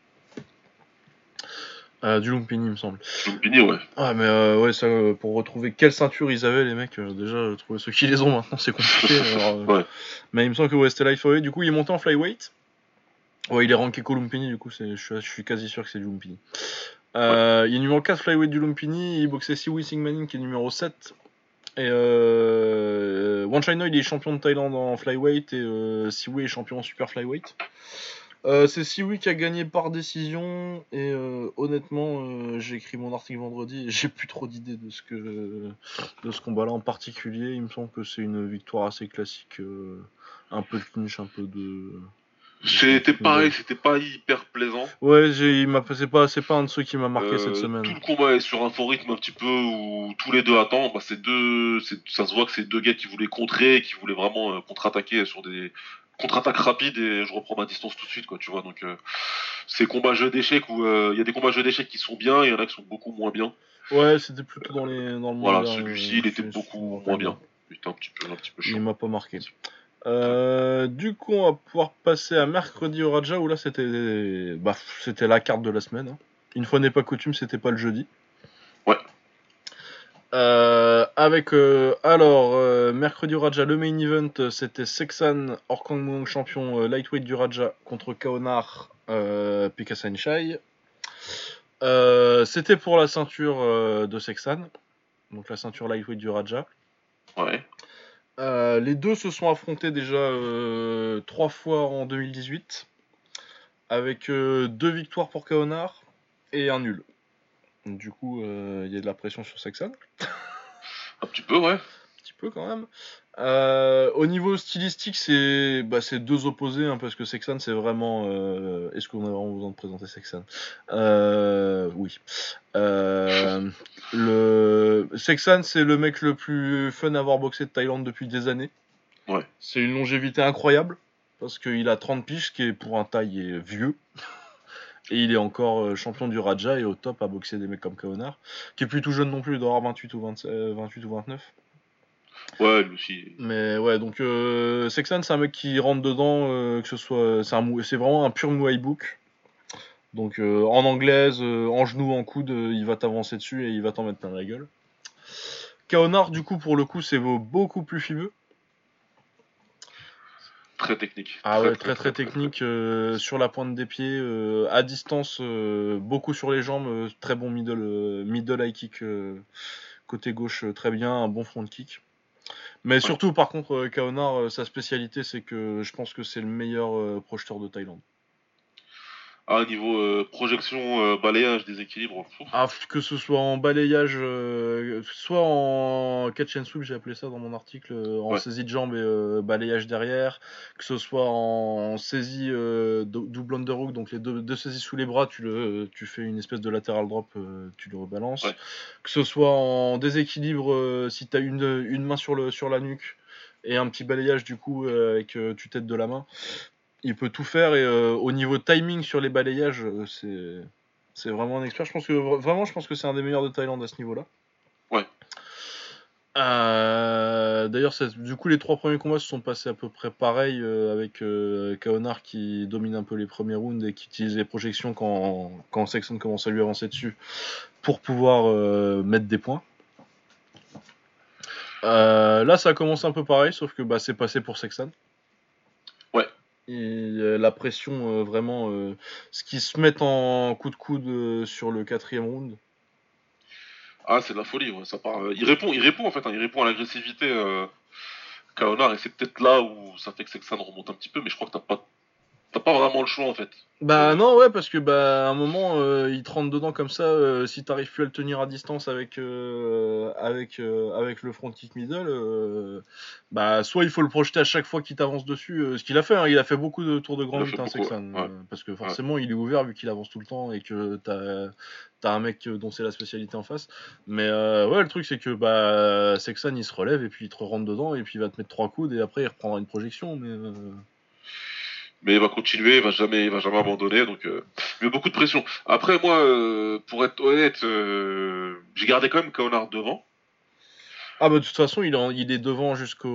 A: Du Lumpini, il me semble.
B: Lumpini, ouais.
A: Ah, mais ouais, ça, pour retrouver quelle ceinture ils avaient, les mecs, déjà, trouver ceux qui les ont maintenant, c'est compliqué.
B: Ouais.
A: Mais il me semble que c'était light flyweight. Du coup, il est monté en flyweight. Ouais, il est ranké qu'au Lumpini, du coup, je suis quasi sûr que c'est du Lumpini. Il est numéro 4 flyweight du Lumpini. Il boxait Siwi Singmanin qui est numéro 7. Et Wan Chainoy, il est champion de Thaïlande en flyweight et Siwi est champion en super flyweight. C'est Siwi qui a gagné par décision et honnêtement, j'ai écrit mon article vendredi et j'ai plus trop d'idées de ce combat-là en particulier. Il me semble que c'est une victoire assez classique, un peu de clinch, un peu de.
B: C'était pareil, c'était pas hyper plaisant.
A: Ouais, c'est pas un de ceux qui m'a marqué cette semaine.
B: Tout le combat est sur un faux rythme un petit peu où tous les deux attendent. Ça se voit que c'est deux gars qui voulaient contrer, qui voulaient vraiment contre-attaquer sur des contre-attaques rapides et je reprends ma distance tout de suite, quoi, tu vois. Donc, ces combats jeux d'échecs où il y a des combats jeux d'échecs qui sont bien et il y en a qui sont beaucoup moins bien.
A: Ouais, c'était plutôt dans le
B: voilà, celui-ci, il était beaucoup moins bien. Il était un petit peu chiant.
A: Il m'a pas marqué. Du coup, on va pouvoir passer à mercredi au Raja où là c'était la carte de la semaine. Hein. Une fois n'est pas coutume, c'était pas le jeudi.
B: Ouais.
A: Mercredi au Raja, le main event c'était Seksan Orkang Muang champion lightweight du Raja contre Kaonar Pikasan Shai. C'était pour la ceinture de Seksan, donc la ceinture lightweight du Raja.
B: Ouais.
A: Les deux se sont affrontés déjà 3 fois en 2018, avec 2 victoires pour Kaonar et un nul. Du coup, il y a de la pression sur Sexan.
B: Un petit peu, ouais.
A: Un petit peu quand même. Au niveau stylistique, c'est deux opposés, hein, parce que Sexan, c'est vraiment. Est-ce qu'on a vraiment besoin de présenter Sexan? Oui. Le Sexan, c'est le mec le plus fun à avoir boxé de Thaïlande depuis des années.
B: Ouais.
A: C'est une longévité incroyable, parce qu'il a 30 piges, ce qui est pour un Thaï est vieux. Et il est encore champion du Raja et au top à boxer des mecs comme Kaonar, qui est plus tout jeune non plus, il doit avoir 28 ou 28 ou 29.
B: Ouais, lui aussi.
A: Mais ouais, donc Sexan, c'est un mec qui rentre dedans, que ce soit. C'est vraiment un pur Muay Book. Donc en anglaise, en genou, en coude, il va t'avancer dessus et il va t'en mettre plein la gueule. Kaonar, du coup, pour le coup, c'est beaucoup plus fibeux.
B: Très technique.
A: Ah ouais, très technique, sur la pointe des pieds, à distance, beaucoup sur les jambes, très bon middle high kick, côté gauche, très bien, un bon front kick. Mais
B: Ouais.
A: surtout, par contre, Kaonar, sa spécialité, c'est que je pense que c'est le meilleur projeteur de Thaïlande.
B: Ah, niveau projection, balayage, déséquilibre.
A: Ah, que ce soit en balayage, soit en catch and sweep, j'ai appelé ça dans mon article, en
B: Ouais.
A: saisie de jambe et balayage derrière, que ce soit en saisie double underhook, donc les deux saisies sous les bras, tu fais une espèce de lateral drop, tu le rebalances.
B: Ouais.
A: Que ce soit en déséquilibre, si tu as une main sur la nuque et un petit balayage du coup avec tu t'aides de la main, il peut tout faire et au niveau timing sur les balayages, c'est vraiment un expert. Je pense que c'est un des meilleurs de Thaïlande à ce niveau-là.
B: Ouais.
A: D'ailleurs, du coup, les 3 premiers combats se sont passés à peu près pareil, avec Kaonar qui domine un peu les premiers rounds et qui utilise les projections quand Sexton commence à lui avancer dessus pour pouvoir mettre des points. Là, ça a commencé un peu pareil, sauf que c'est passé pour Sexton.
B: Ouais.
A: Et la pression, vraiment, ce qui se met en coup de coude sur le 4e round.
B: Ah, c'est de la folie, ouais. Ça part. Il répond en fait, hein, il répond à l'agressivité. Kaonar, et c'est peut-être là où ça fait que Sexan remonte un petit peu, mais je crois que t'as pas vraiment le choix en fait.
A: Bah non, ouais, parce que à un moment, il te rentre dedans comme ça, si t'arrives plus à le tenir à distance avec le front kick middle, soit il faut le projeter à chaque fois qu'il t'avance dessus, ce qu'il a fait, hein, il a fait beaucoup de tours de
B: Il
A: grand
B: a
A: 8,
B: fait
A: hein,
B: beaucoup, ouais.
A: Sexan,
B: Ouais.
A: parce que
B: Ouais.
A: forcément il est ouvert vu qu'il avance tout le temps et que t'as un mec dont c'est la spécialité en face. Mais ouais, le truc c'est que Sexan il se relève et puis il te rentre dedans et puis il va te mettre 3 coudes et après il reprendra une projection, mais
B: Mais il va continuer, il va jamais abandonner, donc il y a beaucoup de pression. Après, moi, pour être honnête, j'ai gardé quand même Kaonar devant.
A: ah de toute façon, il est devant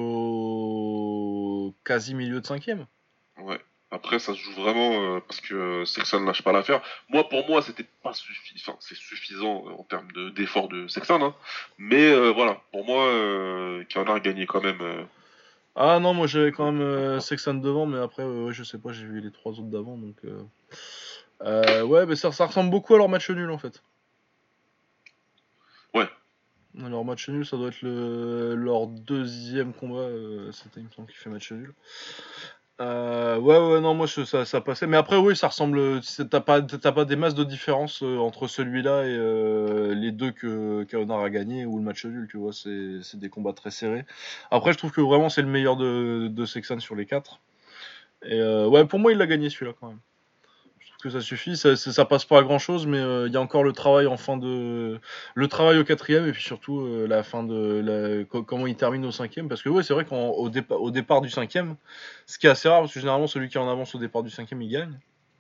A: jusqu'au quasi milieu de 5e.
B: Ouais. Après, ça se joue vraiment parce que Sexton lâche pas l'affaire. Moi, pour moi, c'était pas suffisant. Enfin, c'est suffisant en termes d'effort de Sexton, hein. Mais voilà, pour moi, Kaonar gagnait quand même.
A: Ah non, moi j'avais quand même Sexton devant, mais après, ouais, je sais pas, j'ai vu les 3 autres d'avant, donc... ouais, mais ça ressemble beaucoup à leur match nul, en fait.
B: Ouais.
A: Leur match nul, ça doit être leur 2e combat, c'était, il me semble, qui fait match nul. Ouais, non, moi ça passait. Mais après, oui, ça ressemble. T'as pas des masses de différence entre celui-là et les deux que Kaonar a gagné ou le match nul, tu vois. C'est des combats très serrés. Après, je trouve que vraiment c'est le meilleur de Sexan sur les 4. Et ouais, pour moi, il l'a gagné celui-là quand même. Je trouve que ça suffit. Ça passe pas à grand-chose, mais il y a encore le travail en fin de. Le travail au 4e et puis surtout la fin comment il termine au 5e. Parce que, ouais, c'est vrai qu'au départ du 5e, ce qui est assez rare, parce que généralement, celui qui est en avance au départ du 5e, il gagne.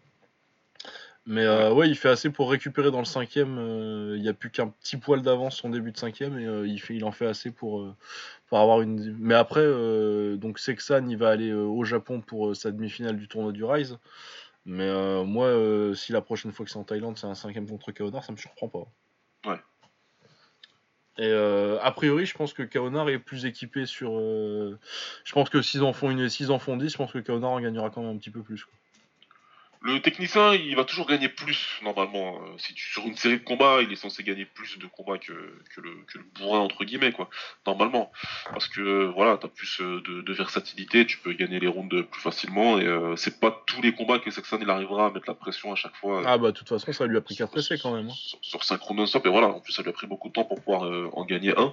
A: Mais
B: Ouais.
A: ouais, il fait assez pour récupérer dans le 5e. Il n'y a plus qu'un petit poil d'avance en début de 5e et il en fait assez pour avoir une. Mais après, donc Sexan, il va aller au Japon pour sa demi-finale du tournoi du Rise. Mais moi, si la prochaine fois que c'est en Thaïlande, c'est un 5e contre Kaonar, ça me surprend pas.
B: Ouais.
A: Et a priori, je pense que Kaonar est plus équipé sur. Je pense que s'ils en font 10, je pense que Kaonar en gagnera quand même un petit peu plus, quoi.
B: Le technicien, il va toujours gagner plus, normalement. Si tu sur une série de combats, il est censé gagner plus de combats que le bourrin, entre guillemets, quoi. Normalement. Parce que, voilà, t'as plus de versatilité, tu peux gagner les rounds plus facilement, et c'est pas tous les combats que Saxon, il arrivera à mettre la pression à chaque fois.
A: Ah bah de toute façon, ça lui a pris 4 essais quand même.
B: Sur 5 rounds non-stop, et voilà, en plus, ça lui a pris beaucoup de temps pour pouvoir en gagner un.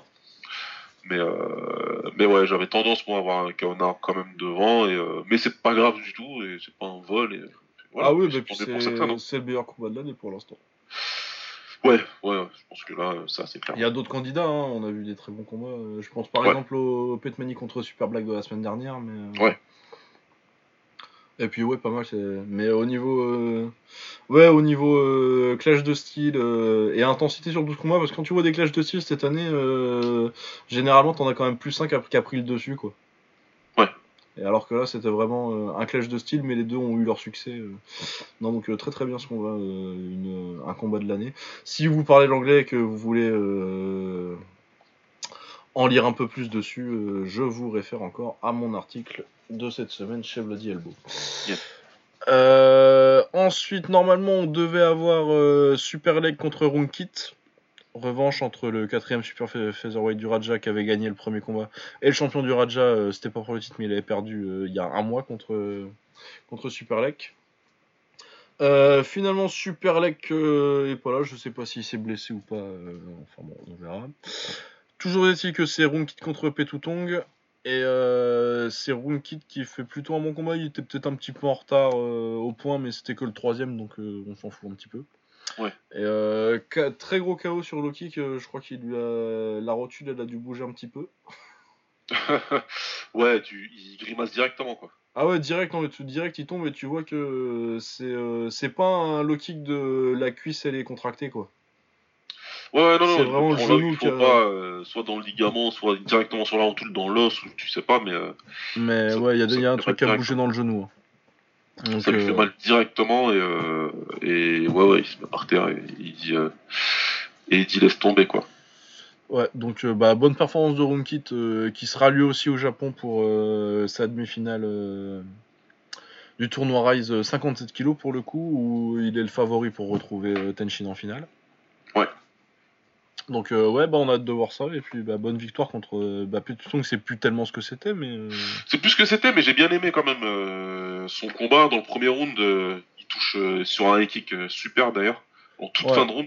B: Mais ouais, j'avais tendance, moi, à avoir un Kaonar quand même devant, mais c'est pas grave du tout, et c'est pas un vol, et voilà,
A: Ah oui,
B: et
A: bah
B: c'est
A: puis
B: tombé pour Saxon, hein.
A: c'est le meilleur combat de l'année pour l'instant.
B: Ouais, je pense que là, ça c'est clair.
A: Il y a d'autres candidats, hein, on a vu des très bons combats. Je pense par
B: Ouais,
A: exemple au Petmani contre Super Black de la semaine dernière, mais.
B: ouais.
A: Et puis ouais, pas mal. Mais ouais, au niveau clash de style et intensité sur le 12 combats, parce que quand tu vois des clashs de style cette année, généralement t'en as quand même plus 5 qui a pris le dessus, quoi.
B: Ouais.
A: Et alors que là, c'était vraiment un clash de style, mais les deux ont eu leur succès. Non, donc très très bien ce combat, un combat de l'année. Si vous parlez l'anglais et que vous voulez en lire un peu plus dessus, je vous réfère encore à mon article de cette semaine chez Bloody Elbow.
B: Yep.
A: Ensuite, normalement, on devait avoir Super Leg contre Runkit. Revanche entre le 4ème Super Featherweight du Raja qui avait gagné le premier combat et le champion du Raja, c'était pas pour le titre, mais il avait perdu il y a un mois contre Super Leg. Finalement, Super Leg est pas là, je sais pas s'il s'est blessé ou pas, enfin bon, on verra. Toujours est-il que c'est Runkit contre Petutong. Et c'est Runkit qui fait plutôt un bon combat. Il était peut-être un petit peu en retard au point, mais c'était que le 3ème, donc on s'en fout un petit peu.
B: Ouais.
A: Et très gros KO sur low kick. Je crois qu'il lui a la rotule, elle a dû bouger un petit peu.
B: Ouais, il grimace directement, quoi.
A: Ah ouais, direct, non, mais direct il tombe et tu vois que c'est pas un low kick de la cuisse, elle est contractée, quoi.
B: Ouais, non,
A: C'est
B: il le
A: vraiment le
B: prend là où
A: genou
B: il
A: qui
B: faut
A: a.
B: pas, soit dans le ligament, soit directement sur la rotule, dans l'os, ou tu sais pas, mais
A: Mais
B: ça,
A: ouais, il
B: ça
A: y a
B: lui
A: un
B: fait mal
A: truc qui a
B: direct,
A: bougé
B: hein.
A: dans le genou. Donc,
B: Ça lui fait mal directement, et ouais, il se met par terre, et il dit laisse tomber, quoi.
A: ouais, donc bonne performance de Runkit qui sera lui aussi au Japon pour sa demi-finale du tournoi Rise 57 kg pour le coup, où il est le favori pour retrouver Tenshin en finale.
B: Ouais.
A: Donc ouais, on a hâte de voir ça, et puis bonne victoire contre Petutong, c'est plus tellement ce que c'était, mais.
B: C'est plus ce que c'était, mais j'ai bien aimé quand même son combat dans le premier round. Il touche sur un high kick super d'ailleurs, en toute
A: Ouais.
B: fin de round.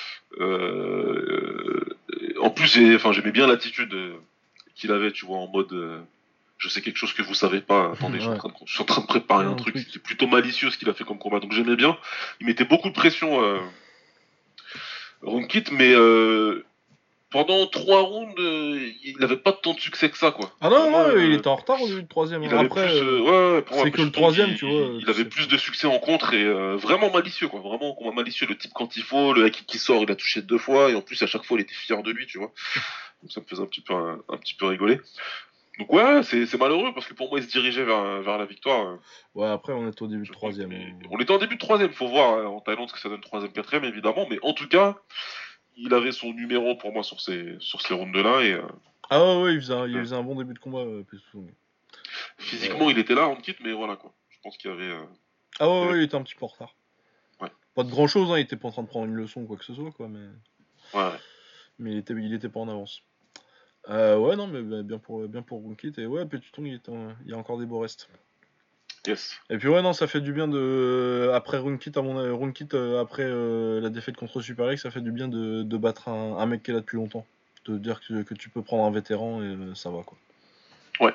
B: En plus, j'aimais bien l'attitude qu'il avait, tu vois, en mode je sais quelque chose que vous savez pas. Attendez,
A: Ouais.
B: je suis en train de préparer un truc. C'était plutôt malicieux ce qu'il a fait comme combat, donc j'aimais bien. Il mettait beaucoup de pression, Runkit, mais pendant 3 rounds, il n'avait pas tant de succès que ça, quoi.
A: Ah
B: Pour
A: non,
B: moi,
A: non, il était en retard au début du 3ème.
B: il avait
A: Après,
B: plus, ouais, pour moi,
A: c'est que le
B: Petutong,
A: 3ème, tu vois.
B: il avait plus de succès en contre et vraiment malicieux, quoi. Vraiment, combat malicieux, le type quand il faut, le haki qui sort, il a touché 2 fois et en plus à chaque fois il était fier de lui, tu vois. Donc ça me faisait un petit peu rigoler. Donc ouais, c'est malheureux parce que pour moi il se dirigeait vers la victoire.
A: Ouais, après, on est au début du
B: Je pense,
A: 3ème.
B: mais on était en début de troisième, faut voir en Thaïlande ce que ça donne troisième, quatrième évidemment, mais en tout cas, il avait son numéro pour moi sur ces rounds-là et
A: Ah ouais, il faisait un bon début de combat, Petutong.
B: physiquement il était là, on quitte, mais voilà quoi. Je pense qu'il y avait.
A: Ah ouais, il était un petit peu en retard.
B: Ouais.
A: Pas de grand chose, il était pas en train de prendre une leçon ou quoi que ce soit, quoi, mais.
B: Ouais.
A: Mais il était pas en avance. Ouais, non, mais bien pour Runkit. Et ouais, Petutong, il y a encore des beaux restes.
B: Yes.
A: Et puis ouais, non, ça fait du bien de. Après Runkit, à mon avis, Runkit, après la défaite contre Super League, ça fait du bien de battre un mec qui est là depuis longtemps. De dire que tu peux prendre un vétéran et ça va, quoi.
B: Ouais.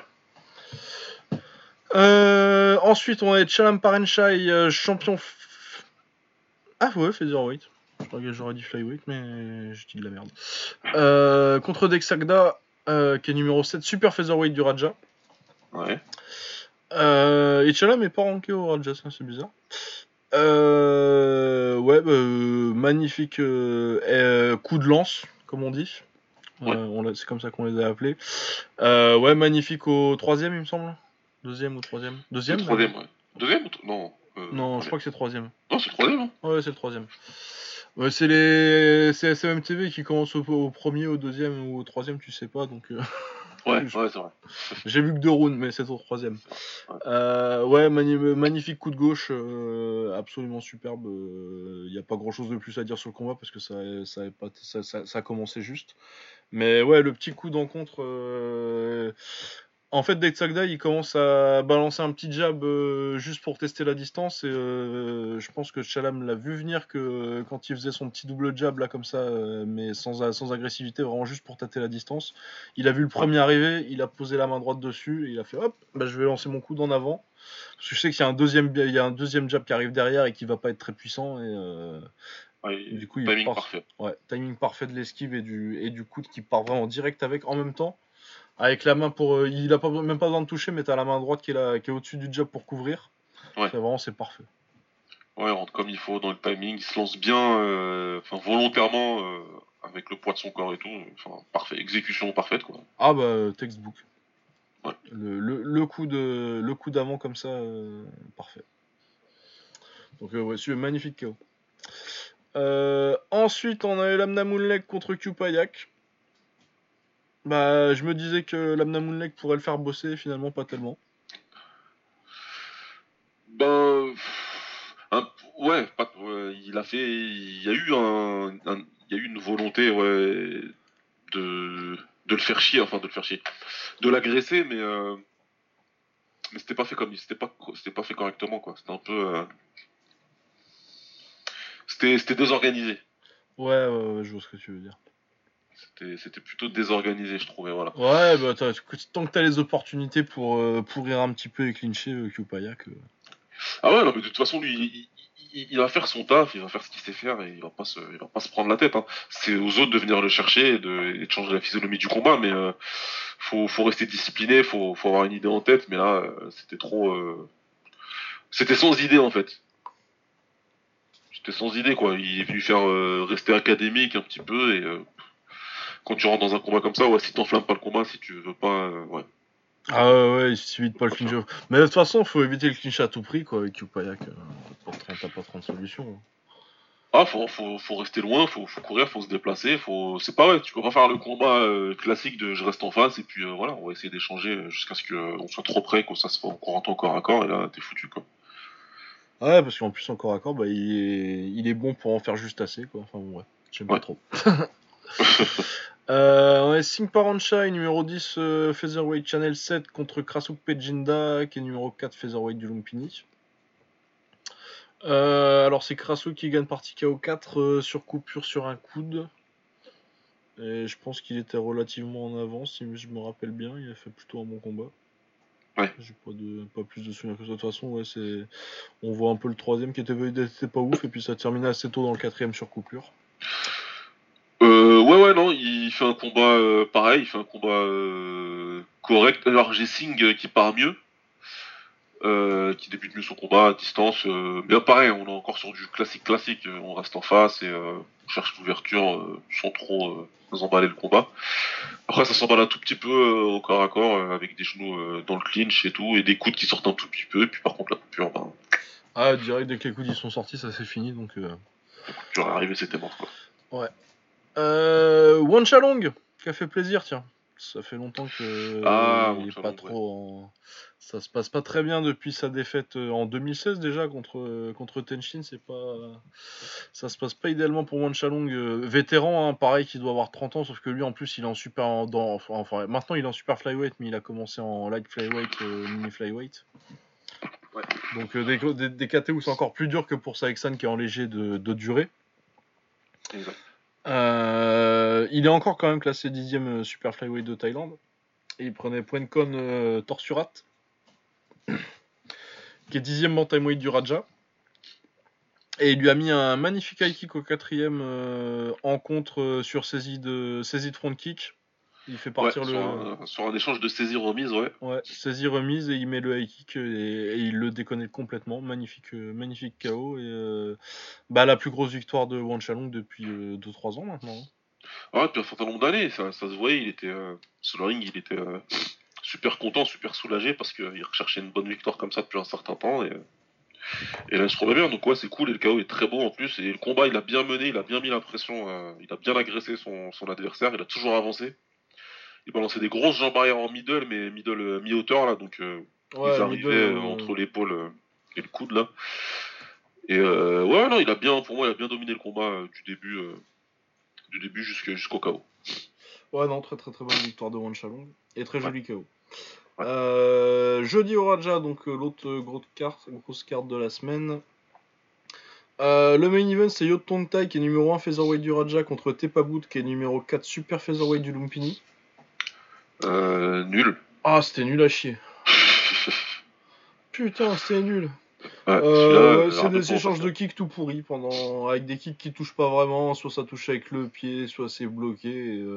A: Ensuite, on a Chalam Parenchai, champion. Ah ouais, featherweight. Je crois que j'aurais dit flyweight, mais je dis de la merde. Contre Dexagda, qui est numéro 7, super featherweight du Raja.
B: Ouais.
A: Et Chalam est pas ranké au Raja, ça c'est bizarre. Ouais, magnifique coup de lance, comme on dit.
B: Ouais.
A: C'est comme ça qu'on les a appelés. Ouais, magnifique au 3ème, il me semble. 2ème ou 3ème. 2ème,
B: le 3ème, ouais. 2ème ou non
A: non, je crois que c'est 3ème.
B: Non, c'est le 3ème, hein.
A: Ouais, c'est le 3ème. Ouais, c'est les SMTV qui commencent au premier, au 2ème ou au 3ème, tu sais pas, donc.
B: Ouais, c'est vrai.
A: J'ai vu que 2 rounds, mais c'est au troisième. Ouais, magnifique coup de gauche, absolument superbe. Il n'y a pas grand-chose de plus à dire sur le combat parce que ça a commencé juste. Mais ouais, le petit coup d'encontre. En fait, Date Sagda, il commence à balancer un petit jab juste pour tester la distance. Et je pense que Chalam l'a vu venir que quand il faisait son petit double jab là comme ça, mais sans agressivité, vraiment juste pour tâter la distance. Il a vu le premier arriver, il a posé la main droite dessus et il a fait hop, bah, je vais lancer mon coup d'en avant. Parce que je sais qu'il y a un deuxième jab qui arrive derrière et qui va pas être très puissant. Et du coup, il
B: timing
A: part.
B: parfait.
A: Ouais, timing parfait de l'esquive et du coup qui part vraiment direct avec en même temps. Avec la main pour. Il a même pas besoin de toucher, mais t'as la main droite qui est au-dessus du jab pour couvrir.
B: Ouais.
A: C'est parfait.
B: Ouais, il rentre comme il faut dans le timing, il se lance bien, volontairement, avec le poids de son corps et tout. Enfin, parfait, exécution parfaite, quoi.
A: Ah bah, textbook.
B: Ouais.
A: Le coup d'avant comme ça, parfait. Donc ouais, c'est magnifique KO. Ensuite, on a eu Lamna Moonleg contre Kupayak. Bah, je me disais que Lamna Moonleg pourrait le faire bosser, finalement pas tellement.
B: Ben, ouais, il y a eu il y a eu une volonté, ouais, de le faire chier, de l'agresser, mais c'était pas fait correctement, quoi. C'était un peu, c'était désorganisé.
A: Ouais, je vois ce que tu veux dire.
B: C'était plutôt désorganisé, je trouvais, voilà.
A: Ouais, bah tant que t'as les opportunités pour pourrir un petit peu et clincher Kupayak.
B: Ah ouais, non, mais de toute façon, lui, il va faire son taf, il va faire ce qu'il sait faire et il va pas se prendre la tête, hein. C'est aux autres de venir le chercher et de changer la physionomie du combat, mais faut rester discipliné, faut avoir une idée en tête, mais là, c'était trop, c'était sans idée en fait. C'était sans idée quoi. Il est venu faire rester académique un petit peu et quand tu rentres dans un combat comme ça, ouais, si t'enflammes pas le combat, si tu veux pas, ouais.
A: Ah ouais, il suffit de pas le clinch. Mais de toute façon, faut éviter le clinch à tout prix, quoi, avec Kupayak. T'as pas 30 solutions. Hein.
B: Ah, faut rester loin, faut courir, faut se déplacer, c'est pas vrai, tu peux pas faire le combat classique de je reste en face et puis voilà, on va essayer d'échanger jusqu'à ce qu'on soit trop près, qu'on rentre en corps à corps et là t'es foutu quoi.
A: Ouais, parce qu'en plus, en corps à corps, bah, il est bon pour en faire juste assez, quoi. Enfin, bon, ouais, j'aime pas
B: Ouais.
A: trop. Ouais, Singh Paranchai, numéro 10, Featherweight Channel 7 contre Krasuk Pejinda, qui est numéro 4 Featherweight du Lumpini. Alors, c'est Krasuk qui gagne par TKO 4 sur coupure sur un coude. Et je pense qu'il était relativement en avance, si je me rappelle bien. Il a fait plutôt un bon combat.
B: Ouais.
A: J'ai pas plus de souvenirs que ça. De toute façon, ouais, on voit un peu le troisième qui était pas ouf, et puis ça termine assez tôt dans le quatrième sur coupure.
B: Ouais, non, il fait un combat pareil, il fait un combat correct. Alors j'ai Singh qui part mieux, qui débute mieux son combat à distance. Bien pareil, on est encore sur du classique. On reste en face et on cherche l'ouverture sans trop emballer le combat. Après, ça s'emballe un tout petit peu au corps à corps avec des genoux dans le clinch et tout et des coudes qui sortent un tout petit peu. Et puis par contre la coupure, ben,
A: Ah, direct, dès que les coups sont sortis, ça c'est fini, donc...
B: la coupure est arrivée, c'était mort quoi.
A: Ouais. Wan Chalong, qui a fait plaisir, tiens. Ça fait longtemps que il est pas trop en... Ça se passe pas très bien depuis sa défaite en 2016 déjà contre Tenshin. Ça se passe pas idéalement pour Wan Chalong, vétéran, hein, pareil, qui doit avoir 30 ans, sauf que lui en plus il est en super enfin maintenant il est en super flyweight, mais il a commencé en light flyweight, mini flyweight.
B: Ouais.
A: Donc des KT où c'est encore plus dur que pour Saexan qui est en léger de durée.
B: Exact.
A: Il est encore quand même classé 10ème super flyweight de Thaïlande. Et il prenait Pwenkon Torsurat, qui est 10ème bantamweight du Raja. Et il lui a mis un magnifique high kick au 4ème en contre sur saisie de front kick. Il fait partir
B: sur un échange de saisie remise, ouais.
A: Ouais, saisie remise et il met le high kick et il le déconnecte complètement. Magnifique KO. Et la plus grosse victoire de Wan Chalong depuis 2-3 ans maintenant.
B: Ouais, depuis un certain nombre d'années, ça se voyait, il était sur le ring, il était super content, super soulagé parce qu'il recherchait une bonne victoire comme ça depuis un certain temps et là il se trouvait bien. Donc ouais, c'est cool et le KO est très beau en plus et le combat il a bien mené, il a bien mis la pression, il a bien agressé son adversaire, il a toujours avancé. il balançait des grosses jambes arrière en middle, mais middle mi-hauteur là, donc ils
A: Ouais, middle.
B: arrivaient entre l'épaule et le coude là. Et ouais, non, pour moi, il a bien dominé le combat du début jusqu'au KO.
A: Ouais, non, très très très bonne victoire de Wanchalong. Et très
B: Ouais,
A: joli KO.
B: ouais.
A: Jeudi au Raja, donc l'autre grosse carte de la semaine. Le main event, c'est Yot Tong Tai qui est numéro 1 featherweight du Raja contre Tepabout qui est numéro 4 super featherweight du Lumpini.
B: Nul.
A: Ah, c'était nul à chier. Putain, c'était nul.
B: Ouais, celui-là,
A: Ouais, c'est des
B: rappelle-toi, on
A: échanges
B: passe là.
A: de kicks tout pourris avec des kicks qui touchent pas vraiment, soit ça touche avec le pied, soit c'est bloqué,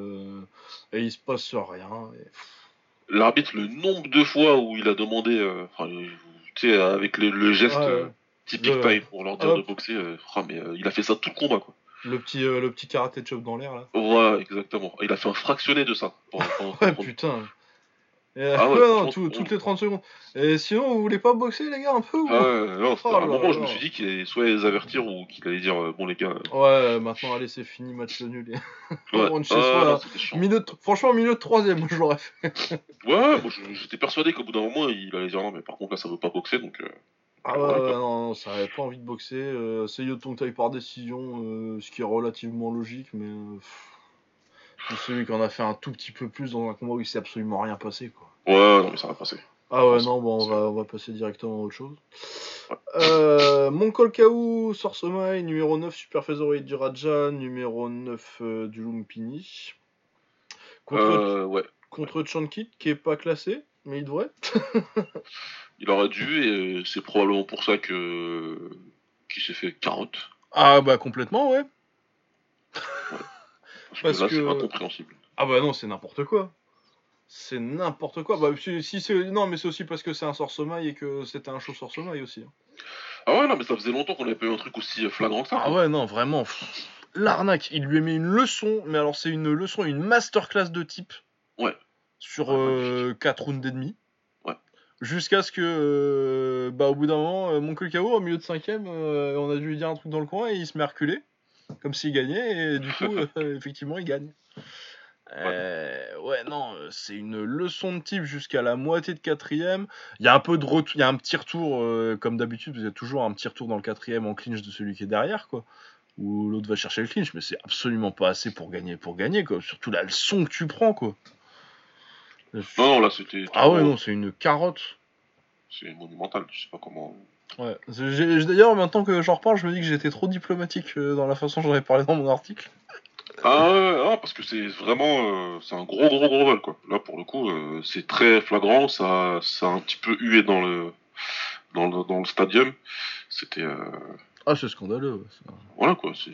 A: et il se passe rien.
B: L'arbitre, le nombre de fois où il a demandé, tu sais, avec le geste
A: Ouais,
B: typique
A: le,
B: Thaï pour leur dire de
A: hop,
B: boxer, mais il a fait ça tout le combat, quoi.
A: le petit karaté chop dans l'air là.
B: Ouais, exactement. Il a fait un fractionné de ça pendant
A: Ouais,
B: 30 rounds.
A: putain.
B: Ah ouais,
A: Ouais, non,
B: franchement,
A: toutes les 30 secondes. Et sinon, vous voulez pas boxer, les gars, un peu
B: ah
A: ou...
B: ouais, non,
A: Oh
B: à un
A: là
B: moment, je me suis
A: là.
B: dit qu'il allait soit les avertir ou qu'il allait dire, bon les gars,
A: Ouais, maintenant, allez, c'est fini, match nul. On
B: ouais,
A: rentre chez
B: ah non,
A: soi.
B: c'était chiant.
A: Franchement, milieu de troisième, moi, je l'aurais fait.
B: Ouais, moi j'étais persuadé qu'au bout d'un moment, il allait dire non, mais par contre là, ça veut pas boxer, donc
A: Ah ouais,
B: voilà
A: ouais,
B: quoi.
A: non, non, ça avait pas envie de boxer. C'est Yotong Tai par décision, ce qui est relativement logique, mais c'est celui qui en a fait un tout petit peu plus dans un combat où il s'est absolument rien passé, quoi.
B: Ouais, non, mais ça va passer.
A: Ah
B: Non,
A: ouais, non, bon,
B: c'est-
A: on va passer directement à autre chose.
B: ouais.
A: Mon Kolkaou, Sorsomai, numéro 9 Super Featherweight du Raja, numéro 9 du Lumpini. Contre,
B: Ouais. Ouais.
A: contre Chankit, qui est pas classé, mais il devrait.
B: Il aurait dû, et c'est probablement pour ça qu'il s'est fait carotte.
A: Ah bah complètement, ouais.
B: Ouais. Parce que
A: Parce
B: là, c'est
A: que...
B: incompréhensible.
A: Ah bah non, c'est n'importe quoi. C'est n'importe quoi. Bah, si c'est... Non, mais c'est aussi parce que c'est un Sorsomai et que c'était un show Sorsomai aussi, hein.
B: Ah ouais, non, mais ça faisait longtemps qu'on avait pas eu un truc aussi flagrant que ça,
A: Ah
B: quoi.
A: ouais, non, vraiment. L'arnaque, il lui a mis une leçon, mais alors c'est une leçon, une masterclass de type
B: Ouais,
A: sur
B: ouais, magnifique.
A: 4 rounds et demi.
B: Ouais.
A: Jusqu'à ce que, bah, au bout d'un moment, mon KO, au milieu de cinquième, on a dû lui dire un truc dans le coin et il se met à reculer, comme s'il gagnait, et du coup, effectivement, il gagne.
B: Ouais.
A: Ouais, non, c'est une leçon de type jusqu'à la moitié de quatrième. Il y a un peu de il y a un petit retour, comme d'habitude, il y a toujours un petit retour dans le quatrième en clinch de celui qui est derrière, quoi. Où l'autre va chercher le clinch, mais c'est absolument pas assez pour gagner, quoi. Surtout la leçon que tu prends, quoi.
B: Non, non, là, c'était
A: Ah ouais,
B: trop.
A: non, c'est une carotte.
B: C'est monumental. Je sais pas comment.
A: Ouais. D'ailleurs, maintenant que j'en reparle, je me dis que j'étais trop diplomatique dans la façon dont j'en ai parlé dans mon article.
B: Ah ouais, ah, parce que c'est vraiment. C'est un gros, gros, gros vol, quoi. Là, pour le coup, c'est très flagrant. Ça a un petit peu hué dans le stadium. C'était.
A: Ah, c'est scandaleux, ouais, ça.
B: Voilà, quoi. C'est.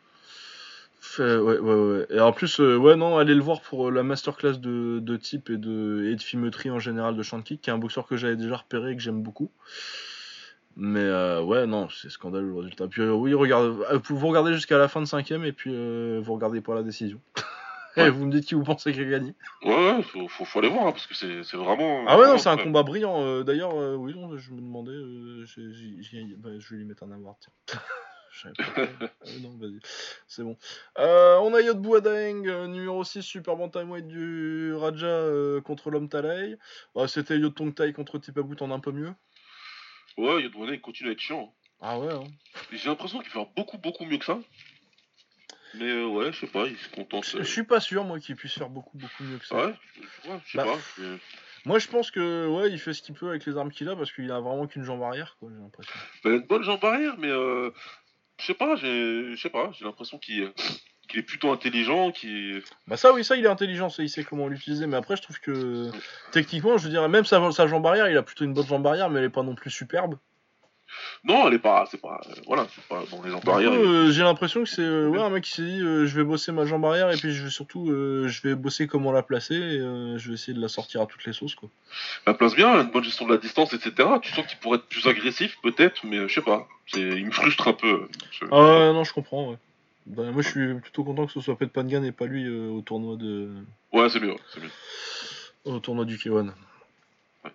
A: Ouais, ouais, ouais. Et en plus, ouais, non, allez le voir pour la masterclass de type et de filmeutrie en général de Shankick, qui est un boxeur que j'avais déjà repéré et que j'aime beaucoup. Mais ouais, non, c'est scandaleux le résultat. Puis oui, vous regardez jusqu'à la fin de cinquième et puis vous regardez pas la décision. Et
B: Ouais.
A: vous me dites qui vous pensez qui a gagné.
B: Ouais, ouais, faut aller voir, hein, parce que c'est vraiment,
A: Ah ouais, non,
B: vraiment
A: c'est un
B: incroyable.
A: combat brillant. D'ailleurs, oui, non, je me demandais, bah, je vais lui mettre un award, tiens. Je savais pas non, vas-y, c'est bon. On a Yod Bouadaeng, numéro 6, Super Bantamweight du Raja contre l'homme Talay. C'était Yod Tong Tai contre Tipabout en un peu mieux.
B: Ouais, Yodwane, il continue à être chiant, hein.
A: Ah ouais, hein.
B: Et j'ai l'impression qu'il fait beaucoup, beaucoup mieux que ça. Mais ouais, je sais pas, il se contente.
A: Je suis pas sûr, moi, qu'il puisse faire beaucoup, beaucoup mieux que ça.
B: Ouais, ouais, je sais
A: Bah,
B: pas.
A: moi, je pense que, ouais, il fait ce qu'il peut avec les armes qu'il a parce qu'il a vraiment qu'une jambe arrière, quoi, j'ai l'impression.
B: Il a une bonne jambe arrière, mais je sais pas, j'ai l'impression qu'il est plutôt intelligent, qu'il.
A: Bah ça, oui, ça, il est intelligent, ça, il sait comment l'utiliser. Mais après, je trouve que, techniquement, je dirais, même sa jambe arrière, il a plutôt une bonne jambe arrière, mais elle est pas non plus superbe.
B: Non, elle est pas, c'est pas, voilà, c'est pas dans les jambes
A: Du coup,
B: arrière, il
A: j'ai l'impression que c'est ouais,
B: mieux.
A: un mec qui s'est dit je vais bosser ma jambe arrière et puis je vais surtout je vais bosser comment la placer et je vais essayer de la sortir à toutes les sauces, quoi.
B: La place bien, elle a une bonne gestion de la distance, etc. Tu sens qu'il pourrait être plus agressif, peut-être, mais je sais pas. Il me frustre un peu.
A: Ah ouais, non, je comprends, ouais. Bah, moi, je suis plutôt content que ce soit Pet Pangan et pas lui
B: Ouais, c'est mieux, ouais, c'est mieux.
A: au tournoi du K1.
B: Ouais.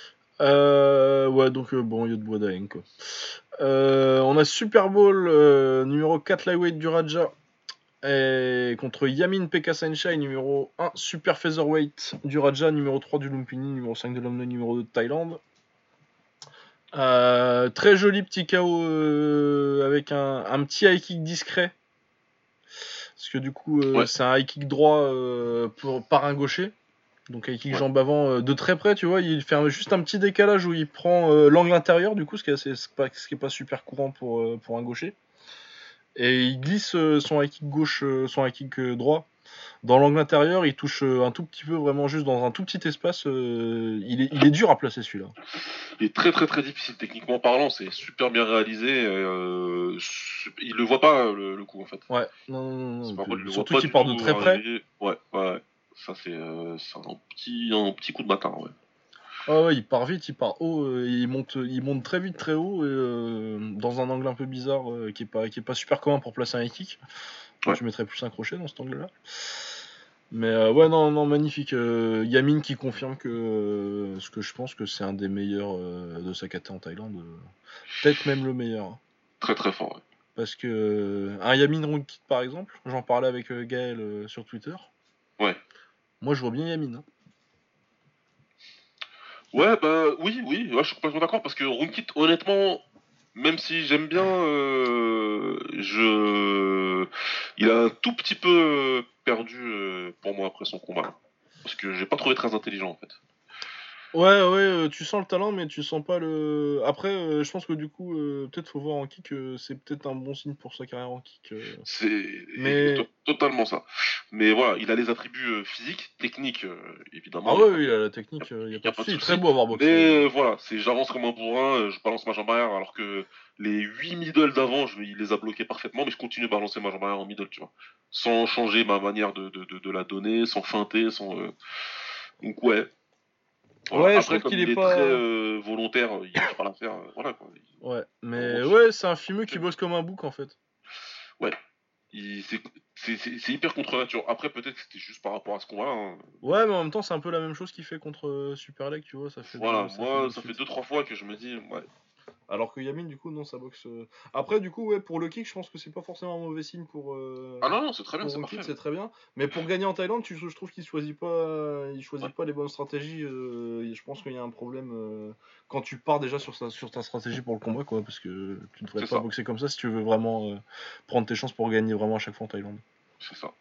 A: Ouais, donc bon, Yod Bouadaeng, quoi. On a Super Bowl numéro 4 lightweight du Raja. Et contre Yamin Pekka-Senchai, numéro 1, Super Featherweight du Raja, numéro 3 du Lumpini, numéro 5 de l'Omno, numéro 2 de Thaïlande. Très joli petit KO avec un petit high kick discret. Parce que du coup, c'est un high kick droit par un gaucher. Donc high kick jambe avant de très près, tu vois. Il fait juste un petit décalage où il prend l'angle intérieur, du coup, ce qui est pas super courant pour un gaucher. Et il glisse son high kick gauche, son high kick droit dans l'angle intérieur. Il touche un tout petit peu, vraiment juste dans un tout petit espace. Il est dur à placer celui-là.
B: Il est très très très difficile techniquement parlant, c'est super bien réalisé. Il le voit pas le coup en fait.
A: Ouais, non.
B: Surtout
A: qu'il part de très près.
B: Ouais. Ça c'est un petit coup de matin, ouais.
A: Ouais, il part vite, il part haut, il monte très vite, très haut, et dans un angle un peu bizarre qui est pas super commun pour placer un high kick. Ouais. Tu mettrais plus un crochet dans cet angle-là. Mais ouais, non, magnifique. Yamin qui confirme que ce que je pense que c'est un des meilleurs de sa caté en Thaïlande. Peut-être même le meilleur.
B: Très très fort, ouais.
A: Parce que un Yamin Runkit par exemple, j'en parlais avec Gaël sur Twitter.
B: Ouais.
A: Moi je vois bien Yamin. Hein.
B: Ouais, bah oui, ouais, je suis complètement d'accord parce que Runkit, honnêtement, même si j'aime bien, il a un tout petit peu perdu pour moi après son combat. Parce que j'ai pas trouvé très intelligent en fait.
A: Ouais, tu sens le talent, mais tu sens pas le. Après, je pense que du coup, peut-être faut voir en kick, c'est peut-être un bon signe pour sa carrière en kick.
B: C'est totalement ça. Mais voilà, il a les attributs physiques, techniques, évidemment.
A: Ah ouais, il a la technique, il y a pas de souci. Il est très beau à avoir boxé.
B: Mais voilà, j'avance comme un bourrin, je balance ma jambe arrière, alors que les 8 middle d'avant, il les a bloqués parfaitement, mais je continue de balancer ma jambe arrière en middle, tu vois. Sans changer ma manière de la donner, sans feinter, sans. Donc ouais. Voilà.
A: Ouais,
B: après,
A: je trouve qu'il est
B: pas très volontaire, il va pas la faire, voilà quoi.
A: Ouais, mais ouais, c'est un fumeux qui bosse comme un bouc en fait.
B: Ouais. C'est hyper contre nature. Après, peut-être que c'était juste par rapport à ce combat. Hein.
A: Ouais, mais en même temps, c'est un peu la même chose qu'il fait contre Superleg, tu vois. Ça fait
B: voilà, ça fait 2-3 fois que je me dis, ouais.
A: Alors que Yamin, du coup, non, ça boxe. Après, du coup, ouais, pour le kick, je pense que c'est pas forcément un mauvais signe pour.
B: Ah non, c'est très bien,
A: c'est parfait. C'est très bien. Mais pour gagner en Thaïlande, je trouve qu'il choisit pas les bonnes stratégies. Je pense qu'il y a un problème quand tu pars déjà sur ta stratégie pour le combat, quoi, parce que tu ne devrais pas boxer comme ça si tu veux vraiment prendre tes chances pour gagner vraiment à chaque fois en Thaïlande.
B: C'est ça.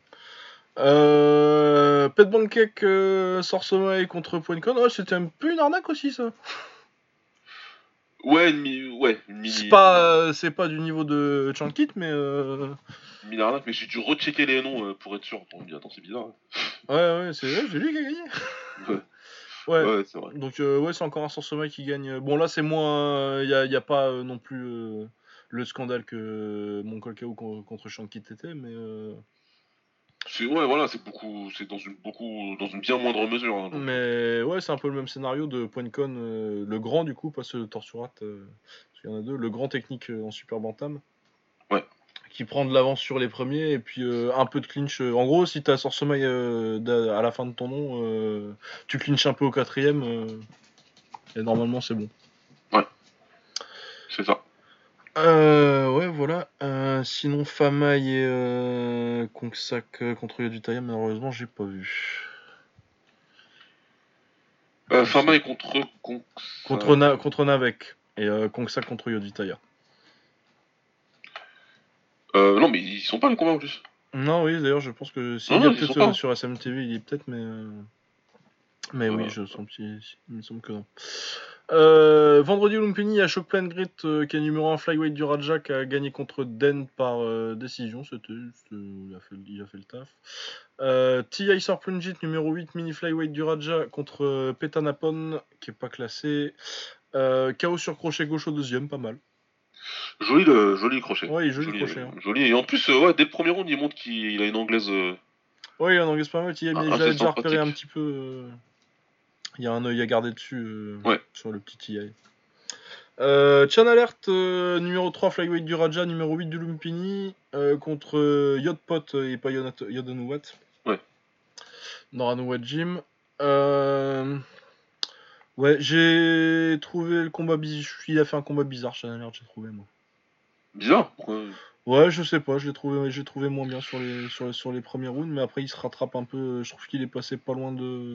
A: Pet Pancake sort sommeil contre Poincon. Oh, c'était un peu une arnaque aussi, ça.
B: Ouais,
A: c'est pas du niveau de Chankit, mais.
B: Mini arnaque, mais j'ai dû rechecker les noms pour être sûr. Bon, attends, c'est bizarre.
A: Ouais, c'est lui qui a gagné. Ouais, c'est vrai. Donc, ouais, c'est encore un sort sommeil qui gagne. Bon, là, c'est moins. Il y a pas non plus le scandale que mon Kolkao contre Chankit était, mais.
B: C'est dans une bien moindre mesure. Hein,
A: mais ouais, c'est un peu le même scénario de Poincon, le grand du coup, pas ce Torturat, parce qu'il y en a deux, le grand technique en super bantam.
B: Ouais.
A: Qui prend de l'avance sur les premiers et puis un peu de clinch. En gros, si t'as sort sommeil à la fin de ton nom, tu clinches un peu au quatrième et normalement c'est bon.
B: Ouais. C'est ça.
A: Ouais, voilà. Sinon, Famai et Kongsak contre Yodutaya, malheureusement, j'ai pas vu.
B: Famai
A: contre Navek et Kongsak contre Yodutaya.
B: Non, mais ils sont pas les combats en plus.
A: Non, oui, d'ailleurs, je pense que s'il y a peut-être sur SMTV, il y est peut-être, mais. Mais oui, il me semble que non. Vendredi au Lumpini, il y a Shockpan Grit qui est numéro 1 flyweight du Raja qui a gagné contre Den par décision. Il a fait le taf. T.I. Sorpunjit numéro 8 mini flyweight du Raja contre Petanapon qui est pas classé. KO sur crochet gauche au deuxième, pas mal.
B: Joli crochet.
A: Ouais, joli crochet. Hein.
B: Joli. Et en plus, dès le premier round, il montre qu'il a une anglaise.
A: Ouais, il a une anglaise pas mal. Il avait déjà repéré un petit peu. Il y a un œil à garder dessus sur le petit TI. Chan Alert, numéro 3 flyweight du Raja, numéro 8 du Lumpini, contre Yodpot et pas Yodanuwat.
B: Ouais.
A: Noranuwat Jim. Ouais, j'ai trouvé le combat bizarre. Il a fait un combat bizarre, Chan Alert, j'ai trouvé moi.
B: Bizarre. Pourquoi
A: Ouais, je sais pas, j'ai trouvé moins bien sur les premiers rounds, mais après il se rattrape un peu. Je trouve qu'il est passé pas loin de.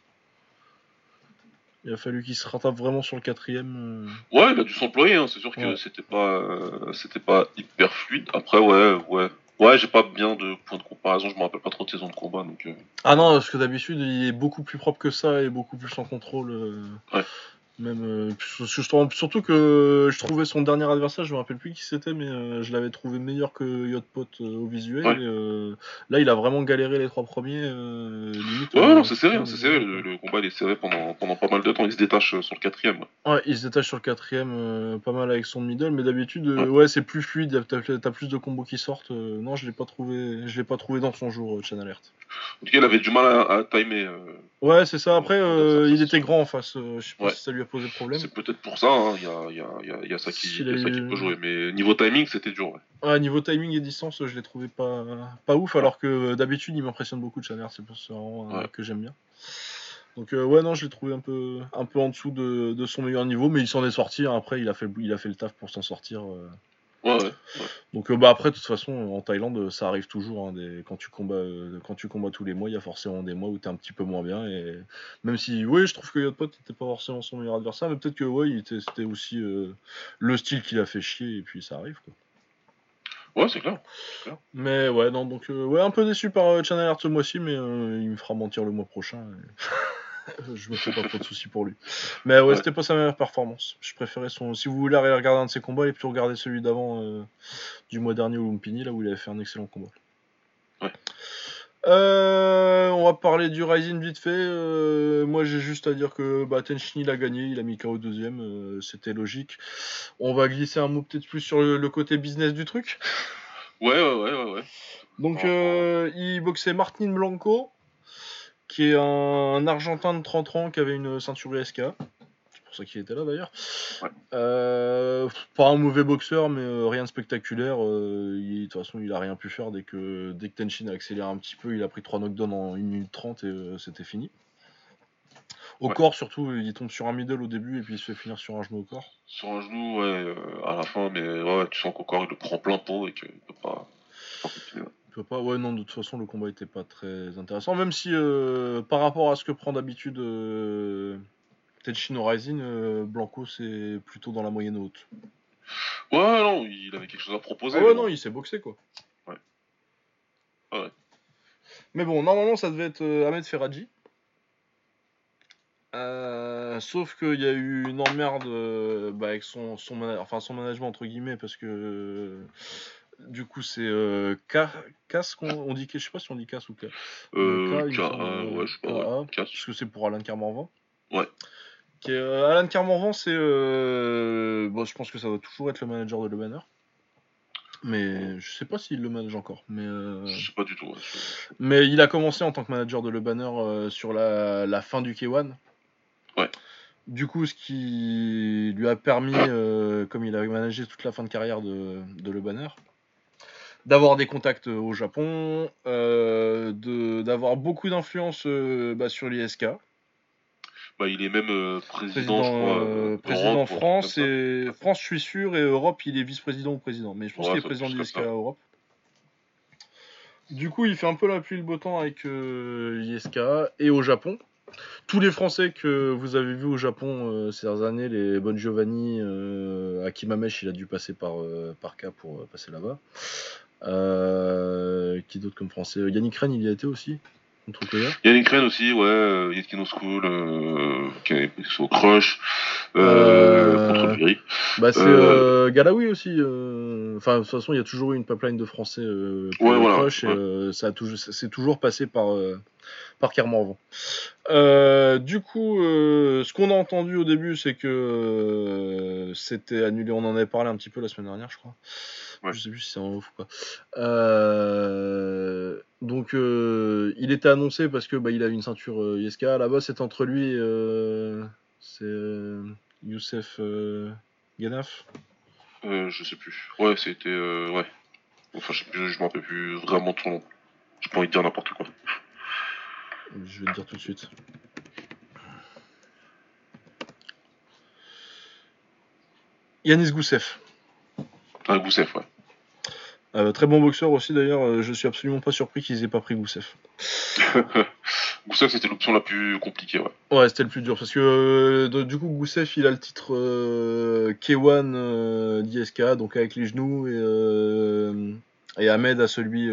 A: Il a fallu qu'il se rattrape vraiment sur le quatrième.
B: Ouais, il a dû s'employer, hein. C'est sûr que
A: Ouais.
B: c'était pas hyper fluide. Après, ouais. Ouais, j'ai pas bien de point de comparaison, je me rappelle pas trop de saison de combat, donc
A: Ah non, parce que d'habitude il est beaucoup plus propre que ça et beaucoup plus en contrôle.
B: ouais.
A: Même, parce que surtout que je trouvais son dernier adversaire, je me rappelle plus qui c'était, mais je l'avais trouvé meilleur que Yotpot au visuel.
B: Ouais.
A: Et, là, il a vraiment galéré les trois premiers. Limite,
B: Ouais, non,
A: on
B: c'est
A: se
B: serré,
A: fait
B: hein,
A: un
B: c'est serré.
A: niveau, quoi.
B: Le combat il est serré pendant pas mal de temps. Il se détache sur le quatrième.
A: Ouais, il se détache sur le quatrième, pas mal avec son middle, mais d'habitude,
B: Ouais.
A: ouais, c'est plus fluide, t'as plus de combos qui sortent. Non, je l'ai pas trouvé dans son jour, Chan Alert.
B: En tout cas, il avait du mal à timer
A: Ouais, c'est ça. Après,
B: son adversaire, ça
A: il
B: c'est
A: était
B: sûr.
A: grand en face. Je sais pas
B: Ouais.
A: si ça lui a posé problème.
B: C'est peut-être pour ça, hein. Il y a ça qui,
A: S'il
B: il
A: a
B: y a ça qui
A: eu.
B: peut jouer. Mais niveau timing, c'était dur, ouais.
A: Ouais, niveau timing et distance, je l'ai trouvé pas ouf,
B: Ouais.
A: alors que d'habitude il m'impressionne beaucoup Chandler, c'est pour ça vraiment,
B: Ouais.
A: que j'aime bien. Donc ouais, non, je l'ai trouvé un peu en dessous de son meilleur niveau, mais il s'en est sorti, hein. Après il a fait le taf pour s'en sortir.
B: Ouais.
A: Donc bah après de toute façon en Thaïlande ça arrive toujours, hein, quand tu combats tous les mois, il y a forcément des mois où t'es un petit peu moins bien, et même si oui je trouve que Yotpot n'était pas forcément son meilleur adversaire, mais peut-être que ouais c'était aussi le style qui l'a fait chier et puis ça arrive, quoi.
B: Ouais, c'est clair. C'est clair.
A: Mais ouais, non, donc ouais, un peu déçu par Channel Alert ce mois-ci, mais il me fera mentir le mois prochain. Je me fais pas trop de soucis pour lui. Mais ouais,
B: Ouais.
A: c'était pas sa meilleure performance. Je préférais son. Si vous voulez aller regarder un de ses combats, et puis regarder celui d'avant, du mois dernier au Lumpini, là où il avait fait un excellent combat.
B: Ouais.
A: On va parler du Rising vite fait. Moi, j'ai juste à dire que bah, Tenshin il a gagné, il a mis KO deuxième, c'était logique. On va glisser un mot peut-être plus sur le côté business du truc.
B: Ouais.
A: Donc,
B: Par rapport
A: il boxait Martin Blanco, qui est un Argentin de 30 ans qui avait une ceinture USK. C'est pour ça qu'il était là d'ailleurs.
B: Ouais.
A: Pas un mauvais boxeur, mais rien de spectaculaire. De toute façon, il a rien pu faire dès que Tenshin a accéléré un petit peu. Il a pris 3 knockdowns en 1 minute 30 et c'était fini. Au
B: Ouais.
A: corps, surtout, il tombe sur un middle au début et puis il se fait finir sur un genou au corps.
B: Sur un genou, ouais, à la fin, mais ouais, tu sens qu'au corps il le prend plein pot et qu'il peut pas continuer.
A: Il peut pas. Ouais, non, de toute façon, le combat était pas très intéressant. Même si, par rapport à ce que prend d'habitude Tenshin au Rising, Blanco, c'est plutôt dans la moyenne haute.
B: Ouais, non, il avait quelque chose à
A: Ah
B: proposer, mais
A: ouais, non,
B: bon.
A: il s'est boxé quoi.
B: Ouais. Ouais.
A: Mais bon, normalement, ça devait être Ahmed Ferraji. Sauf qu'il y a eu une emmerde bah, avec son management entre guillemets, parce que du coup c'est Cass on dit, je sais pas si on dit Cass ou K. K il me semble,
B: Ouais, je sais pas, ouais.
A: KA,
B: Casse.
A: parce que c'est pour Alan Carmorvan.
B: Ouais.
A: Alan Carmorvan, c'est bon, je pense que ça doit toujours être le manager de Le Banner,
B: Euh,
A: mais je sais pas s'il le manage encore,
B: je sais pas du tout, ouais.
A: mais il a commencé en tant que manager de Le Banner sur la fin du K1.
B: Ouais.
A: Du coup, ce qui lui a permis, comme il a managé toute la fin de carrière de Le Banner, d'avoir des contacts au Japon, d'avoir beaucoup d'influence bah, sur l'ISK.
B: Bah, il est même président, je crois,
A: Président
B: Europe ou un truc comme
A: France,
B: ça.
A: et France, je suis sûr, et Europe, il est vice-président ou président. Mais je pense
B: Ouais,
A: qu'il est
B: ça doit être
A: président
B: plus
A: de
B: comme
A: l'ISK
B: ça, ouais.
A: Europe. Du coup, il fait un peu la pluie et le beau temps avec l'ISK et au Japon. Tous les Français que vous avez vus au Japon ces dernières années, les Bon Giovanni, Akimamesh, il a dû passer par K pour passer là-bas. Qui d'autre comme Français? Yannick Rennes, il y a été aussi, contre Koya.
B: Yannick Rennes aussi, ouais, Yetkino School, qui est au Crush, contre
A: Euh,
B: Berry.
A: Bah c'est
B: Euh,
A: Galawi aussi. Enfin, de toute façon, il y a toujours eu une pipeline de Français pour
B: ouais,
A: le
B: voilà,
A: crush, et
B: ouais.
A: c'est toujours passé par Kermorvan. Du coup, ce qu'on a entendu au début, c'est que c'était annulé. On en avait parlé un petit peu la semaine dernière, je crois.
B: Ouais.
A: Je sais plus si c'est en off ou pas. Donc, il était annoncé parce que bah, il a une ceinture ISK. Là-bas, c'est entre lui et c'est Youssef Ganaf.
B: Je sais plus. Ouais, c'était. Ouais. Enfin, je m'en rappelle plus vraiment de son nom. J'ai pas envie de dire n'importe quoi.
A: Je vais te dire tout de suite. Yanis Goussef.
B: Un Goussef, ouais.
A: Très bon boxeur aussi d'ailleurs, je suis absolument pas surpris qu'ils aient pas pris Goussev.
B: Goussev, c'était l'option la plus compliquée, ouais.
A: Ouais, c'était le plus dur parce que du coup Goussev il a le titre K1 d'ISK, donc avec les genoux, et Ahmed a celui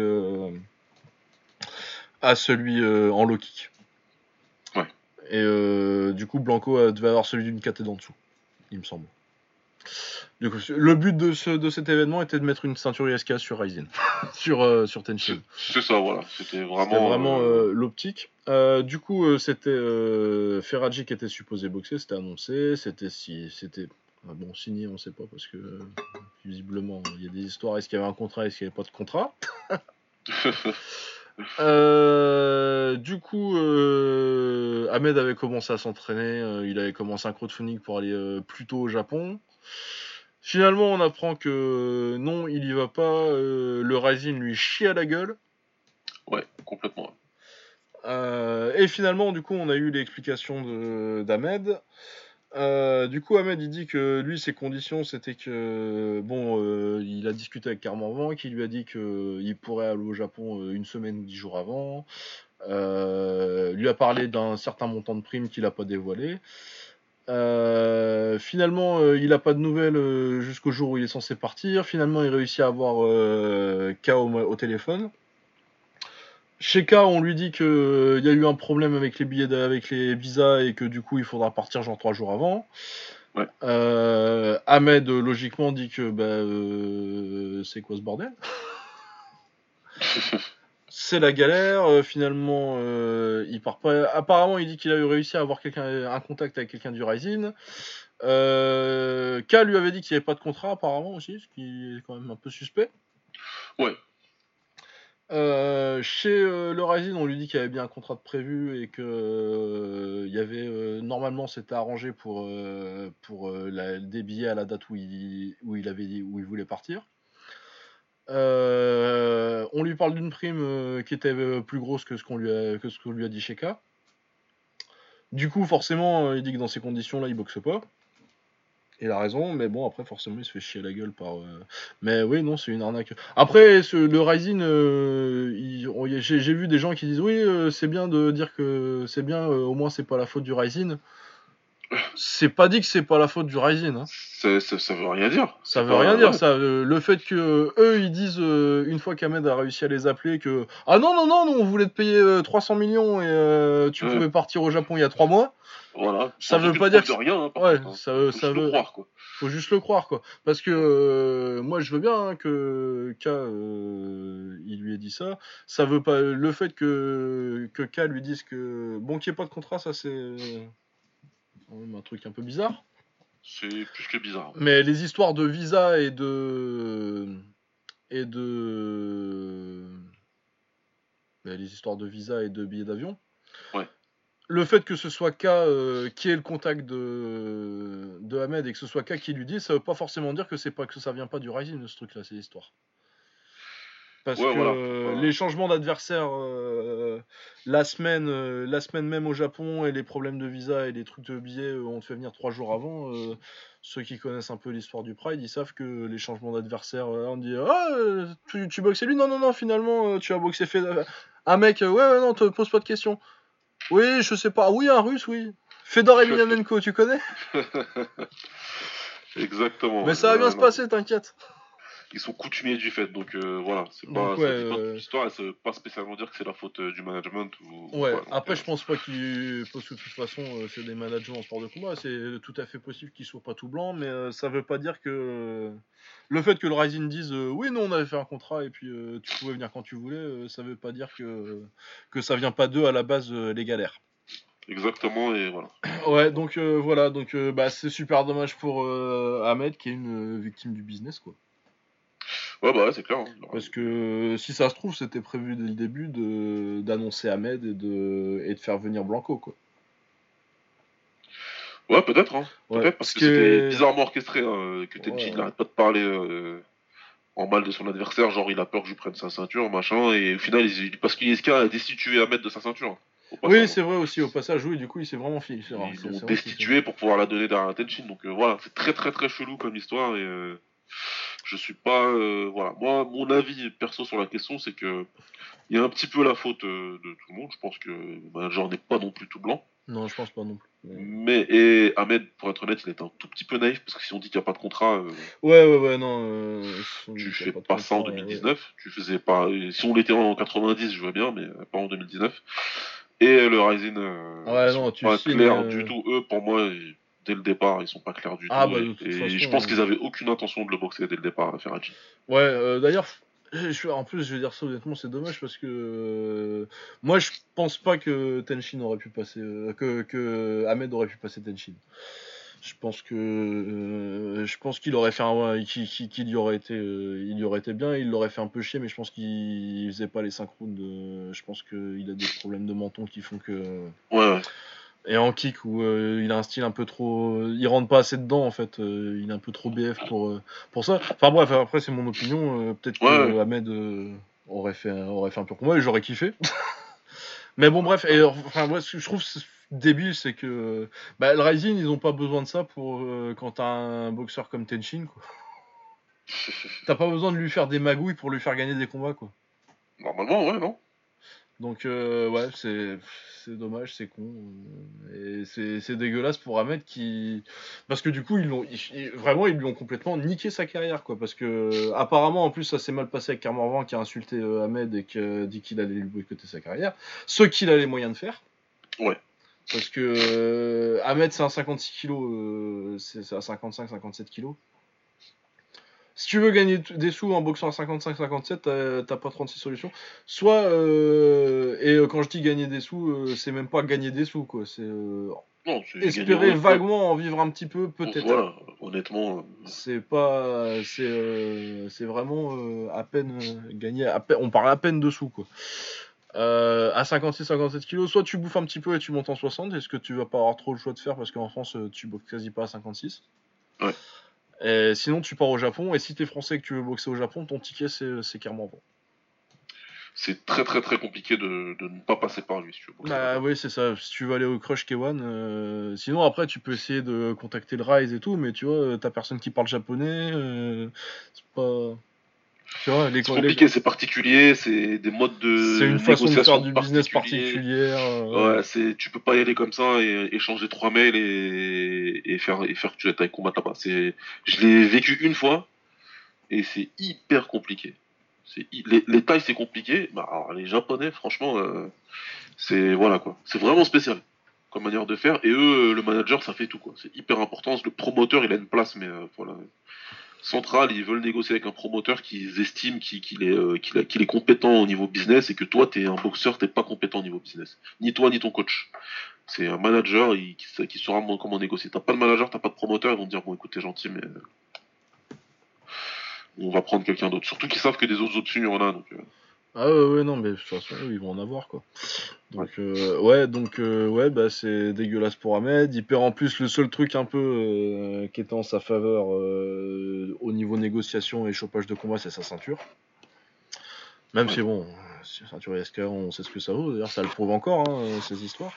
A: en low kick.
B: Ouais.
A: Et du coup Blanco devait avoir celui d'une KT d'en dessous, il me semble. Du coup, le but de cet événement était de mettre une ceinture ISK sur Ryzen, sur Tenshin.
B: C'est ça, voilà. C'était
A: C'était
B: vraiment
A: l'optique. Du coup, c'était Ferraggi qui était supposé boxer, c'était annoncé. C'était bon, signé, on sait pas parce que visiblement il y a des histoires. Est-ce qu'il y avait un contrat, est-ce qu'il n'y avait pas de contrat? Du coup, Ahmed avait commencé à s'entraîner. Il avait commencé un crowdfunding pour aller plus tôt au Japon. Finalement, on apprend que non, il y va pas. Le Rising lui chie à la gueule.
B: Ouais, complètement.
A: Et finalement, du coup, on a eu l'explication d'Ahmed. Du coup, Ahmed, il dit que lui, ses conditions, c'était que bon, il a discuté avec Karmanvan, qui lui a dit qu'il pourrait aller au Japon une semaine ou 10 jours avant. Lui a parlé d'un certain montant de prime qu'il n'a pas dévoilé. Finalement, il n'a pas de nouvelles jusqu'au jour où il est censé partir. Finalement, il réussit à avoir K au téléphone. Chez K, on lui dit qu'il y a eu un problème avec les billets, avec les visas et que du coup, il faudra partir genre 3 jours avant.
B: Ouais.
A: Ahmed, logiquement, dit que c'est quoi ce bordel? C'est la galère. Finalement, il part pas. Apparemment, il dit qu'il a réussi à avoir un contact avec quelqu'un du Rising. K lui avait dit qu'il n'y avait pas de contrat, apparemment aussi, ce qui est quand même un peu suspect.
B: Ouais.
A: Chez le Rising, on lui dit qu'il y avait bien un contrat de prévu et que il y avait normalement c'était arrangé pour des billets à la date où il voulait partir. On lui parle d'une prime qui était plus grosse que ce qu'on lui a dit chez K. Du coup, forcément, il dit que dans ces conditions-là, il boxe pas. Il a raison, mais bon, après, forcément, il se fait chier la gueule par. Mais oui, non, c'est une arnaque. Après, le Rising, j'ai vu des gens qui disent oui, c'est bien de dire que c'est bien, au moins, c'est pas la faute du Rising. C'est pas dit que c'est pas la faute du Rising. Hein.
B: Ça veut rien dire.
A: Ça veut rien dire, ça. Le fait que eux, ils disent, une fois qu'Ahmed a réussi à les appeler, que ah non, on voulait te payer 300 millions et tu pouvais partir au Japon il y a 3 mois.
B: Voilà.
A: Ça veut pas dire
B: que rien. Hein,
A: ouais,
B: contre,
A: ça
B: faut juste le croire, quoi.
A: Faut juste le croire, quoi. Parce que moi, je veux bien hein, que K il lui ait dit ça. Ça veut pas. Le fait que K lui dise que bon, qu'il n'y ait pas de contrat, ça c'est quand même un truc un peu bizarre.
B: C'est plus que bizarre.
A: Mais les histoires de visa et les histoires de visa et de billets d'avion.
B: Ouais.
A: Le fait que ce soit K qui ait le contact de Ahmed et que ce soit K qui lui dit, ça veut pas forcément dire que ça vient pas du Rising, ce truc-là, c'est l'histoire. Parce que
B: voilà.
A: les changements d'adversaire la semaine même au Japon et les problèmes de visa et les trucs de billets, on te fait venir 3 jours avant. Ceux qui connaissent un peu l'histoire du Pride, ils savent que les changements d'adversaire, on dit tu boxais lui, non, finalement tu as boxé un mec, ouais, non, te pose pas de questions. Oui, je sais pas. Oui, un russe, oui. Fedor Emelianenko, tu connais?
B: Exactement.
A: Mais ça va bien se passer, t'inquiète.
B: Ils sont coutumiers du fait, donc voilà. C'est pas,
A: donc, ouais,
B: ça dit pas toute l'histoire, et ça veut pas spécialement dire que c'est la faute du management ou.
A: Ouais.
B: Quoi, donc,
A: après, je pense pas parce que de toute façon, c'est des managers en sport de combat. C'est tout à fait possible qu'ils soient pas tout blancs, mais ça veut pas dire que le fait que le Rising dise oui, non, on avait fait un contrat et puis tu pouvais venir quand tu voulais, ça veut pas dire que ça vient pas d'eux à la base les galères.
B: Exactement, et voilà.
A: Ouais, donc voilà, donc c'est super dommage pour Ahmed qui est une victime du business, quoi.
B: Ouais, c'est clair. Hein.
A: Parce que si ça se trouve, c'était prévu dès le début d'annoncer Ahmed et de faire venir Blanco, quoi.
B: Ouais, peut-être, hein.
A: Ouais,
B: Peut-être, parce que c'était bizarrement orchestré, hein, que Tenshin n'arrête pas de parler en mal de son adversaire, genre il a peur que je lui prenne sa ceinture, machin, et au final, parce qu'ISK a destitué Ahmed de sa ceinture.
A: Oui, c'est vrai aussi, au passage, oui, du coup, il s'est vraiment filé.
B: Ils l'ont destitué pour pouvoir la donner à Tenshin, donc voilà, c'est très très très chelou comme histoire, et Je suis pas, voilà. Moi, mon avis perso sur la question, c'est que il y a un petit peu la faute de tout le monde. Je pense que le manager n'est pas non plus tout blanc.
A: Non, je pense pas non plus.
B: Et Ahmed, pour être honnête, il est un tout petit peu naïf parce que si on dit qu'il n'y a pas de contrat,
A: Ouais, non, si on
B: tu
A: dit qu'il n'y a
B: fais
A: pas de
B: pas ça en
A: contrat, ouais.
B: 2019. Tu faisais pas. Si on l'était en 90, je vois bien, mais pas en 2019. Et le Ryzen, ils
A: Ouais,
B: sont
A: non, tu
B: pas
A: signes.
B: clairs du tout. Eux, pour moi, dès le départ, ils sont pas clairs du
A: Ah,
B: tout.
A: bah,
B: Et,
A: de toute
B: et je
A: façon.
B: pense qu'ils avaient aucune intention de le boxer dès le départ, à Ferraggi.
A: Ouais, d'ailleurs, en plus, je vais dire ça honnêtement, c'est dommage parce que moi, je pense pas que Tenshin aurait pu passer, que Ahmed aurait pu passer Tenshin. Je pense qu'il aurait fait qu'il y aurait été, il y aurait été bien, il l'aurait fait un peu chier, mais je pense qu'il faisait pas les 5 rounds. Je pense qu'il a des problèmes de menton qui font que.
B: Ouais,
A: Et en kick où il a un style un peu trop, il rentre pas assez dedans en fait, il est un peu trop BF pour ça. Enfin bref, après c'est mon opinion, peut-être
B: ouais, ouais.
A: que Ahmed aurait fait un pur combat et j'aurais kiffé. Mais bon bref, et enfin moi ce que je trouve débile c'est que bah, le Rising ils ont pas besoin de ça pour quand t'as un boxeur comme Tenshin quoi. T'as pas besoin de lui faire des magouilles pour lui faire gagner des combats quoi.
B: Normalement, ouais, non?
A: Donc ouais, c'est dommage, c'est con, et c'est dégueulasse pour Ahmed qui parce que du coup vraiment ils lui ont complètement niqué sa carrière quoi parce que apparemment en plus ça s'est mal passé avec Kermorvan qui a insulté Ahmed et qui a dit qu'il allait lui boycotter sa carrière, ce qu'il a les moyens de faire
B: Ouais.
A: parce que Ahmed c'est un 56 kilos, c'est à 55-57 kilos. Si tu veux gagner des sous en boxant à 55-57, t'as pas 36 solutions. Soit, quand je dis gagner des sous, c'est même pas gagner des sous, quoi. C'est
B: Non, c'est gagner.
A: espérer vaguement en vivre un petit peu, peut-être.
B: Voilà, honnêtement.
A: C'est pas, c'est vraiment à peine gagner. On parle à peine de sous, quoi. À 56-57 kilos, soit tu bouffes un petit peu et tu montes en 60, et ce que tu vas pas avoir trop le choix de faire parce qu'en France, tu boxes quasi pas à 56.
B: Ouais.
A: Et sinon, tu pars au Japon, et si t'es français et que tu veux boxer au Japon, ton ticket c'est clairement bon.
B: C'est très très très compliqué de ne pas passer par lui si tu veux boxer
A: Bah
B: là-bas.
A: oui, c'est ça. Si tu veux aller au Crush K1, sinon après tu peux essayer de contacter le Rise et tout, mais tu vois, t'as personne qui parle japonais, c'est pas. Tu vois,
B: C'est compliqué, c'est particulier, c'est des modes
A: c'est
B: de
A: une façon de faire
B: négociation
A: du business
B: particuliers.
A: particulière. Ouais.
B: Ouais, tu peux pas y aller comme ça et échanger 3 mails et faire que tu ailles combattre là-bas. Je l'ai vécu une fois et c'est hyper compliqué. Les tailles c'est compliqué, bah alors les japonais franchement c'est voilà quoi, c'est vraiment spécial comme manière de faire et eux le manager ça fait tout quoi, c'est hyper important. Le promoteur il a une place mais voilà central, ils veulent négocier avec un promoteur qu'ils estiment qu'il est compétent au niveau business et que toi, t'es un boxeur, t'es pas compétent au niveau business. Ni toi, ni ton coach. C'est un manager qui saura comment négocier. T'as pas de manager, t'as pas de promoteur, ils vont te dire, bon, écoute, t'es gentil, mais on va prendre quelqu'un d'autre. Surtout qu'ils savent que des autres au-dessus, il y en a. Donc,
A: Ah ouais, non, mais de toute façon, eux, ils vont en avoir quoi.
B: ouais.
A: Donc ouais, bah c'est dégueulasse pour Ahmed. Il perd en plus le seul truc un peu qui était en sa faveur au niveau négociation et chopage de combat, c'est sa ceinture. Même
B: Ouais.
A: si bon, ceinture ISK, on sait ce que ça vaut. D'ailleurs, ça le prouve encore, hein, ces histoires.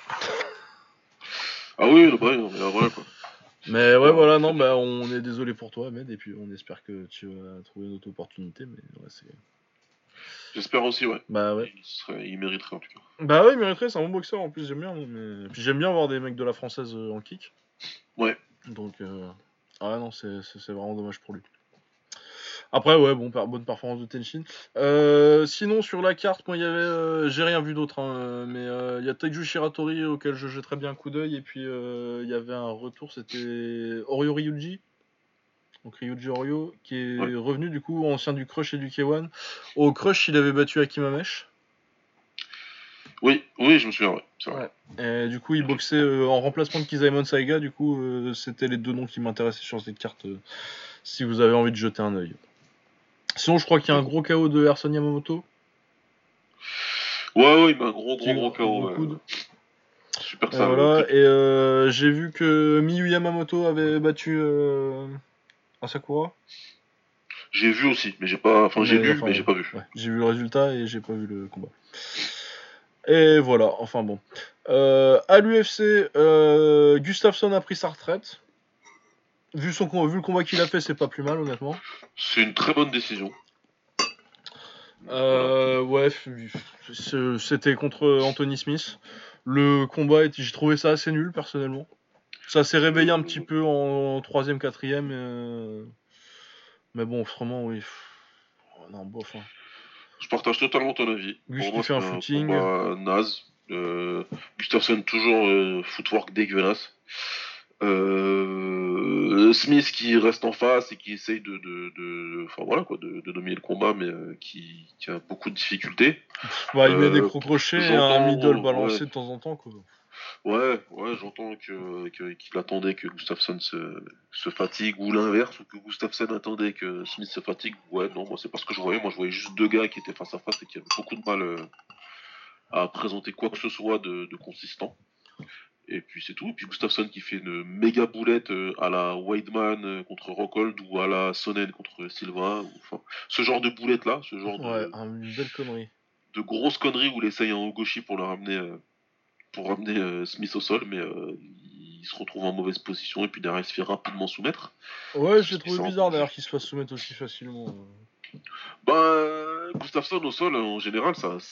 B: Ah oui, bah, oui, non, mais là, voilà, quoi. C'est
A: Mais ouais,
B: super,
A: voilà, non,
B: c'est
A: bah
B: dur.
A: on est désolé pour toi, Ahmed, et puis on espère que tu vas trouver une autre opportunité. Mais ouais, c'est.
B: J'espère aussi, ouais.
A: Bah ouais.
B: Il mériterait, en tout cas.
A: Bah ouais, il mériterait, c'est un bon boxeur en plus, j'aime bien. Mais... Puis j'aime bien voir des mecs de la française en kick.
B: Ouais.
A: Donc, ah non, c'est vraiment dommage pour lui. Après, ouais, bon, bonne performance de Tenshin. Sinon, sur la carte, moi, il y avait. J'ai rien vu d'autre, hein, mais il y a Taiju Shiratori auquel je jetterais bien un coup d'œil. Et puis, il y avait un retour, c'était Oryo Ryuji. Donc Ryuji Oryo, qui
B: Ouais.
A: est revenu, du coup, ancien du Crush et du K1. Au Crush, il avait battu Akimamesh.
B: Oui, oui, je me souviens, ouais. C'est vrai.
A: Ouais. Et du coup, il boxait en remplacement de Kizaemon Saiga. Du coup, c'était les deux noms qui m'intéressaient sur cette carte. Si vous avez envie de jeter un œil. Sinon, je crois qu'il y a un
B: D'accord.
A: gros KO de Erson Yamamoto.
B: Ouais, ouais, il met un gros, gros, gros
A: Tigre,
B: KO.
A: gros coude.
B: Super
A: Et
B: sale,
A: voilà.
B: très.
A: Et j'ai vu que Miyu Yamamoto avait battu Asakura.
B: J'ai vu aussi, mais j'ai pas. Enfin, j'ai
A: Mais
B: lu, mais
A: enfin,
B: j'ai pas vu.
A: ouais, j'ai vu le résultat et j'ai pas vu le combat. Et voilà, enfin bon. À l'UFC, Gustafsson a pris sa retraite. vu le combat qu'il a fait, c'est pas plus mal, honnêtement.
B: C'est une très bonne décision.
A: Ouais, c'était contre Anthony Smith. Le combat, j'ai trouvé ça assez nul, personnellement. Ça s'est réveillé un petit peu en 3ème, 4ème. Mais bon, vraiment, oui. Non, bof. Hein.
B: Je partage totalement ton avis.
A: Gus
B: Pour
A: qui
B: moi,
A: fait un
B: c'était un
A: footing.
B: combat naze. Gustafsson, toujours footwork dégueulasse. Smith qui reste en face et qui essaye enfin voilà quoi, de dominer le combat, mais qui a beaucoup de difficultés.
A: Bah, il met des crochets et un middle balancé de temps en temps, quoi.
B: Ouais, j'entends qu'il attendait que Gustafsson se fatigue ou l'inverse, ou que Gustafsson attendait que Smith se fatigue. Ouais, non, moi c'est pas ce que je voyais. Moi je voyais juste deux gars qui étaient face à face et qui avaient beaucoup de mal à présenter quoi que ce soit de consistant. Et puis c'est tout. Et puis Gustafsson qui fait une méga boulette à la Weidman contre Rockhold ou à la Sonnen contre Silva. Enfin, ce genre de boulette là, ce genre
A: une belle connerie.
B: De grosses conneries où il essaye en gauchi pour le ramener. Pour ramener Smith au sol, mais il se retrouve en mauvaise position et puis derrière il se fait rapidement soumettre.
A: Ouais, j'ai trouvé bizarre d'ailleurs qu'il se fasse soumettre aussi facilement.
B: Gustafsson au sol, en général,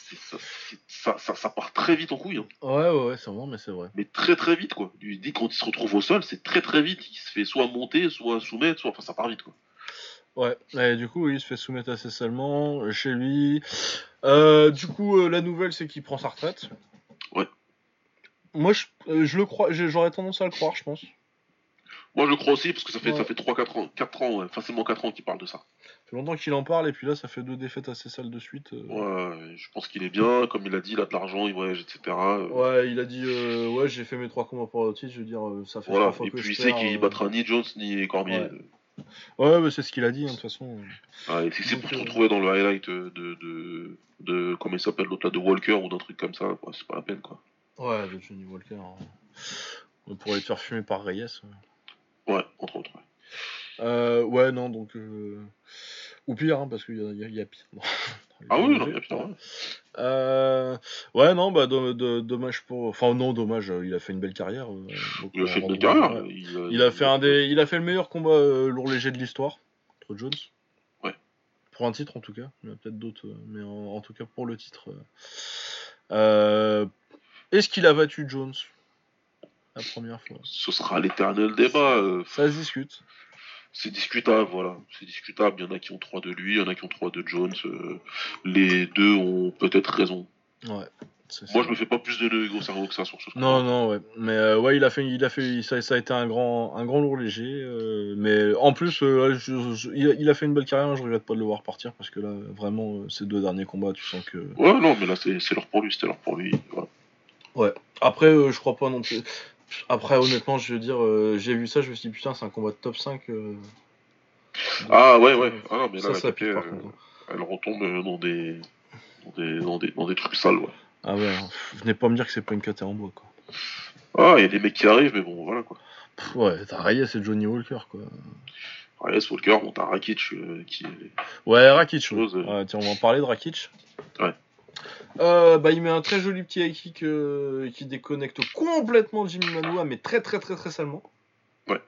B: ça part très vite en couille. Hein.
A: Ouais, c'est vrai, mais c'est vrai.
B: Mais très très vite, quoi. Il dit quand il se retrouve au sol, c'est très très vite. Il se fait soit monter, soit soumettre, enfin ça part vite, quoi.
A: Ouais, et du coup, il se fait soumettre assez salement chez lui. Du coup, la nouvelle, c'est qu'il prend sa retraite.
B: Ouais.
A: Moi, je le crois, j'aurais tendance à le croire, je pense.
B: Moi, je crois aussi, parce que ça fait 3-4 ans, 4 ans, ouais, facilement 4 ans qu'il parle de ça.
A: Ça fait longtemps qu'il en parle, et puis là, ça fait 2 défaites assez sales de suite.
B: Ouais, je pense qu'il est bien, comme il a dit, il a de l'argent, il voyage, etc.
A: Ouais, il a dit, ouais, j'ai fait mes 3 combats pour le titre, je veux dire, ça fait 3 fois que je perds.
B: Et puis il sait qu'il battra ni Jones ni Cormier.
A: Ouais, mais c'est ce qu'il a dit, hein, de toute façon.
B: Et si c'est pour se retrouver dans le highlight de comment il s'appelle l'autre là, de Walker ou d'un truc comme ça, ouais, c'est pas la peine, quoi.
A: Ouais, de Johnny Walker. Hein. On pourrait te faire fumer par Reyes.
B: Ouais, entre autres.
A: Ouais, non, donc. Ou pire, hein, parce qu'il y a pire.
B: Ah oui, non, il y a pire.
A: Ouais, non, bah dommage pour. Enfin, non, dommage, il a fait une belle carrière.
B: Il a fait une belle carrière.
A: Il a fait le meilleur combat lourd léger de l'histoire contre Jones.
B: Ouais.
A: Pour un titre, en tout cas. Il y en a peut-être d'autres, mais en tout cas, pour le titre. Est-ce qu'il a battu Jones la première fois?
B: Ce sera l'éternel débat.
A: Ça se discute.
B: C'est discutable, voilà. C'est discutable. Il y en a qui ont 3 de lui, il y en a qui ont 3 de Jones. Les deux ont peut-être raison.
A: Ouais.
B: Moi, je me fais pas plus de nœuds au cerveau que ça sur ce sport.
A: Non, ouais. Mais ouais, il a fait, ça a été un grand lourd léger. Mais en plus, il a fait une belle carrière. Je regrette pas de le voir partir parce que là, vraiment, ces 2 derniers combats, tu sens que.
B: Ouais, non, mais là, c'est l'heure pour lui. C'était l'heure pour lui. Voilà.
A: Ouais. Après, je crois pas non plus. Après, honnêtement, je veux dire, j'ai vu ça, je me suis dit, putain, c'est un combat de top 5.
B: Ah ouais. Ah non, mais là,
A: ça pique par contre.
B: Elle retombe dans des trucs sales, ouais.
A: Ah ouais, venez pas me dire que c'est pas une caté en bois, quoi.
B: Ah, il y a des mecs qui arrivent, mais bon, voilà, quoi.
A: Ouais, t'as Reyes et Johnny Walker, quoi.
B: Reyes, Walker, bon, t'as Rakic qui est...
A: Ouais, Rakic, ouais. Tiens, on va en parler de Rakic.
B: Ouais.
A: Bah, il met un très joli petit high kick qui déconnecte complètement Jimmy Manuwa, mais très salement.
B: Ouais.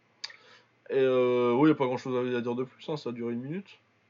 A: Et oui, y a pas grand chose à dire de plus, hein, ça a duré 1 minute.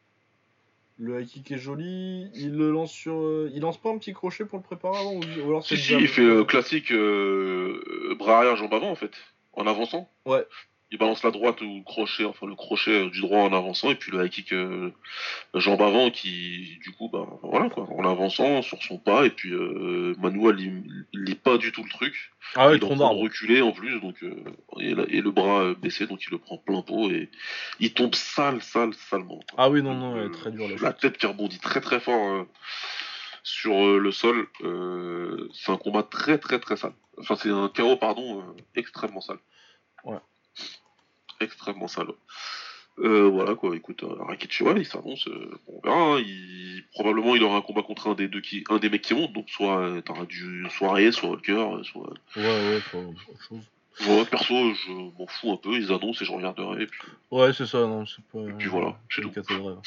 A: Le high kick est joli, il le lance sur. Il lance pas un petit crochet pour le préparer avant ou alors c'est
B: Si, il fait classique bras arrière, jambe avant en fait, en avançant.
A: Ouais.
B: Il balance la droite ou le crochet du droit en avançant, et puis le high kick jambe avant qui, du coup, bah voilà quoi, en avançant sur son pas, et puis Manuel il lit pas du tout le truc.
A: Ah ouais,
B: il est en train de reculer en plus, donc et le bras baissé, donc il le prend plein pot et il tombe salement. Quoi.
A: Ah oui, non, très dur
B: la tête qui rebondit très fort sur le sol. C'est un combat très sale. Enfin, c'est un KO, pardon, extrêmement sale.
A: Ouais.
B: Extrêmement sale. Voilà quoi, écoute, Rakic, ouais, il s'annonce, on verra, hein, probablement il aura un combat contre un des mecs qui montent, donc soit t'auras soit Reyes, soit Walker, soit...
A: Ouais, autre chose.
B: Ouais, perso, je m'en fous un peu, ils annoncent et je regarderai, et puis...
A: Ouais, c'est ça, non, c'est pas...
B: Et puis voilà, c'est tout.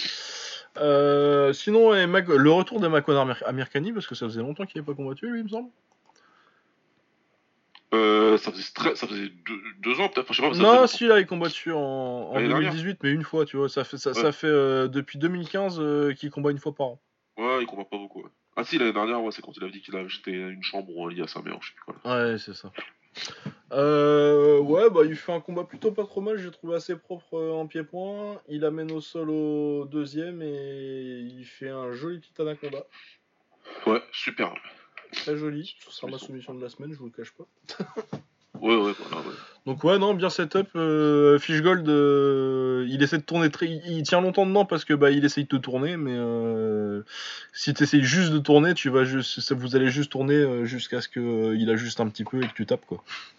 A: Sinon, le retour de Makwan Amirkhani, parce que ça faisait longtemps qu'il n'avait pas combattu, lui, il me semble.
B: ça faisait 2 ans peut-être, enfin, je sais pas, ça
A: Non,
B: faisait
A: si, là, il combat dessus en
B: l'année dernière.
A: 2018, mais une fois, tu vois. Ça
B: Ouais.
A: fait depuis 2015 qu'il combat une fois par an.
B: Ouais, il combat pas beaucoup. Ouais. Ah si, l'année dernière, ouais, c'est quand il avait dit qu'il avait acheté une chambre ou un lit à sa mère, je sais plus quoi.
A: Ouais, c'est ça. Ouais, bah, il fait un combat plutôt pas trop mal. J'ai trouvé assez propre en pied-point. Il amène au sol au deuxième et il fait un joli petit anaconda.
B: Ouais, super.
A: Très joli. Ce sera ma
B: Soumission.
A: soumission de la semaine, je vous le cache pas.
B: Ouais, voilà, ouais.
A: Donc ouais, non, bien setup. Fishgold, il essaie de tourner il tient longtemps dedans parce que bah il essaye de te tourner, mais si tu essayes juste de tourner, vous allez juste tourner jusqu'à ce que il ajuste un petit peu et que tu tapes quoi.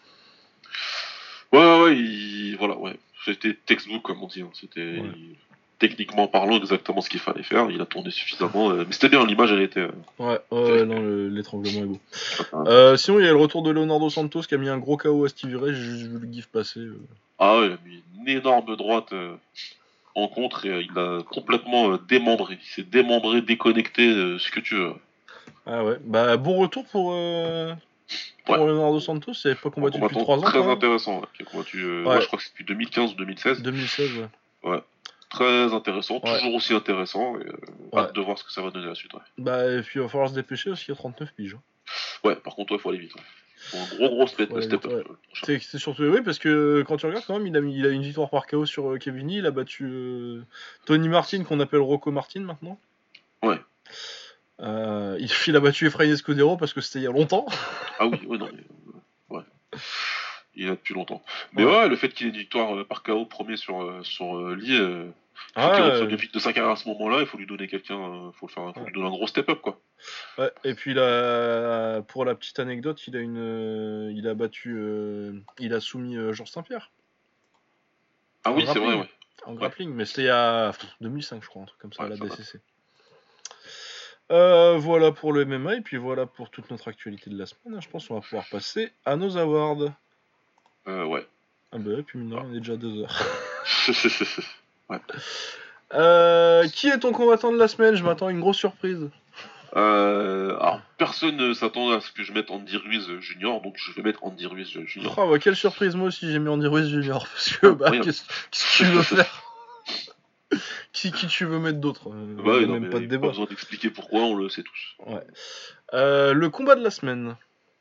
B: Ouais, voilà, ouais. C'était textbook, comme on dit. Hein. C'était
A: Ouais.
B: techniquement parlant exactement ce qu'il fallait faire. Il a tourné suffisamment. Mais c'était bien, l'image, elle était.
A: Ouais, non, l'étranglement est beau.
B: Ah,
A: Sinon, il y a le retour de Leonardo Santos qui a mis un gros KO à Stevie Ray. J'ai juste vu le gif passer.
B: Ah ouais, il a mis une énorme droite en contre et il a complètement démembré. Il s'est démembré, déconnecté, ce que tu veux.
A: Ah ouais, bah bon retour
B: Ouais,
A: pour Leonardo Santos. Il n'avait pas
B: un
A: combattu depuis
B: combattant
A: 3 ans
B: très
A: quand même.
B: intéressant, ouais, qui a combattu, ouais, je
A: Ouais,
B: crois que c'est depuis 2015 ou 2016.
A: 2016, ouais.
B: Ouais, très intéressant,
A: Ouais,
B: toujours aussi intéressant, et
A: ouais.
B: hâte de voir ce que ça va donner la suite. Ouais,
A: Bah, et puis il va falloir se dépêcher parce qu'il y a 39 piges.
B: ouais par contre, il faut aller vite. Ouais. Faut un gros
A: Faut aller vite,
B: step up.
A: ouais. C'est surtout, oui, parce que quand tu regardes quand même, il a une victoire par KO sur Kevin Lee, il a battu Tony Martin, qu'on appelle Rocco Martin maintenant.
B: Ouais.
A: Il a battu Efrain Escudero parce que c'était il y a longtemps.
B: Ah oui, ouais, non, mais, ouais. Il est là depuis longtemps. Mais
A: Ouais.
B: ouais, le fait qu'il ait une victoire par KO premier sur Lee, faut qu'il reprenne le
A: Ouais,
B: pic de sa carrière à ce moment-là, il faut lui donner quelqu'un, faut
A: ouais.
B: lui donner un gros step up quoi.
A: Ouais. Et puis pour la petite anecdote, il a battu, il a soumis Georges Saint-Pierre
B: Ah
A: en
B: oui, c'est vrai,
A: grappling.
B: ouais.
A: En
B: Ouais.
A: grappling, mais c'était il y a 2005, je crois, un truc comme ça, à
B: Ouais,
A: la
B: ça date.
A: DCC. Voilà pour le MMA, et puis voilà pour toute notre actualité de la semaine. Je pense qu'on va pouvoir passer à nos awards.
B: Ouais.
A: Ah bah, puis mine de rien, on est déjà à 2 heures.
B: Ouais.
A: Qui est ton combattant de la semaine? Je m'attends à une grosse surprise.
B: Alors, personne ne s'attend à ce que je mette Andy Ruiz Junior, donc je vais mettre Andy Ruiz Junior.
A: Oh bah, quelle surprise, moi aussi j'ai mis Andy Ruiz Junior. Parce que, bah,
B: Incroyable.
A: qu'est-ce que tu veux faire? Qui tu veux mettre d'autre?
B: Bah
A: Il y
B: ouais,
A: a
B: non,
A: même pas de
B: mais pas
A: débat.
B: besoin d'expliquer pourquoi, on le sait tous.
A: Ouais. Le combat de la semaine.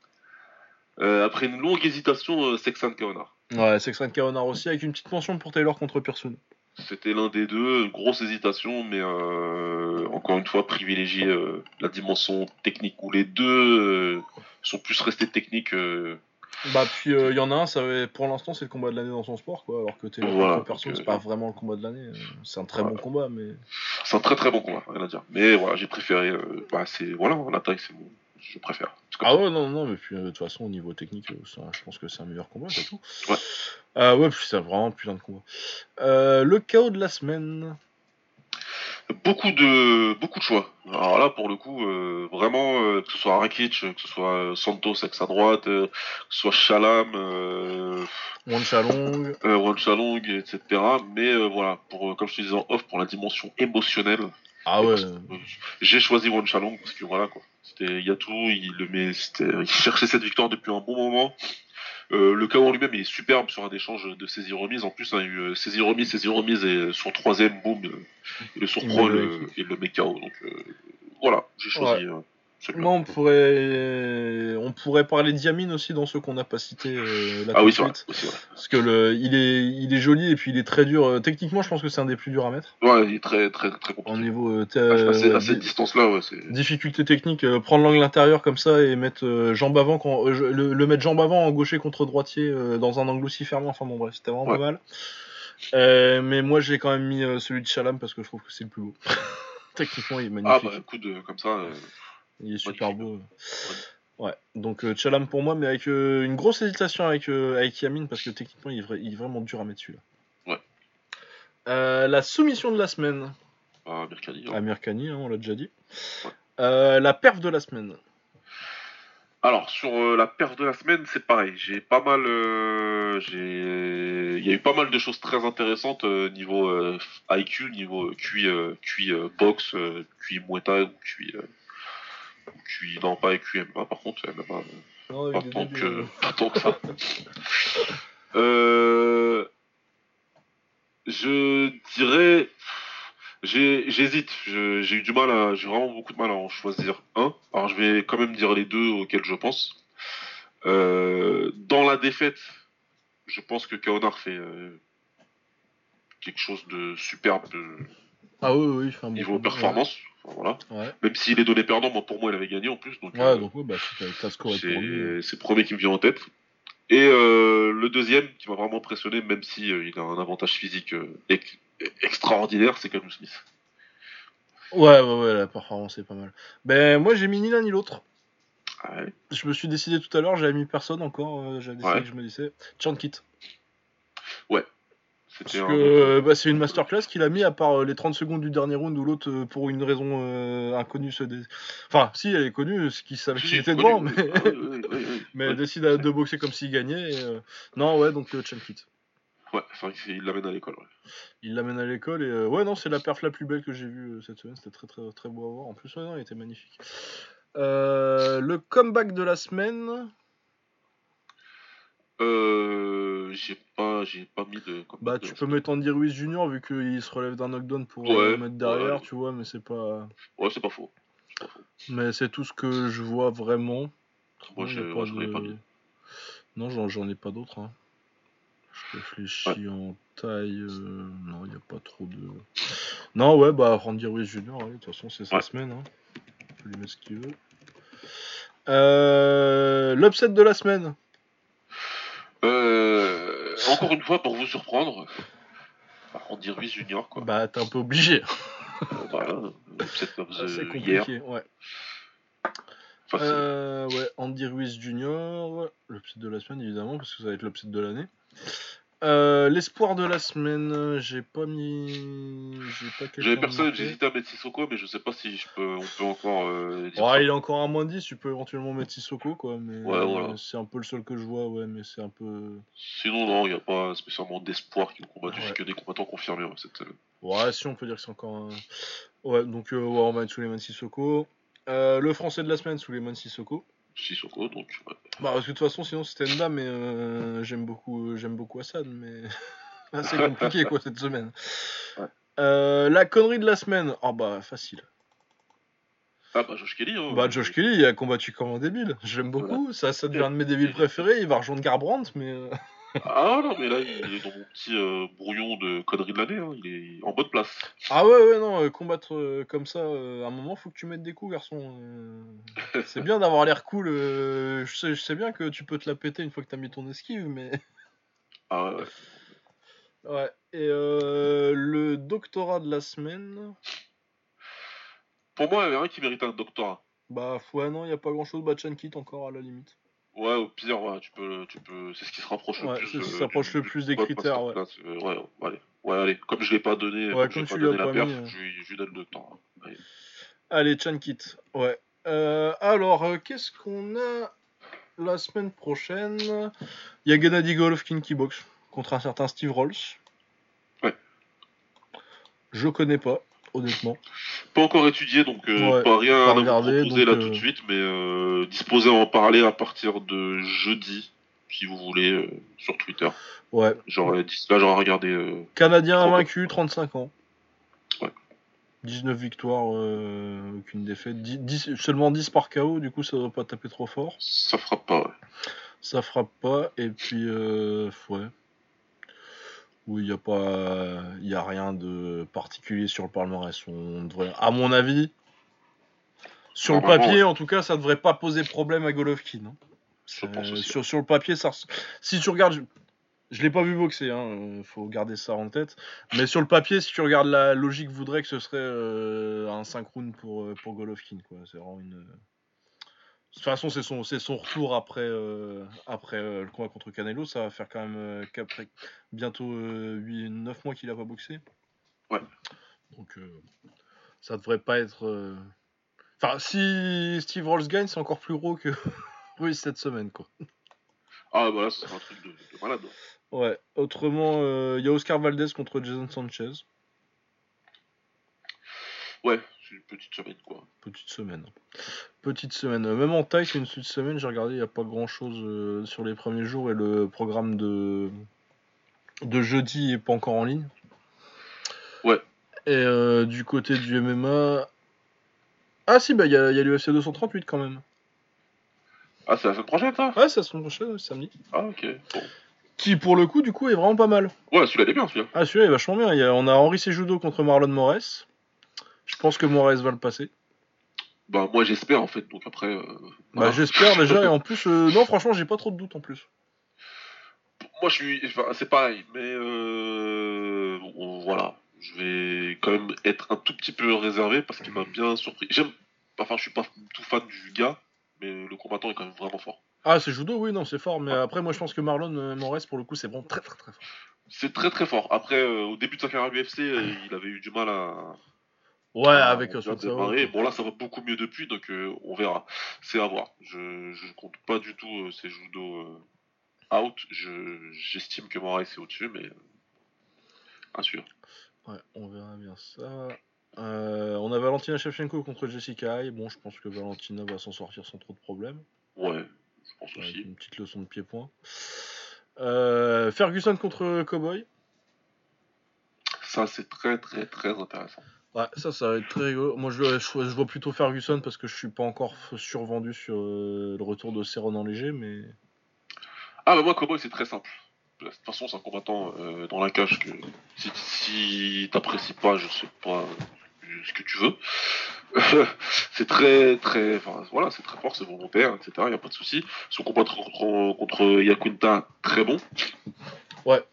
B: Après une longue hésitation, Sexan Kaonar.
A: Ouais, Sexton Kaonar aussi, avec une petite mention pour Taylor contre Pearson.
B: C'était l'un des deux, grosse hésitation, mais encore une fois privilégier la dimension technique, où les deux sont plus restés techniques.
A: Bah, puis il y en a un, pour l'instant, c'est le combat de l'année dans son sport, quoi. Alors que Taylor contre
B: Voilà, donc
A: Pearson, c'est pas vraiment le combat de l'année. C'est un très bon
B: voilà.
A: combat, mais.
B: C'est un très très bon combat, rien à dire. Mais voilà, j'ai préféré. C'est voilà, en attaque, c'est bon. Je préfère. C'est comme
A: Ah
B: ça.
A: ouais, non, mais puis de toute façon, au niveau technique, je pense que c'est un meilleur combat, c'est tout.
B: Ouais.
A: Ouais, puis c'est vraiment putain de combat. Le KO de la semaine.
B: Beaucoup de choix. Alors là, pour le coup, vraiment, que ce soit Rakic, que ce soit Santos avec sa droite, que ce soit Chalam,
A: Wan Chalong.
B: Wan Chalong, etc. Mais voilà, comme je te disais en off, pour la dimension émotionnelle,
A: Ah
B: et
A: ouais.
B: parce que, j'ai choisi Wan Chalong parce que voilà quoi. Il y a tout, il cherchait cette victoire depuis un bon moment. Le KO en lui-même il est superbe sur un échange de saisie-remise. En plus, on a eu saisie-remise et sur le troisième, boum, et le
A: Il met
B: surcroll
A: le kick.
B: et le met KO. Donc voilà, j'ai
A: Ouais.
B: choisi celui-là.
A: Moi, on pourrait parler d'Yamin aussi dans ceux qu'on n'a pas cités là
B: Ah
A: tout
B: oui,
A: de
B: c'est vrai,
A: suite.
B: aussi, ouais.
A: Parce que il est joli et puis il est très dur. Techniquement, je pense que c'est un des plus durs à mettre.
B: Ouais, il est très, très, très
A: En
B: compliqué.
A: niveau
B: À cette distance-là, ouais, c'est.
A: difficulté technique, prendre l'angle intérieur comme ça et mettre jambe avant, le mettre jambe avant en gaucher contre droitier dans un angle aussi fermé. Enfin bon, bref, c'était vraiment
B: Ouais.
A: pas mal. Mais moi, j'ai quand même mis celui de Chalam parce que je trouve que c'est le plus beau. Techniquement, il est
B: Ah
A: magnifique.
B: bah, coup de comme ça.
A: Il est super
B: Magnifique.
A: beau. Ouais, donc Chalam pour moi, mais avec une grosse hésitation avec Yamin parce que techniquement il est vraiment dur à mettre celui-là.
B: Ouais.
A: La soumission de la semaine.
B: Ah, Mercadi. Hein.
A: Amir Khani, hein, on l'a déjà dit.
B: Ouais.
A: La perf de la semaine.
B: Alors sur la perf de la semaine, c'est pareil. J'ai pas mal, il y a eu pas mal de choses très intéressantes niveau IQ, niveau QI boxe, QI Muay Thai ou QI, non pas QI MMA par contre, MMA,
A: Non, avec des débuts.
B: Pas tant que ça. Euh, je dirais. J'hésite. J'ai eu du mal à. J'ai vraiment beaucoup de mal à en choisir un. Alors je vais quand même dire les deux auxquels je pense. Dans la défaite, je pense que Kaonar fait quelque chose de superbe
A: Ah oui, il fait un bon
B: niveau
A: combat.
B: performance. Enfin, voilà.
A: Ouais.
B: Même s'il est donné perdant, moi, pour moi, il avait gagné en plus. Donc,
A: Donc ouais, bah t'as scoré pour lui.
B: c'est le premier qui me vient en tête. Et le deuxième qui m'a vraiment impressionné, même si il a un avantage physique extraordinaire, c'est Callum Smith.
A: Ouais, la performance est pas mal. Ben moi j'ai mis ni l'un ni l'autre.
B: Ouais.
A: Je me suis décidé tout à l'heure, j'avais mis personne encore, j'avais décidé que je me disais Chankit.
B: Ouais.
A: Parce que c'est une masterclass qu'il a mis à part les 30 secondes du dernier round où l'autre, pour une raison inconnue, enfin, si, elle est connue, ce qu'il savait qu'il était devant, mais, mais décide de boxer comme s'il gagnait. Non, ouais, donc Chankit.
B: Ouais, enfin, il l'amène à l'école. Ouais.
A: Il l'amène à l'école et ouais, non, c'est la perf la plus belle que j'ai vue cette semaine. C'était très, très, très beau à voir. En plus, ouais, non, il était magnifique. Le comeback de la semaine.
B: J'ai pas mis de.
A: Bah, tu peux mettre Andy Ruiz Junior vu qu'il se relève d'un knockdown pour mettre derrière, tu vois, mais c'est pas.
B: Ouais, c'est pas faux.
A: Mais c'est tout ce que je vois vraiment.
B: Moi, j'en ai pas mis.
A: Non, j'en ai pas d'autres. Hein. Je réfléchis en taille. Non, il n'y a pas trop de. Non, ouais, bah, Andy Ruiz Junior, de toute façon, c'est sa semaine. Hein. Il peut lui mettre ce qu'il veut. L'upset de la semaine.
B: Encore une fois, pour vous surprendre, Andy Ruiz Junior, quoi.
A: Bah, t'es un peu obligé.
B: Voilà, l'upset of
A: C'est
B: the
A: compliqué,
B: year.
A: ouais.
B: Facile.
A: Ouais, Andy Ruiz Junior, l'upset de la semaine évidemment, parce que ça va être l'upset de l'année. L'espoir de la semaine, j'ai pas mis. J'ai pas quelqu'un.
B: J'avais personne, j'hésitais à mettre Sissoko, mais je sais pas si on peut encore dire
A: ouais,
B: ça.
A: il est encore à moins 10, tu peux éventuellement mettre Sissoko, quoi, mais
B: Ouais, voilà.
A: c'est un peu le seul que je vois, ouais, mais c'est un peu.
B: Sinon, non, il n'y a pas spécialement d'espoir qui ont combattu,
A: Ouais.
B: c'est que des combattants confirmés cette semaine.
A: Ouais, si on peut dire que c'est encore un. Ouais, donc on va mettre Souleymane Sissoko. Le français de la semaine, Souleymane Sissoko.
B: Sissoko, donc. Ouais.
A: Bah, parce que de toute façon, sinon c'était Nda, mais j'aime beaucoup Hassan, mais c'est compliqué quoi cette semaine.
B: Ouais.
A: La connerie de la semaine, oh bah facile.
B: Ah bah Josh Kelly, hein.
A: Bah Josh Kelly, il a combattu comme un débile. J'aime beaucoup, ça devient un de mes débiles préférés. Il va rejoindre Garbrandt, mais.
B: Ah non, mais là, il est dans mon petit brouillon de conneries de l'année, hein. Il est en bonne place.
A: Ah ouais, non, combattre comme ça, à un moment, faut que tu mettes des coups, garçon. C'est bien d'avoir l'air cool. Je sais bien que tu peux te la péter une fois que t'as mis ton esquive, mais.
B: Ah ouais.
A: Ouais. Et le doctorat de la semaine.
B: Pour moi, il y avait un qui méritait un doctorat.
A: Bah, ouais, non, il a pas grand chose. Bah, Chankit encore à la limite.
B: Ouais, au pire, ouais, tu peux, c'est ce qui se rapproche le plus.
A: C'est ce qui s'approche le plus des critères, ouais.
B: Allez, comme je l'ai pas donné,
A: Ouais,
B: comme
A: comme
B: j'ai
A: tu
B: pas donné
A: l'as
B: la
A: pas
B: perf,
A: mis.
B: je lui donne le temps.
A: Allez, Chankit, ouais. Alors, qu'est-ce qu'on a la semaine prochaine? Il y a Gennady Golovkin qui boxe contre un certain Steve Rolls.
B: Ouais.
A: Je connais pas, honnêtement.
B: Pas encore étudié, donc pas rien à vous proposer là tout de suite, mais disposé à en parler à partir de jeudi, si vous voulez, sur Twitter.
A: Ouais.
B: J'aurais regardé.
A: Canadien invaincu, 35 ans.
B: Ouais.
A: 19 victoires, aucune défaite. Seulement 10 par KO, du coup ça doit pas taper trop fort.
B: Ça frappe pas, ouais.
A: Ça frappe pas, et puis ouais. Oui, il y a rien de particulier sur le palmarès. On devrait, à mon avis, sur le papier, en tout cas, ça devrait pas poser problème à Golovkin. Hein.
B: Je pense aussi.
A: Sur le papier, si tu regardes, je l'ai pas vu boxer, faut garder ça en tête. Mais sur le papier, si tu regardes, la logique voudrait que ce serait un 5 rounds pour Golovkin, quoi. C'est vraiment une. De toute façon, c'est son retour après le combat contre Canelo. Ça va faire quand même bientôt 9 mois qu'il a pas boxé.
B: Ouais.
A: Donc ça devrait pas être. Enfin, si Steve Rolls gagne, c'est encore plus gros que Ruiz cette semaine, quoi.
B: Ah bah là, c'est un truc de malade.
A: Ouais. Autrement, il y a Oscar Valdez contre Jason Sanchez.
B: Ouais, c'est une petite semaine, quoi.
A: Petite semaine. Même en taille, c'est une petite semaine. J'ai regardé, il n'y a pas grand chose sur les premiers jours et le programme de jeudi est pas encore en ligne.
B: Ouais.
A: Et du côté du MMA. Ah si, bah il y a l'UFC 238 quand même.
B: Ah, c'est la semaine prochaine, ça?
A: Ouais, ça se prochaine, samedi.
B: Ah, ok. Bon.
A: Qui pour le coup, du coup, est vraiment pas mal.
B: Ouais, celui-là, il est bien, celui-là.
A: Ah, celui-là est vachement bien. On a Henry Cejudo contre Marlon Moraes. Je pense que Moraes va le passer.
B: Bah, moi, j'espère, en fait, donc après...
A: Bah
B: voilà.
A: j'espère déjà, et en plus, non, franchement, j'ai pas trop de doutes en plus.
B: Moi, enfin, c'est pareil, mais voilà. Je vais quand même être un tout petit peu réservé parce qu'il m'a bien surpris. Enfin, je suis pas tout fan du gars, mais le combattant est quand même vraiment fort.
A: Ah, c'est judo, oui, non, c'est fort. Mais
B: Ouais.
A: après, moi, je pense que Marlon Moraes, pour le coup, c'est vraiment très très très fort.
B: C'est très très fort. Après, au début de sa carrière à l'UFC, il avait eu du mal
A: Ouais,
B: à
A: avec
B: bien
A: Son Sao,
B: démarrer.
A: quoi.
B: Bon, là, ça va beaucoup mieux depuis, donc on verra. C'est à voir. Je compte pas du tout ces judo out. J'estime que Moraes est au-dessus, mais à suivre.
A: Ouais, on verra bien ça. On a Valentina Shevchenko contre Jessica Eye. Bon, je pense que Valentina va s'en sortir sans trop de problèmes.
B: Ouais, je pense
A: Avec
B: aussi.
A: une petite leçon de pied-point. Ferguson contre Cowboy.
B: Ça, c'est très très très intéressant.
A: Ouais, ça va être très rigolo. Moi, je vois plutôt Ferguson parce que je suis pas encore survendu sur le retour de Cerrone en léger, mais.
B: Ah, bah moi, Cowboy, c'est très simple. De toute façon, c'est un combattant dans la cage que si t'apprécies pas, je sais pas ce que tu veux. C'est très, très, enfin, voilà, c'est très fort, c'est volontaire, etc. Y a pas de souci. Son combat contre Yakunta, très bon.
A: Ouais.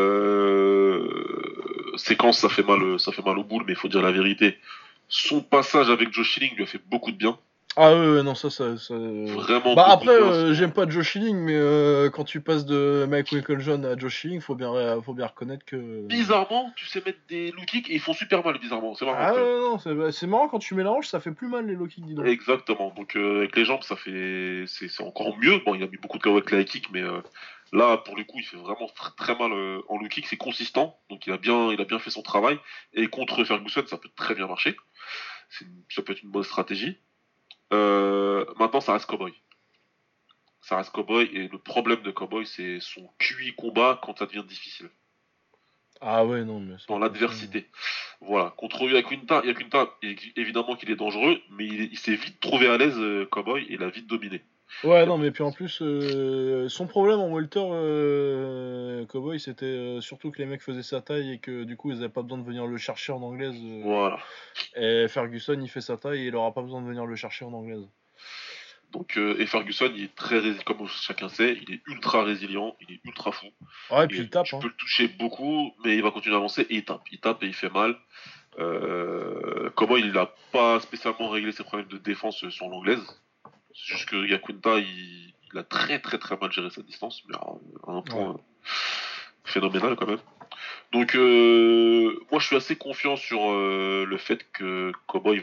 B: Séquence, ça fait mal au boule, mais il faut dire la vérité. Son passage avec Joe Schilling lui a fait beaucoup de bien.
A: Ah ouais, non, ça.
B: Vraiment
A: Bah
B: beaucoup
A: après,
B: de bien.
A: j'aime pas Joe Schilling, mais quand tu passes de Mike Winklejohn à Joe Schilling, faut bien reconnaître que.
B: Bizarrement, tu sais mettre des low kicks et ils font super mal, bizarrement. C'est marrant
A: Ah
B: quand même.
A: ouais, non, c'est marrant quand tu mélanges, ça fait plus mal les low kicks, dis donc.
B: Exactement. Donc avec les jambes, c'est encore mieux. Bon, il a mis beaucoup de KO avec la high kick, mais là, pour le coup, il fait vraiment très mal en low kick. C'est consistant, donc il a bien fait son travail. Et contre Ferguson, ça peut très bien marcher. Ça peut être une bonne stratégie. Maintenant, ça reste Cowboy. Ça reste Cowboy, et le problème de Cowboy, c'est son QI combat quand ça devient difficile.
A: Ah ouais, non, mais ça,
B: Dans
A: de toute façon.
B: l'adversité. Voilà. Contre Yakunta, évidemment qu'il est dangereux, mais il s'est vite trouvé à l'aise, Cowboy, et il a vite dominé.
A: Ouais,
B: Y a
A: non,
B: pas-
A: mais puis en plus, son problème en welter, Cowboy, c'était surtout que les mecs faisaient sa taille et que du coup, ils avaient pas besoin de venir le chercher en anglaise.
B: Voilà.
A: Et Ferguson, il fait sa taille et il aura pas besoin de venir le chercher en anglaise.
B: Donc, et Ferguson, il est très résilient, comme chacun sait, il est ultra résilient, il est ultra fou.
A: Ouais, et puis
B: Et
A: il tape,
B: tu
A: hein.
B: peux le toucher beaucoup, mais il va continuer à avancer et il tape. Il tape et il fait mal. Comment il n'a pas spécialement réglé ses problèmes de défense sur l'anglaise. C'est juste que Yakunta, il a très très très mal géré sa distance, mais à un point
A: Ouais.
B: phénoménal quand même. Donc, moi je suis assez confiant sur le fait que Cowboy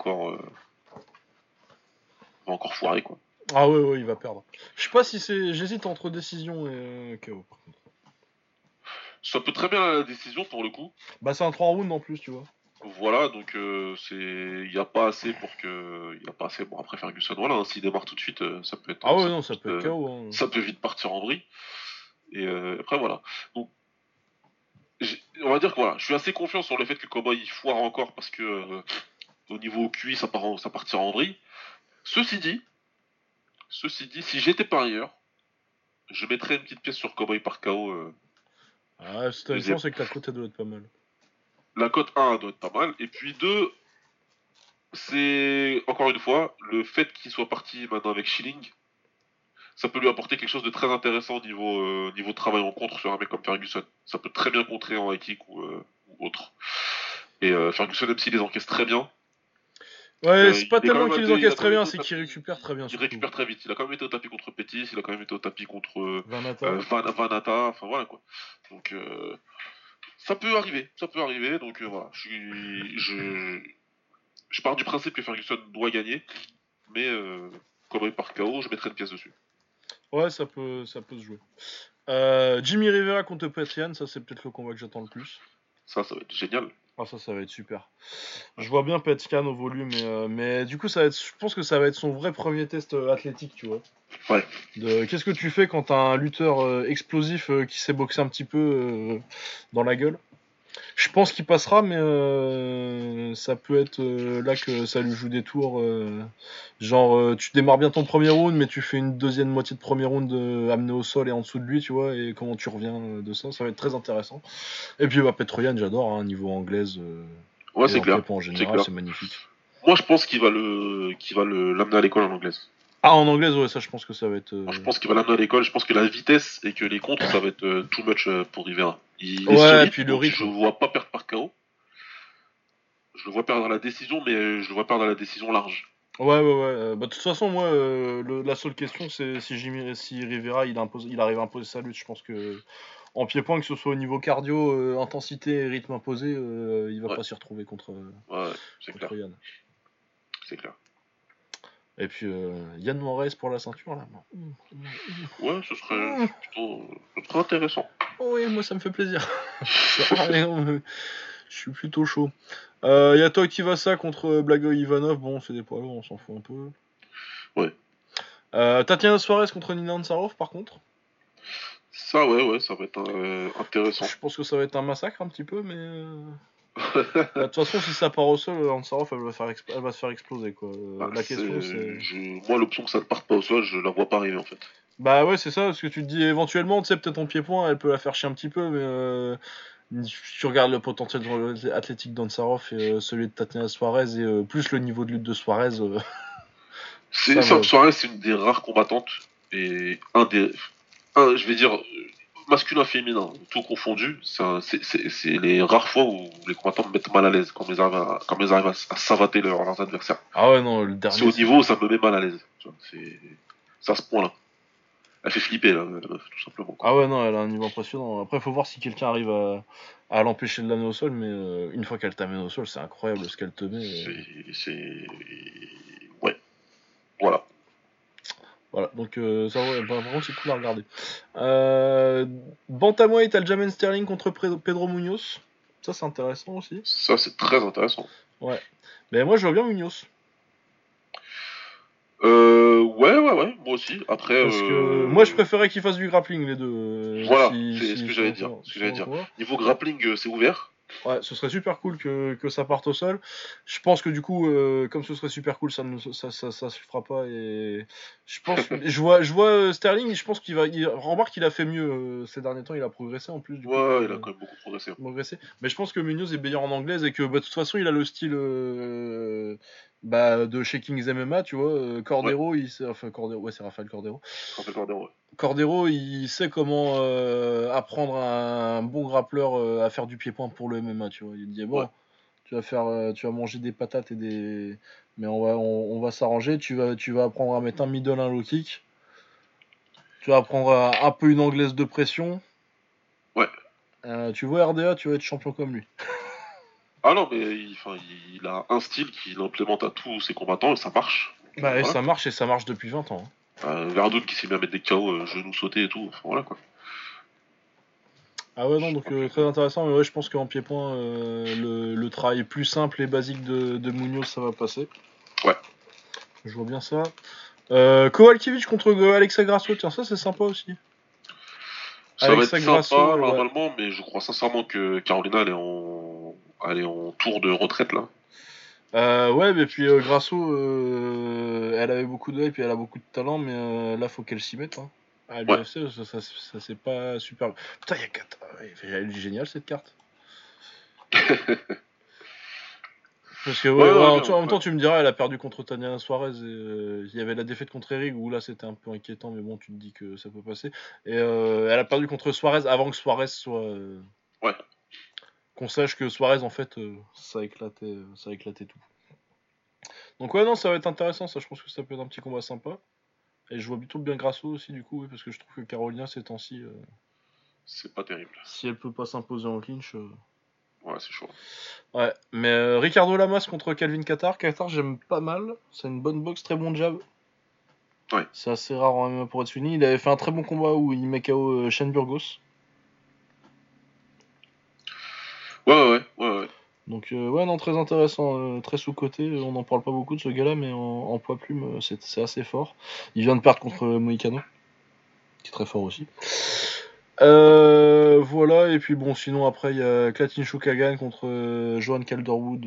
B: va encore foirer, quoi.
A: Ah ouais, ouais, il va perdre. Je sais pas si c'est. J'hésite entre décision et KO.
B: Ça peut très bien aller à la décision pour le coup.
A: Bah, c'est un 3 rounds en plus, tu vois.
B: Voilà, donc il n'y a pas assez pour que, il y a pas assez. Bon après Ferguson, voilà, hein, s'il démarre tout de suite,
A: Ah ouais, non, ça peut être KO, hein.
B: ça peut vite partir en vrille. Et après voilà. Donc on va dire que voilà, je suis assez confiant sur le fait que Cowboy il foire encore parce que au niveau QI ça partira en vrille. Ceci dit, si j'étais parieur, je mettrais une petite pièce sur Cowboy par KO
A: Ah, si t'as une
B: deuxième.
A: chance, c'est que la cote, elle doit être pas mal.
B: La cote 1 doit être pas mal. Et puis 2, c'est encore une fois le fait qu'il soit parti maintenant avec Schilling, ça peut lui apporter quelque chose de très intéressant niveau travail en contre sur un mec comme Ferguson. Ça peut très bien contrer en high kick ou autre. Et Ferguson, même s'il les encaisse très bien,
A: Ouais, c'est pas
B: il est quand
A: tellement
B: même
A: qu'il les
B: été, il a
A: encaisse
B: quand
A: très
B: même
A: bien,
B: été au
A: c'est qu'il
B: tapis.
A: récupère très bien,
B: Il
A: surtout.
B: récupère très vite. Il a quand même été au tapis contre Pettis, il a quand même été au tapis contre
A: Vanata.
B: Vanata, enfin voilà quoi. Donc ça peut arriver. Donc voilà, je pars du principe que Ferguson doit gagner, mais comme il par KO, je mettrai une pièce dessus.
A: Ouais, ça peut se jouer. Jimmy Rivera contre Petrian, ça c'est peut-être le combat que j'attends le plus.
B: Ça va être génial.
A: Ah, ça va être super. Je vois bien Petchkan au volume, mais du coup, je pense que ça va être son vrai premier test athlétique, tu vois.
B: Ouais.
A: Qu'est-ce que tu fais quand t'as un lutteur explosif qui s'est boxé un petit peu dans la gueule? Je pense qu'il passera, mais ça peut être là que ça lui joue des tours. Genre, tu démarres bien ton premier round, mais tu fais une deuxième moitié de premier round amené au sol et en dessous de lui, tu vois, et comment tu reviens de ça, ça va être très intéressant. Et puis, Petroyan, j'adore, hein, niveau anglaise
B: Ouais,
A: et
B: c'est
A: en
B: clair.
A: pied-point en
B: C'est
A: général,
B: clair.
A: c'est magnifique.
B: Moi, je pense l'amener à l'école en anglaise.
A: Ah, en anglaise, ouais, ça, je pense que ça va être.
B: Je pense qu'il va l'amener à l'école. Je pense que la vitesse et que les contres, ça va être too much pour Rivera. Il est
A: Ouais,
B: solide,
A: puis le
B: donc je
A: rythme.
B: ne vois pas perdre par KO. Je le vois perdre la décision, mais je le vois perdre la décision large.
A: Ouais, ouais, ouais. De toute façon, moi, la seule question, c'est si Rivera il arrive à imposer sa lutte. Je pense que en pied-point, que ce soit au niveau cardio, intensité et rythme imposé, il va
B: Ouais,
A: pas s'y retrouver
B: ouais, c'est clair.
A: contre Yann.
B: C'est clair.
A: Et puis Yann Moraes pour la ceinture là.
B: Ouais, ce serait intéressant.
A: Oh oui, moi ça me fait plaisir. Je suis plutôt chaud. Il y a Toy Tivasa contre Blago Ivanov. Bon, c'est des poids lourds, on s'en fout un peu.
B: Ouais.
A: Tatiana Suarez contre Nina Ansarov, par contre.
B: Ça, ouais, ça va être intéressant.
A: Je pense que ça va être un massacre un petit peu, mais. De toute façon, si ça part au sol, Ansarov, elle va se faire exploser, quoi.
B: Bah,
A: La question, c'est.
B: Moi, l'option que ça ne parte pas au sol, je la vois pas arriver en fait.
A: Bah ouais, c'est ça, parce que tu te dis éventuellement, tu sais, peut-être en pied-point, elle peut la faire chier un petit peu, mais tu regardes le potentiel athlétique d'Ansarov et celui de Tatiana Suarez, et plus le niveau de lutte de Suarez, ça va.
B: Suarez, c'est une des rares combattantes et je vais dire, masculin-féminin, tout confondu, c'est les rares fois où les combattants me mettent mal à l'aise quand ils arrivent à savater leurs adversaires.
A: Ah ouais, non, le
B: C'est
A: dernier,
B: au
A: c'était.
B: niveau, ça me met mal à l'aise. Tu vois, c'est à ce point-là. Elle fait flipper, là, tout simplement. Quoi.
A: Ah ouais, non, elle a un niveau impressionnant. Après, faut voir si quelqu'un arrive à l'empêcher de l'amener au sol, mais une fois qu'elle t'amène au sol, c'est incroyable ce qu'elle te met.
B: Ouais, voilà.
A: Voilà, donc ça, ouais, par contre, c'est cool à regarder. Bantamweight, Aljamain Sterling contre Pedro Munoz. Ça, c'est intéressant aussi.
B: Ça, c'est très intéressant.
A: Ouais. Mais moi, je vois bien Munoz.
B: Ouais, moi aussi. Après,
A: Parce que moi, je préférais qu'ils fassent du grappling, les deux.
B: voilà,
A: Si,
B: c'est ce
A: si,
B: que
A: si
B: j'allais
A: on,
B: dire.
A: si on combat.
B: Niveau grappling, c'est ouvert.
A: Ouais, ce serait super cool que ça parte au sol. Je pense que du coup, comme ce serait super cool, ça se fera pas. Et je pense, je vois Sterling. Je pense remarque qu'il a fait mieux ces derniers temps. Il a progressé en plus du coup.
B: Ouais, il a quand même beaucoup progressé.
A: Mais je pense que Munoz est meilleur en anglaise et que de toute façon, il a le style de chez Kings MMA, tu vois.
B: Ouais,
A: Cordero, enfin Cordero, ouais, c'est Rafael Cordero.
B: Rafael Cordero, ouais.
A: Cordero, il sait comment apprendre à un bon grappleur à faire du pied-point pour le MMA, tu vois. Il dit
B: Ouais.
A: bon, tu vas manger des patates et des, mais on va s'arranger. Tu vas apprendre à mettre un middle, un low kick. Tu vas apprendre un peu une anglaise de pression.
B: Ouais.
A: Tu vois RDA, tu vas être champion comme lui.
B: Ah non, mais il a un style qu'il implémente à tous ses combattants et ça marche. Donc,
A: Bah, et
B: voilà.
A: ça marche depuis 20 ans.
B: Verdun qui s'est mis à mettre des KO, genoux sautés et tout. Enfin, voilà quoi.
A: Ah ouais, non, donc très intéressant, mais ouais, je pense qu'en pied-point, le travail plus simple et basique de Munoz, ça va passer.
B: Ouais.
A: Je vois bien ça. Kowalkiewicz contre Alexa Grasso, tiens, ça c'est sympa aussi.
B: Ça va être
A: Alexa Grasso,
B: sympa
A: ouais.
B: normalement, mais je crois sincèrement que Carolina elle est en tour de retraite là.
A: Ouais, mais puis Grasso, elle avait beaucoup de hype et elle a beaucoup de talent, mais là, faut qu'elle s'y mette. Hein. À
B: Ouais.
A: l'UFC, ça c'est pas super. Putain, il y a 4. Elle est géniale cette carte. Parce que, ouais,
B: Ouais, non,
A: ouais,
B: bien,
A: en même
B: ouais.
A: temps, tu me diras, elle a perdu contre Tatiana Suarez. Et il y avait la défaite contre Eric où là c'était un peu inquiétant, mais bon, tu te dis que ça peut passer. Et elle a perdu contre Suarez avant que Suarez soit.
B: Ouais.
A: Qu'on sache que Suarez, en fait, ça a éclaté tout. Donc, ouais, non, ça va être intéressant, ça. Je pense que ça peut être un petit combat sympa. Et je vois plutôt bien Grasso aussi, du coup, oui, parce que je trouve que Carolina, ces temps-ci,
B: C'est pas terrible.
A: si elle peut pas s'imposer en clinch.
B: Ouais, c'est chaud.
A: Ouais, mais Ricardo Lamas contre Calvin Qatar. Qatar, j'aime pas mal. C'est une bonne boxe, très bon jab.
B: Ouais.
A: C'est assez rare en MMA pour être fini. Il avait fait un très bon combat où il met KO Shane Burgos.
B: Ouais.
A: Donc ouais, non, très intéressant, très sous-coté. On n'en parle pas beaucoup de ce gars-là, mais en poids plume, c'est assez fort. Il vient de perdre contre Moïcano, qui est très fort aussi. Voilà, et puis bon, sinon après, il y a Klatin Shukagan contre Johan Calderwood.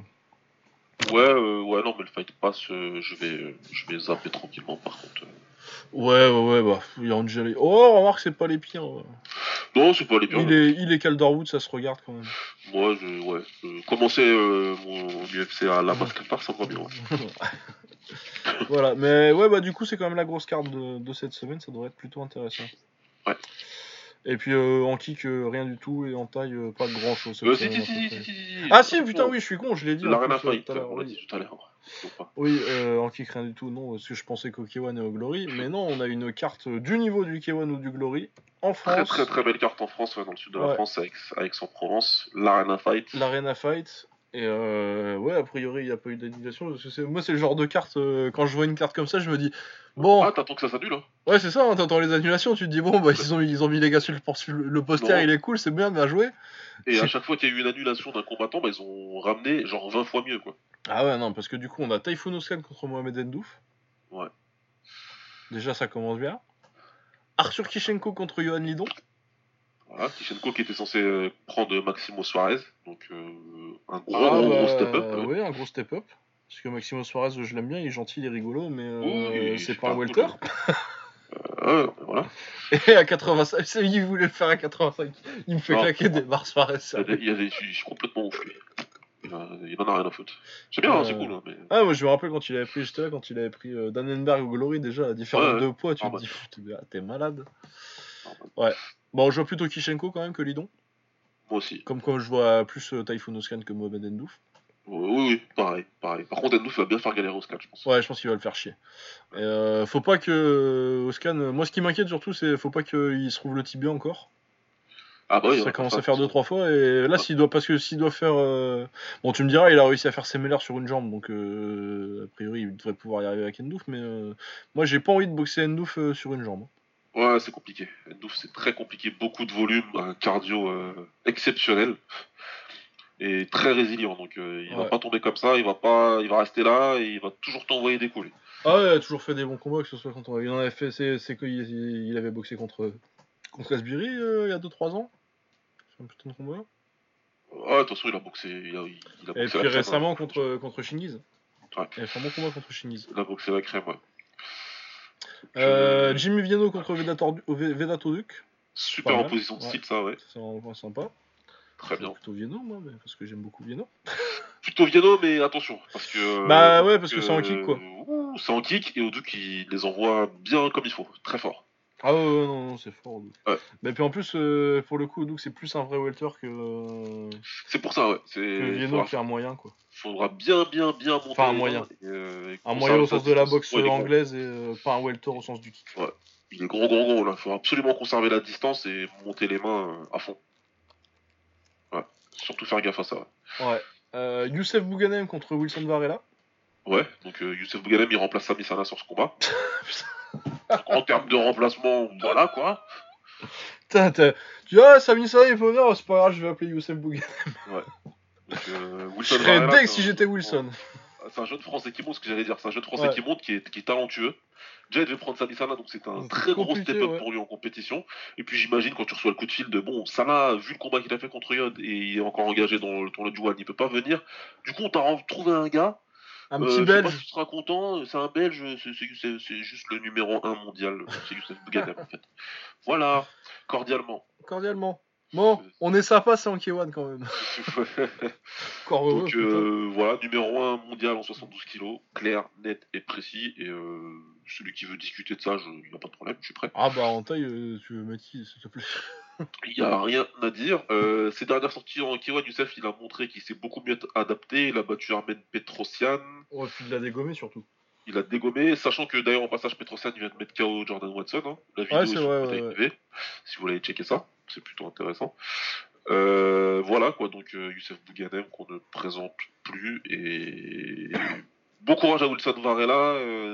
B: Ouais, non, mais le Fight Pass, je vais zapper tranquillement par contre.
A: Ouais, bah, il y a Angeli. Oh, remarque, c'est pas les pires.
B: Non, c'est pas les pires,
A: Il est Calderwood, ça se regarde quand même.
B: Moi, commencer mon UFC à la Mastercard, ça me va bien.
A: Voilà, mais ouais, bah du coup, c'est quand même la grosse carte de cette semaine, ça devrait être plutôt intéressant.
B: Ouais.
A: Et puis en kick, rien du tout, et en taille, pas grand chose cette semaine.
B: Si.
A: Ah si, putain, oui, je suis con, je l'ai dit en
B: L'Arena
A: plus
B: Fight,
A: tout à l'heure.
B: on l'a
A: Oui,
B: dit tout à l'heure.
A: oui en kick, rien du tout, non, parce que je pensais qu'au K1 et au Glory, mais non, on a une carte du niveau du K1 ou du Glory en
B: Très
A: France.
B: belle carte en France, ouais, dans le sud de la
A: Ouais,
B: France, avec Aix-en-Provence, l'Arena Fight.
A: l'Arena Fight. Et ouais, a priori, il n'y a pas eu d'annulation. Parce que moi, c'est le genre de carte, quand je vois une carte comme ça, je me dis, bon,
B: Ah, t'attends que ça s'annule, hein?
A: ouais, c'est ça, hein, t'entends les annulations, tu te dis, bon, bah, ils ont mis les gars sur le poster,
B: Non.
A: il est cool, c'est bien joué.
B: Et à chaque fois qu'il y a eu une annulation d'un combattant, bah, ils ont ramené genre 20 fois mieux, quoi.
A: Ah ouais, non, parce que du coup, on a Typhoon Oskan contre Mohamed Ndouf.
B: Ouais.
A: Déjà, ça commence bien. Arthur Kishenko contre Johan Lidon.
B: Voilà, Tishenko qui était censé prendre Maximo Suarez, donc un
A: Ah
B: gros step-up.
A: bah,
B: Ouais.
A: oui, un gros step-up. Parce que Maximo Suarez, je l'aime bien, il est gentil, il est rigolo, mais
B: Oui,
A: c'est
B: c'est
A: pas un
B: pas
A: welter.
B: cool. Voilà.
A: Et à 85, il voulait le faire à 85. Il me fait
B: Non,
A: claquer des barres Suarez, sérieux.
B: je suis complètement ouf, lui. Il en a rien à foutre. C'est bien, hein, c'est cool, hein, mais...
A: Ah, moi je me rappelle quand il avait pris, j'étais là, quand il avait pris Dannenberg au Glory, déjà, la différence
B: Ouais,
A: de poids, tu te
B: normal,
A: dis, t'es malade.
B: normal.
A: Ouais. Bon, je vois plutôt Kishenko quand même que Lidon.
B: Moi aussi.
A: Comme quoi je vois plus Typhoon Oskan que Mohamed Ndouf.
B: Oui, pareil. Par contre, Endouf va bien faire galérer au scratch, je pense.
A: Ouais, je pense qu'il va le faire chier. Et, faut pas que Oskan. Moi, ce qui m'inquiète surtout, c'est faut pas qu'il se trouve le tibia encore.
B: Ah bah oui, il
A: Ça
B: va faire
A: commence
B: ça,
A: à
B: de
A: faire
B: toute
A: deux
B: façon.
A: trois fois. Et là,
B: Ouais.
A: parce que s'il doit faire. Bon, tu me diras, il a réussi à faire ses mêleurs sur une jambe. Donc, a priori, il devrait pouvoir y arriver avec Ndouf. Mais moi, j'ai pas envie de boxer Ndouf sur une jambe.
B: Ouais, c'est compliqué. Endouf, c'est très compliqué. Beaucoup de volume, un cardio exceptionnel et très résilient. Donc il va
A: Ouais.
B: pas tomber comme ça, il va rester là et il va toujours t'envoyer des coups.
A: Ah ouais, il a toujours fait des bons combats, que ce soit quand il en avait fait. C'est qu'il il avait boxé contre Asbiri il y a 2-3 ans. C'est un putain de combat.
B: Ouais, de toute façon, il a
A: Et
B: boxé la
A: puis
B: crème. Hein.
A: récemment contre Shingiz.
B: Ouais,
A: Il a fait un bon combat contre Shingiz.
B: il a boxé la crème, ouais. Donc,
A: Jimmy Vienno contre Vedato Duc. Pas
B: super en
A: mal.
B: position de
A: Ouais,
B: style, ça, ouais.
A: c'est vraiment sympa.
B: Très
A: C'est
B: bien.
A: plutôt Vienno, moi, parce que j'aime beaucoup Vienno.
B: Plutôt Vienno, mais attention, parce que
A: Bah ouais,
B: Ouduk,
A: parce que c'est en kick, quoi.
B: c'est en kick et Ouduk il les envoie bien comme il faut, très fort.
A: Ah ouais, non, c'est fort, Duc.
B: Ouais.
A: Mais puis en plus, pour le coup, Duc, c'est plus un vrai welter
B: C'est pour ça, ouais.
A: que Vienno qui est un moyen, quoi.
B: Faudra bien monter
A: Enfin, un
B: les mains
A: moyen.
B: et
A: Un moyen
B: conserver
A: au
B: sa
A: sens de la
B: distance.
A: boxe
B: Ouais, il est gros.
A: anglaise et pas un welter au sens du kick.
B: Ouais. Il est gros là. Faut absolument conserver la distance et monter les mains à fond. Ouais. Surtout faire gaffe à ça. Ouais.
A: Ouais. Youssef Bouganem contre Wilson Varela.
B: Ouais. Donc Youssef Bouganem il remplace Sami Sana sur ce combat. En termes de remplacement, voilà quoi.
A: Putain, tu vois, Sami Sana, il faut venir, c'est pas grave, je vais appeler Youssef Bouganem.
B: Ouais. Donc
A: Je
B: Wilson
A: serais
B: Varela,
A: deg si j'étais Wilson.
B: c'est un jeune français qui monte, ce que j'allais dire. C'est un jeune français
A: Ouais.
B: qui monte, qui est talentueux. Déjà, il devait prendre Sami Sana, donc c'est un
A: C'est
B: très gros
A: compliqué,
B: step-up
A: ouais.
B: pour lui en compétition. Et puis j'imagine quand tu reçois le coup de fil de bon, Sana, vu le combat qu'il a fait contre Yod et il est encore engagé dans le tournoi du One, il peut pas venir. Du coup, on t'a trouvé un gars.
A: Un petit
B: Je sais pas si
A: belge.
B: tu seras content, c'est un Belge, c'est juste le numéro 1 mondial, c'est Youssef Bouganem en fait. Voilà, cordialement.
A: Cordialement. Bon, on est sympa, c'est en K1 quand même. Encore heureux,
B: Donc
A: putain.
B: voilà, numéro 1 mondial en 72 kilos, clair, net et précis. Et celui qui veut discuter de ça, il n'y a pas de problème, je suis prêt.
A: Ah bah en taille, tu veux mettre qui, s'il te plaît.
B: Il n'y a rien à dire. Ces dernières sorties en K1, Youssef, il a montré qu'il s'est beaucoup mieux adapté. Il a battu Armen Petrosian.
A: Ouais, puis de la dégommer surtout.
B: Il a dégommé, sachant que d'ailleurs en passage Petrosian il vient de mettre KO Jordan Watson. Hein. La
A: Ouais,
B: vidéo est
A: c'est
B: sur
A: vrai,
B: le
A: ouais.
B: TV, si vous voulez checker ça, c'est plutôt intéressant. Voilà quoi, donc Youssef Bouganem qu'on ne présente plus et bon courage à Wilson Varela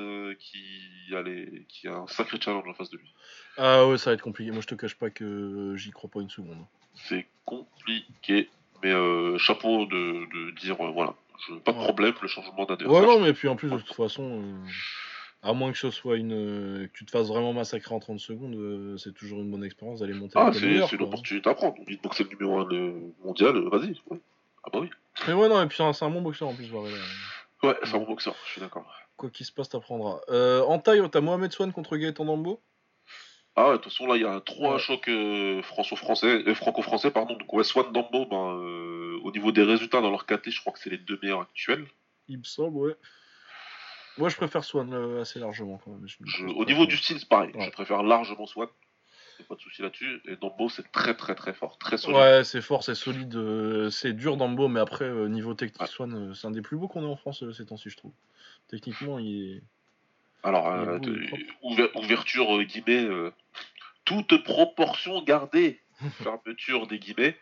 B: qui a un sacré challenge en face de lui.
A: Ah ouais, ça va être compliqué. Moi, je te cache pas que j'y crois pas une seconde.
B: C'est compliqué. Mais chapeau de dire, voilà, pas de
A: Ouais.
B: problème, le changement
A: Ouais,
B: d'adversaire.
A: non, mais puis en plus, de toute façon, à moins que ce soit que tu te fasses vraiment massacrer en 30 secondes, c'est toujours une bonne expérience d'aller monter
B: Ah,
A: avec les
B: c'est
A: meilleurs,
B: une
A: quoi.
B: opportunité à prendre. On dit de boxer le numéro 1 mondial, vas-y. Ouais. Ah bah oui.
A: Mais ouais, non, et puis c'est un bon boxeur en plus, Varela.
B: Ouais, c'est un bon boxeur, je suis d'accord.
A: Quoi qu'il se passe, t'apprendras. En taille, t'as Mohamed Swan contre Gaëtan Dambo.
B: Ah, de toute façon, là, il y a trois
A: Ouais.
B: chocs franco-français, pardon. Donc, ouais, Swan Dambo, au niveau des résultats dans leur KT, je crois que c'est les deux meilleurs actuels.
A: Il me semble, ouais. Moi, je préfère Swan assez largement quand même.
B: Au niveau du style, c'est pareil.
A: Ouais.
B: Je préfère largement Swan. Y'a pas de souci là-dessus. Et Dambo, c'est très très très fort, très solide.
A: Ouais, c'est fort, c'est solide, c'est dur Dambo, mais après, niveau technique,
B: Ouais.
A: Swan, c'est un des plus beaux qu'on ait en France ces temps-ci, je trouve. Techniquement, il est
B: Alors,
A: beau, il est propre.
B: ouverture guillemets, toute proportion gardée. Fermeture des guillemets.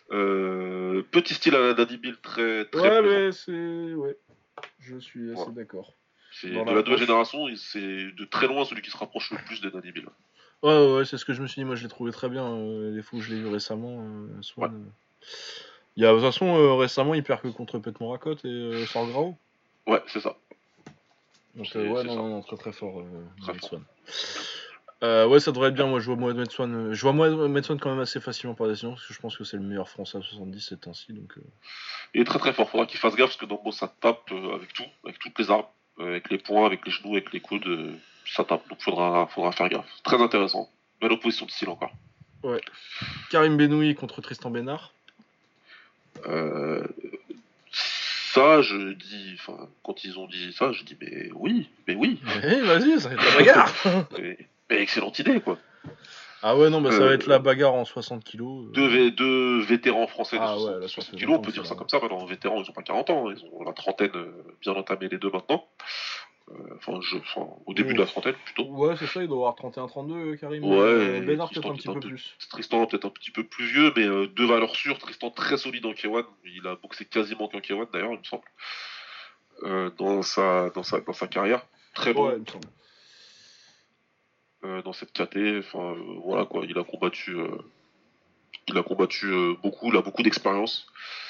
B: Petit style à la Danny Bill, très très
A: Ouais,
B: plaisant.
A: mais c'est. Ouais, je suis assez
B: Voilà.
A: d'accord.
B: C'est
A: Dans
B: de la nouvelle
A: l'approche.
B: génération, c'est de très loin celui qui se rapproche le plus de Danny Bill.
A: Ouais, c'est ce que je me suis dit. Moi, je l'ai trouvé très bien. Les fois où je l'ai vu récemment,
B: Ouais.
A: Swan. De toute façon, récemment, il perd que contre Pet Morakot et Sorgrao.
B: Ouais, c'est ça.
A: Donc,
B: C'est ça.
A: non, très très fort,
B: Très
A: Mohamed
B: fort.
A: Swan. Ouais, ça devrait être bien. Moi, je vois Mohamed Swan. Je vois Mohamed Swan quand même assez facilement par décision parce que je pense que c'est le meilleur français à 70 ces temps-ci. Donc,
B: Il est très très fort. Faudra qu'il fasse gaffe parce que Dambo ça tape avec tout, avec toutes les armes, avec les poings, avec les genoux, avec les coudes, ça tape. Donc faudra faire gaffe. Très intéressant. Belle opposition de style encore.
A: ouais. Karim Benoui contre Tristan Bénard.
B: Euh, Ça, je dis, enfin, quand ils ont dit ça, je dis, mais oui, mais oui.
A: Mais vas-y, ça va être la bagarre.
B: mais excellente idée, quoi.
A: Ah ouais, non, bah ça va être la
B: Euh,
A: bagarre en 60 kilos.
B: deux vétérans français de
A: Ah ouais, là, ça
B: 60
A: fait
B: kilos, on
A: longtemps que
B: peut
A: c'est
B: dire
A: là.
B: ça comme ça. Maintenant, vétérans, ils ont pas 40 ans, ils ont la trentaine bien entamée les deux maintenant. Au début de la trentaine plutôt.
A: Ouais, c'est ça, il doit avoir 31-32, Karim.
B: Ouais, et
A: Bénard, peut-être
B: Tristan
A: un
B: qui
A: petit
B: est
A: peu plus.
B: Tristan peut-être un petit peu plus vieux, mais deux valeurs sûres. Tristan très solide en K1, il a boxé quasiment qu'en K1 d'ailleurs, il me semble, dans sa carrière. Très
A: Ouais,
B: bon
A: il me semble.
B: dans cette KT. Enfin, voilà quoi, il a combattu beaucoup, il a beaucoup d'expérience.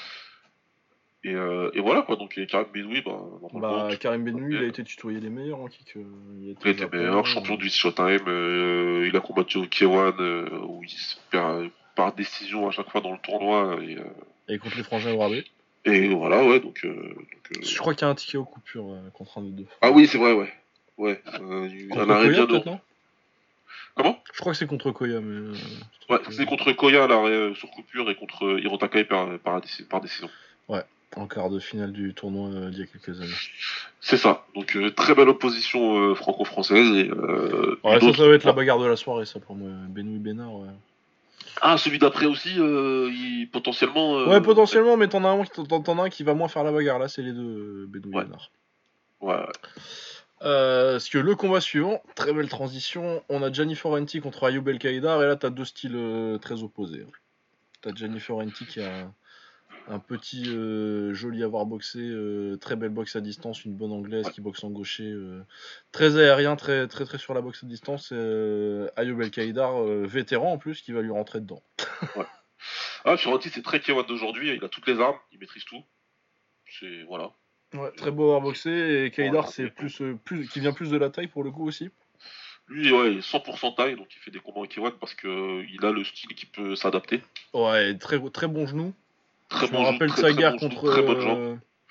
B: Et voilà quoi, donc Karim Benoui, normalement,
A: Bah, Karim Benoui, il a
B: bien.
A: été tutoyé les meilleurs en kick. Il a été
B: Il
A: au
B: était meilleur,
A: Japon.
B: champion du Showtime, il a combattu au K1 où il se perd par décision à chaque fois dans le tournoi.
A: Et contre les frangins Warabé.
B: Et voilà, ouais, donc,
A: Je crois qu'il y a un ticket aux coupures contre un des deux.
B: Ah oui, c'est vrai, ouais. Ouais, un
A: Contre
B: arrêt
A: Koya,
B: bien
A: peut-être,
B: lourd.
A: non?
B: Comment?
A: Je crois que c'est contre Koya, mais.
B: Ouais, c'est contre Koya, l'arrêt sur coupure, et contre Hirotakai par décision.
A: Ouais, en quart de finale du tournoi d'il y a quelques années.
B: C'est ça, donc très belle opposition franco-française, et
A: Ouais,
B: une autre...
A: ça va être la bagarre de la soirée, ça, pour moi. Benoui Bénard, ouais.
B: Ah, celui d'après aussi, potentiellement...
A: Ouais, potentiellement, mais t'en as un qui va moins faire la bagarre. Là, c'est les deux, Benoît
B: Ouais,
A: Bénard.
B: ouais.
A: Parce que le combat suivant, très belle transition, on a Gianni Forenti contre Ayoub El Kaïdar, et là, t'as deux styles très opposés. T'as Gianni Forenti qui a un petit joli avoir boxé, très belle boxe à distance, une bonne anglaise
B: Ouais.
A: qui boxe en gaucher, très aérien, très, très très sur la boxe à distance. Ayoub El Kaïdar, vétéran en plus, qui va lui rentrer dedans.
B: Ouais. Ah, Fiorentin, c'est très K1 d'aujourd'hui, il a toutes les armes, il maîtrise tout. C'est... Voilà.
A: Ouais, très beau avoir boxé, et Kaïdar,
B: Regarder,
A: c'est qui vient plus de la taille pour le coup aussi.
B: Lui, ouais, il est 100% taille, donc il fait des combats en K1 parce que il a le style qui peut s'adapter.
A: Ouais, très, très bon genou.
B: Très
A: Je me
B: bon genou,
A: rappelle de
B: très
A: sa
B: très
A: guerre
B: bon genou, très bonne jambe.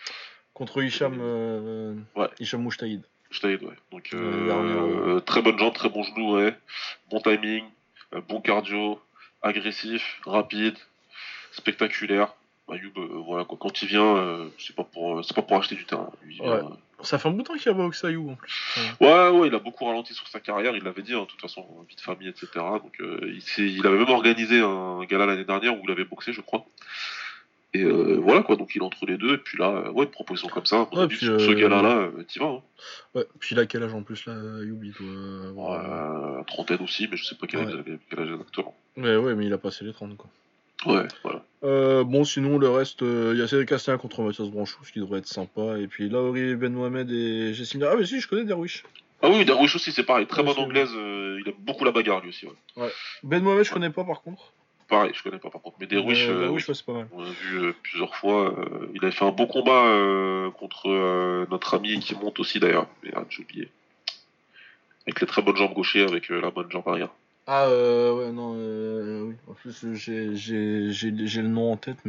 A: contre Hicham,
B: Ouais,
A: Hicham Moujtahid.
B: Stade, ouais. Donc
A: L'année dernière.
B: très bonne jambe, très bon genou, ouais. Bon timing, bon cardio, agressif, rapide, spectaculaire. Ayoub, voilà quoi. Quand il vient, c'est pas pour acheter du terrain. Lui, il vient,
A: Ouais. Ça fait un bout de temps qu'il y a boxé Ayou en plus.
B: ouais, il a beaucoup ralenti sur sa carrière. Il l'avait dit, hein, de toute façon, vie de famille, etc. Donc il avait même organisé un gala l'année dernière où il avait boxé, je crois. Et voilà quoi, donc il est entre les deux, et puis là, ouais, une proposition comme ça, à mon
A: Ouais,
B: avis,
A: puis,
B: sur ce gala-là, t'y vas. Hein.
A: ouais, puis il a quel âge en plus là, Ayou, il doit avoir.
B: Trentaine aussi, mais je sais pas quel
A: Ouais.
B: âge exactement.
A: Mais il a passé les 30 quoi.
B: Ouais, voilà.
A: Bon, sinon, le reste, il y a Cédric Castellan contre Mathias Branchou, ce qui devrait être sympa. Et puis Lauri Ben Mohamed et Jessim. Ah, mais si, je connais Derwish.
B: Ah oui, Darwish aussi, c'est pareil, très
A: Ouais,
B: bonne anglaise, il aime beaucoup la bagarre lui aussi. Ouais.
A: ouais. Ben Mohamed, je
B: Ouais.
A: connais pas par contre.
B: pareil, je connais pas par contre. Mais Derwish,
A: Derwish,
B: oui.
A: ouais, c'est pas mal.
B: On l'a vu plusieurs fois. Il avait fait un beau combat contre notre ami qui monte aussi d'ailleurs. Mais j'ai oublié. Avec les très bonnes jambes gauchères, avec la bonne jambe arrière.
A: Ah, ouais, non, oui. En plus, j'ai le nom en tête,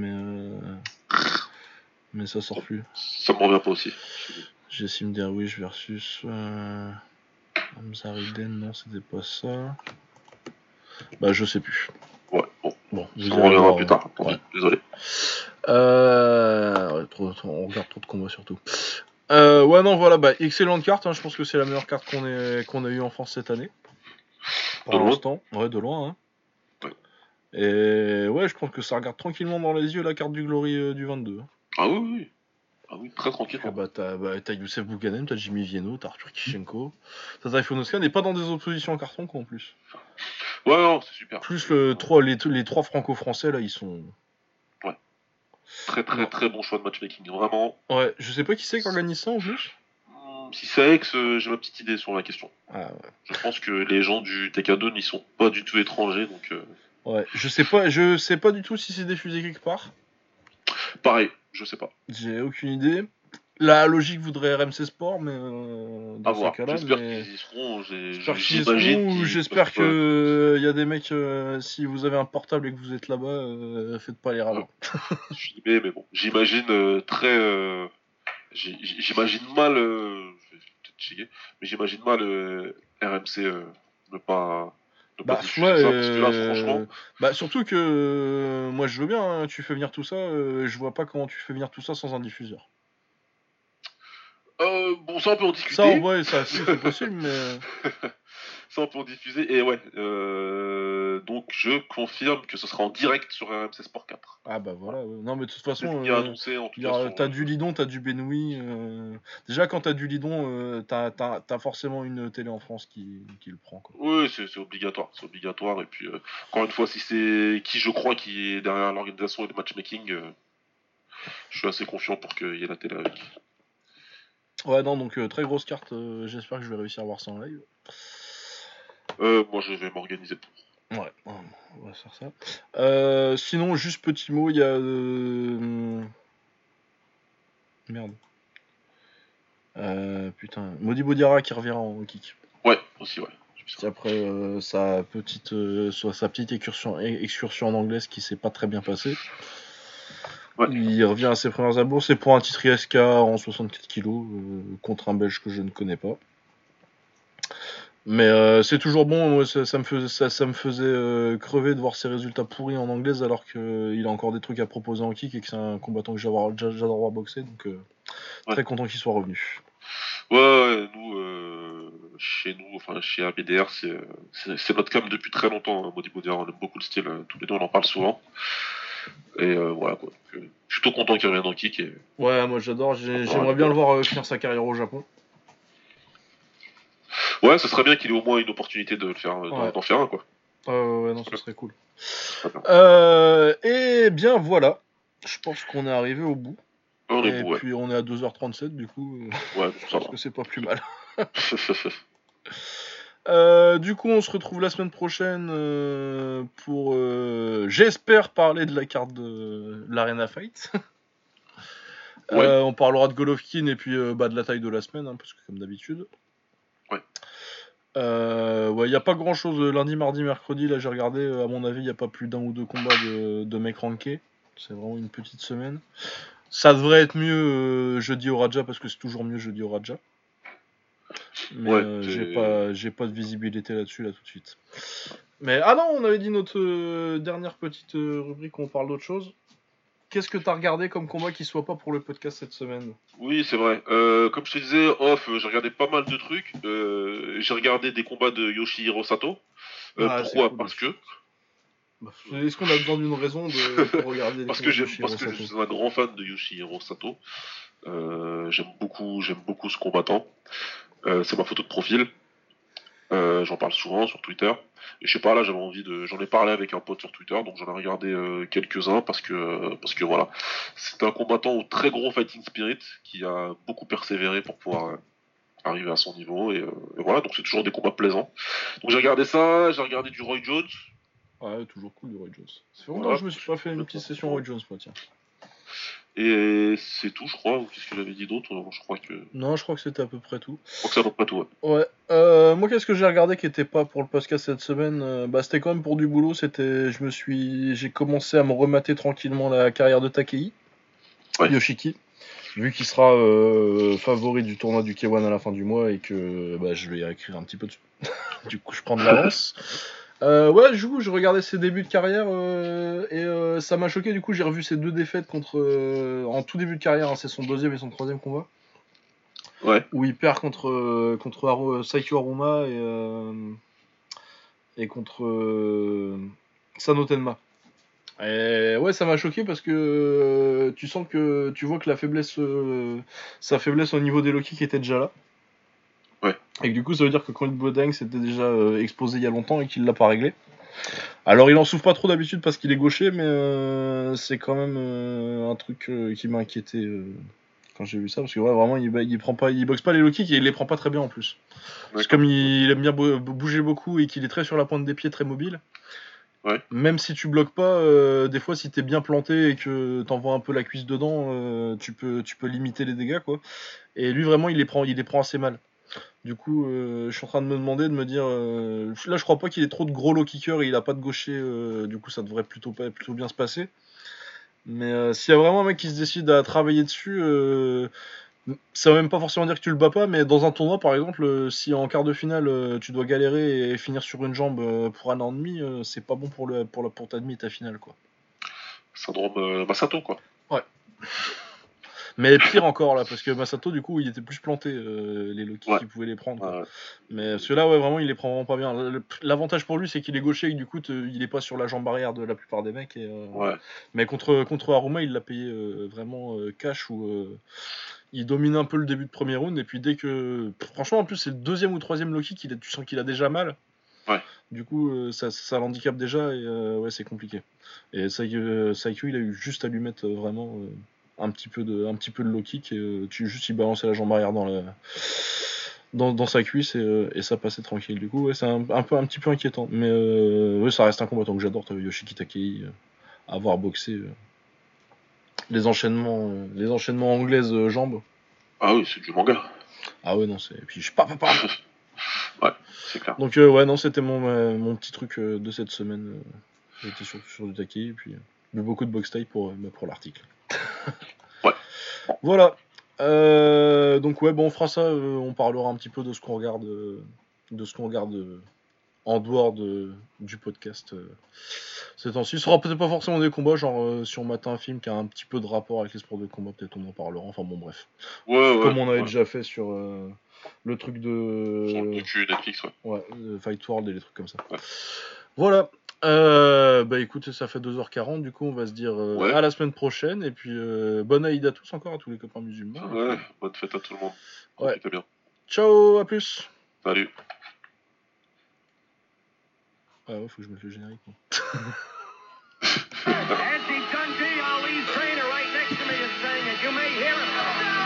A: mais ça sort plus.
B: Ça me revient pas aussi.
A: Jessim Derwish versus Hamza Riden, non, c'était pas ça. Bah, je sais plus.
B: Ouais, bon.
A: Bon,
B: Ça me reviendra plus tard.
A: Ouais.
B: Désolé.
A: Ouais, on regarde trop de combats surtout. Ouais, non, voilà, bah, excellente carte. Hein, je pense que c'est la meilleure carte qu'on a eu en France cette année. Pour l'instant. Ouais, de loin. Hein.
B: Ouais.
A: Et ouais, je pense que ça regarde tranquillement dans les yeux la carte du Glory du 22.
B: Ah oui, oui. Ah oui, très tranquillement.
A: T'as Youssef Bouganem, t'as Jimmy Vienno, t'as Arthur Kishenko, t'as Typhon Oskan, et pas dans des oppositions en carton quoi en plus.
B: Ouais, non, c'est super.
A: Plus les trois franco-français là, ils sont.
B: Ouais. Très très très bon choix de matchmaking, vraiment.
A: Ouais, je sais pas qui c'est qui organise ça en plus.
B: Si c'est Aix, j'ai ma petite idée sur la question.
A: Ah ouais.
B: Je pense que les gens du TK2 n'y sont pas du tout étrangers, donc.
A: Ouais, je sais pas du tout si c'est diffusé quelque part.
B: Pareil, je sais pas.
A: J'ai aucune idée. La logique voudrait RMC Sport, mais dans ces cas-là,
B: j'espère qu'ils y seront.
A: J'espère que y a des mecs. Si vous avez un portable et que vous êtes là-bas, faites pas les radars.
B: Je suis mais bon, j'imagine très. J'imagine mal. Je vais peut-être chier, mais j'imagine mal RMC ne pas. Diffuser ça, parce que là, franchement.
A: Bah, surtout que moi je veux bien, hein, tu fais venir tout ça, je vois pas comment tu fais venir tout ça sans un diffuseur.
B: Bon, ça on peut en discuter.
A: Ça en vrai, ça si, c'est possible, mais.
B: Ça on peut en diffuser, et ouais. Donc je confirme que ce sera en direct sur RMC Sport 4.
A: Ah bah voilà, ouais. Non mais de toute façon,
B: annoncé, en tout cas,
A: t'as du Lidon, t'as du Benoît. Déjà quand t'as du Lidon, t'as forcément une télé en France qui le prend quoi.
B: Oui, c'est obligatoire, et puis encore une fois, si c'est qui je crois qui est derrière l'organisation et le matchmaking, je suis assez confiant pour qu'il y ait la télé avec.
A: Ouais non donc très grosse carte, j'espère que je vais réussir à voir ça en live.
B: Moi je vais m'organiser pour.
A: Ouais, on va faire ça. Sinon, juste petit mot, il y a. Merde. Putain. Modibo Diarra qui revient en kick.
B: Ouais, aussi, ouais.
A: Après sa petite excursion en anglaise qui s'est pas très bien passée. Ouais. Il revient à ses premières amours. C'est pour un titre ISK en 64 kg contre un Belge que je ne connais pas. Mais c'est toujours bon, moi, ça me faisait crever de voir ses résultats pourris en anglaise alors qu'il a encore des trucs à proposer en kick et que c'est un combattant que j'adore voir boxer, donc très content qu'il soit revenu.
B: Ouais, nous, chez ABDR, c'est notre cam depuis très longtemps, hein, Modibo Diarra, on aime beaucoup le style, tous les deux on en parle souvent. Et voilà quoi, donc, plutôt content qu'il revienne en kick.
A: Ouais, moi j'adore, j'aimerais bien le voir finir sa carrière au Japon.
B: Ouais, ce serait bien qu'il ait au moins une opportunité de le faire, d'en faire un quoi.
A: Ouais, non, ce serait cool. Et bien voilà, je pense qu'on est arrivé au bout. Puis on est à 2h37 du coup.
B: Ouais,
A: je pense que c'est pas plus mal.
B: Du
A: Du coup, on se retrouve la semaine prochaine pour, j'espère, parler de la carte de l'Arena Fight. On parlera de Golovkin et puis de la taille de la semaine, hein, parce que comme d'habitude.
B: Ouais.
A: Il n'y a pas grand chose lundi, mardi, mercredi. Là, j'ai regardé, à mon avis, il n'y a pas plus d'un ou deux combats de mecs rankés. C'est vraiment une petite semaine. Ça devrait être mieux jeudi au Raja parce que c'est toujours mieux jeudi au Raja. Mais j'ai pas de visibilité là-dessus là tout de suite. Mais non, on avait dit notre dernière petite rubrique où on parle d'autre chose. Qu'est-ce que t'as regardé comme combat qui soit pas pour le podcast cette semaine ?
B: Oui, c'est vrai. Comme je te disais, j'ai regardé pas mal de trucs. J'ai regardé des combats de Yoshihiro Sato. Pourquoi ? Parce que.
A: Est-ce qu'on a besoin d'une raison pour regarder
B: parce que je suis un grand fan de Yoshihiro Sato. J'aime beaucoup ce combattant. C'est ma photo de profil. J'en parle souvent sur Twitter. Et je sais pas, là j'en ai parlé avec un pote sur Twitter, donc j'en ai regardé quelques-uns parce que voilà. C'est un combattant au très gros fighting spirit qui a beaucoup persévéré pour pouvoir arriver à son niveau et voilà, donc c'est toujours des combats plaisants. Donc j'ai regardé ça, j'ai regardé du Roy Jones.
A: Ouais, toujours cool, le Roy Jones. C'est longtemps que je me suis pas fait une petite session Roy Jones, moi, tiens.
B: Et c'est tout, je crois, ou qu'est-ce que j'avais dit d'autre? Je crois que...
A: Non, je crois que c'était à peu près tout.
B: Je crois que c'est à peu près tout, ouais.
A: Ouais. Moi, qu'est-ce que j'ai regardé qui était pas pour le podcast cette semaine? Bah, c'était quand même pour du boulot. J'ai commencé à me remater tranquillement la carrière de Takei.
B: Ouais.
A: Yoshiki. Vu qu'il sera favori du tournoi du K1 à la fin du mois et que bah, je vais écrire un petit peu dessus. Du coup, je prends de l'avance. Ouais, du coup, je regardais ses débuts de carrière et ça m'a choqué. Du coup, j'ai revu ses 2 défaites en tout début de carrière. Hein, c'est son 2e et son 3e combat.
B: Ouais.
A: Où il perd contre Saikyo Haruma et contre Sano Tenma. Et ouais, ça m'a choqué parce que tu vois que sa faiblesse au niveau des low kicks était déjà là.
B: Ouais.
A: Et que du coup, ça veut dire que Conor Bodang s'était déjà exposé il y a longtemps et qu'il l'a pas réglé. Alors, il en souffre pas trop d'habitude parce qu'il est gaucher, mais c'est quand même un truc qui m'a inquiété quand j'ai vu ça parce que ouais, vraiment, il boxe pas les low kicks et il les prend pas très bien en plus. Parce que comme il aime bien bouger beaucoup et qu'il est très sur la pointe des pieds, très mobile.
B: Ouais.
A: Même si tu bloques pas, des fois si t'es bien planté et que t'envoies un peu la cuisse dedans, tu peux limiter les dégâts quoi. Et lui vraiment il les prend assez mal. Du coup, je suis en train de me dire, là je crois pas qu'il ait trop de gros low kickers et il a pas de gaucher, du coup ça devrait plutôt bien se passer. Mais s'il y a vraiment un mec qui se décide à travailler dessus, ça veut même pas forcément dire que tu le bats pas, mais dans un tournoi par exemple, si en quart de finale tu dois galérer et finir sur une jambe pour un an et demi, c'est pas bon pour ta demi et ta finale quoi.
B: Syndrome Masato, quoi.
A: Ouais. Mais pire encore là, parce que Masato du coup il était plus planté les low kicks qu'il pouvait les prendre quoi.
B: Ouais.
A: Mais celui-là ouais vraiment il les prend vraiment pas bien. L'avantage pour lui c'est qu'il est gaucher et que du coup il est pas sur la jambe arrière de la plupart des mecs.
B: Ouais.
A: Mais contre Haruma il l'a payé vraiment cash où il domine un peu le début de premier round et puis dès que franchement en plus c'est le 2e ou 3e low kick tu sens qu'il a déjà mal.
B: Ouais.
A: Du coup ça l'handicape déjà et ouais c'est compliqué. Et Saikyo il a eu juste à lui mettre vraiment un petit peu de low kick et il balançait la jambe arrière dans sa cuisse et ça passait tranquille. Du coup ouais c'est un petit peu inquiétant. Mais ouais ça reste un combattant que j'adore, Yoshiki Takei, avoir boxé les enchaînements anglaises jambes.
B: Ah oui, c'est du manga.
A: Ah ouais non c'est et puis
B: Ouais, c'est clair.
A: Donc ouais non c'était mon petit truc de cette semaine. J'étais sur du Takei et puis vu beaucoup de box taille pour l'article.
B: Ouais.
A: Voilà. Donc ouais bon on fera ça, on parlera un petit peu de ce qu'on regarde en dehors du podcast ces temps-ci. Ce sera peut-être pas forcément des combats, genre si on mate un film qui a un petit peu de rapport avec les sports de combat, peut-être on en parlera. Enfin bon bref.
B: Ouais.
A: Comme on avait déjà fait sur le truc
B: Sur le
A: de
B: docu Netflix, ouais.
A: ouais, Fight World et les trucs comme ça.
B: Ouais.
A: Voilà. Bah écoute, ça fait 2h40, du coup on va se dire
B: Ouais.
A: à la semaine prochaine et puis bonne Aïd à tous encore, à tous les copains musulmans.
B: Ouais, bonne fête à tout le monde.
A: Ouais.
B: Profitez bien.
A: Ciao, à plus.
B: Salut.
A: Ah ouais, faut que je mette le générique. Moi.
C: Anthony Dundee, Ali's trainer, right next to me is saying it. You may hear him.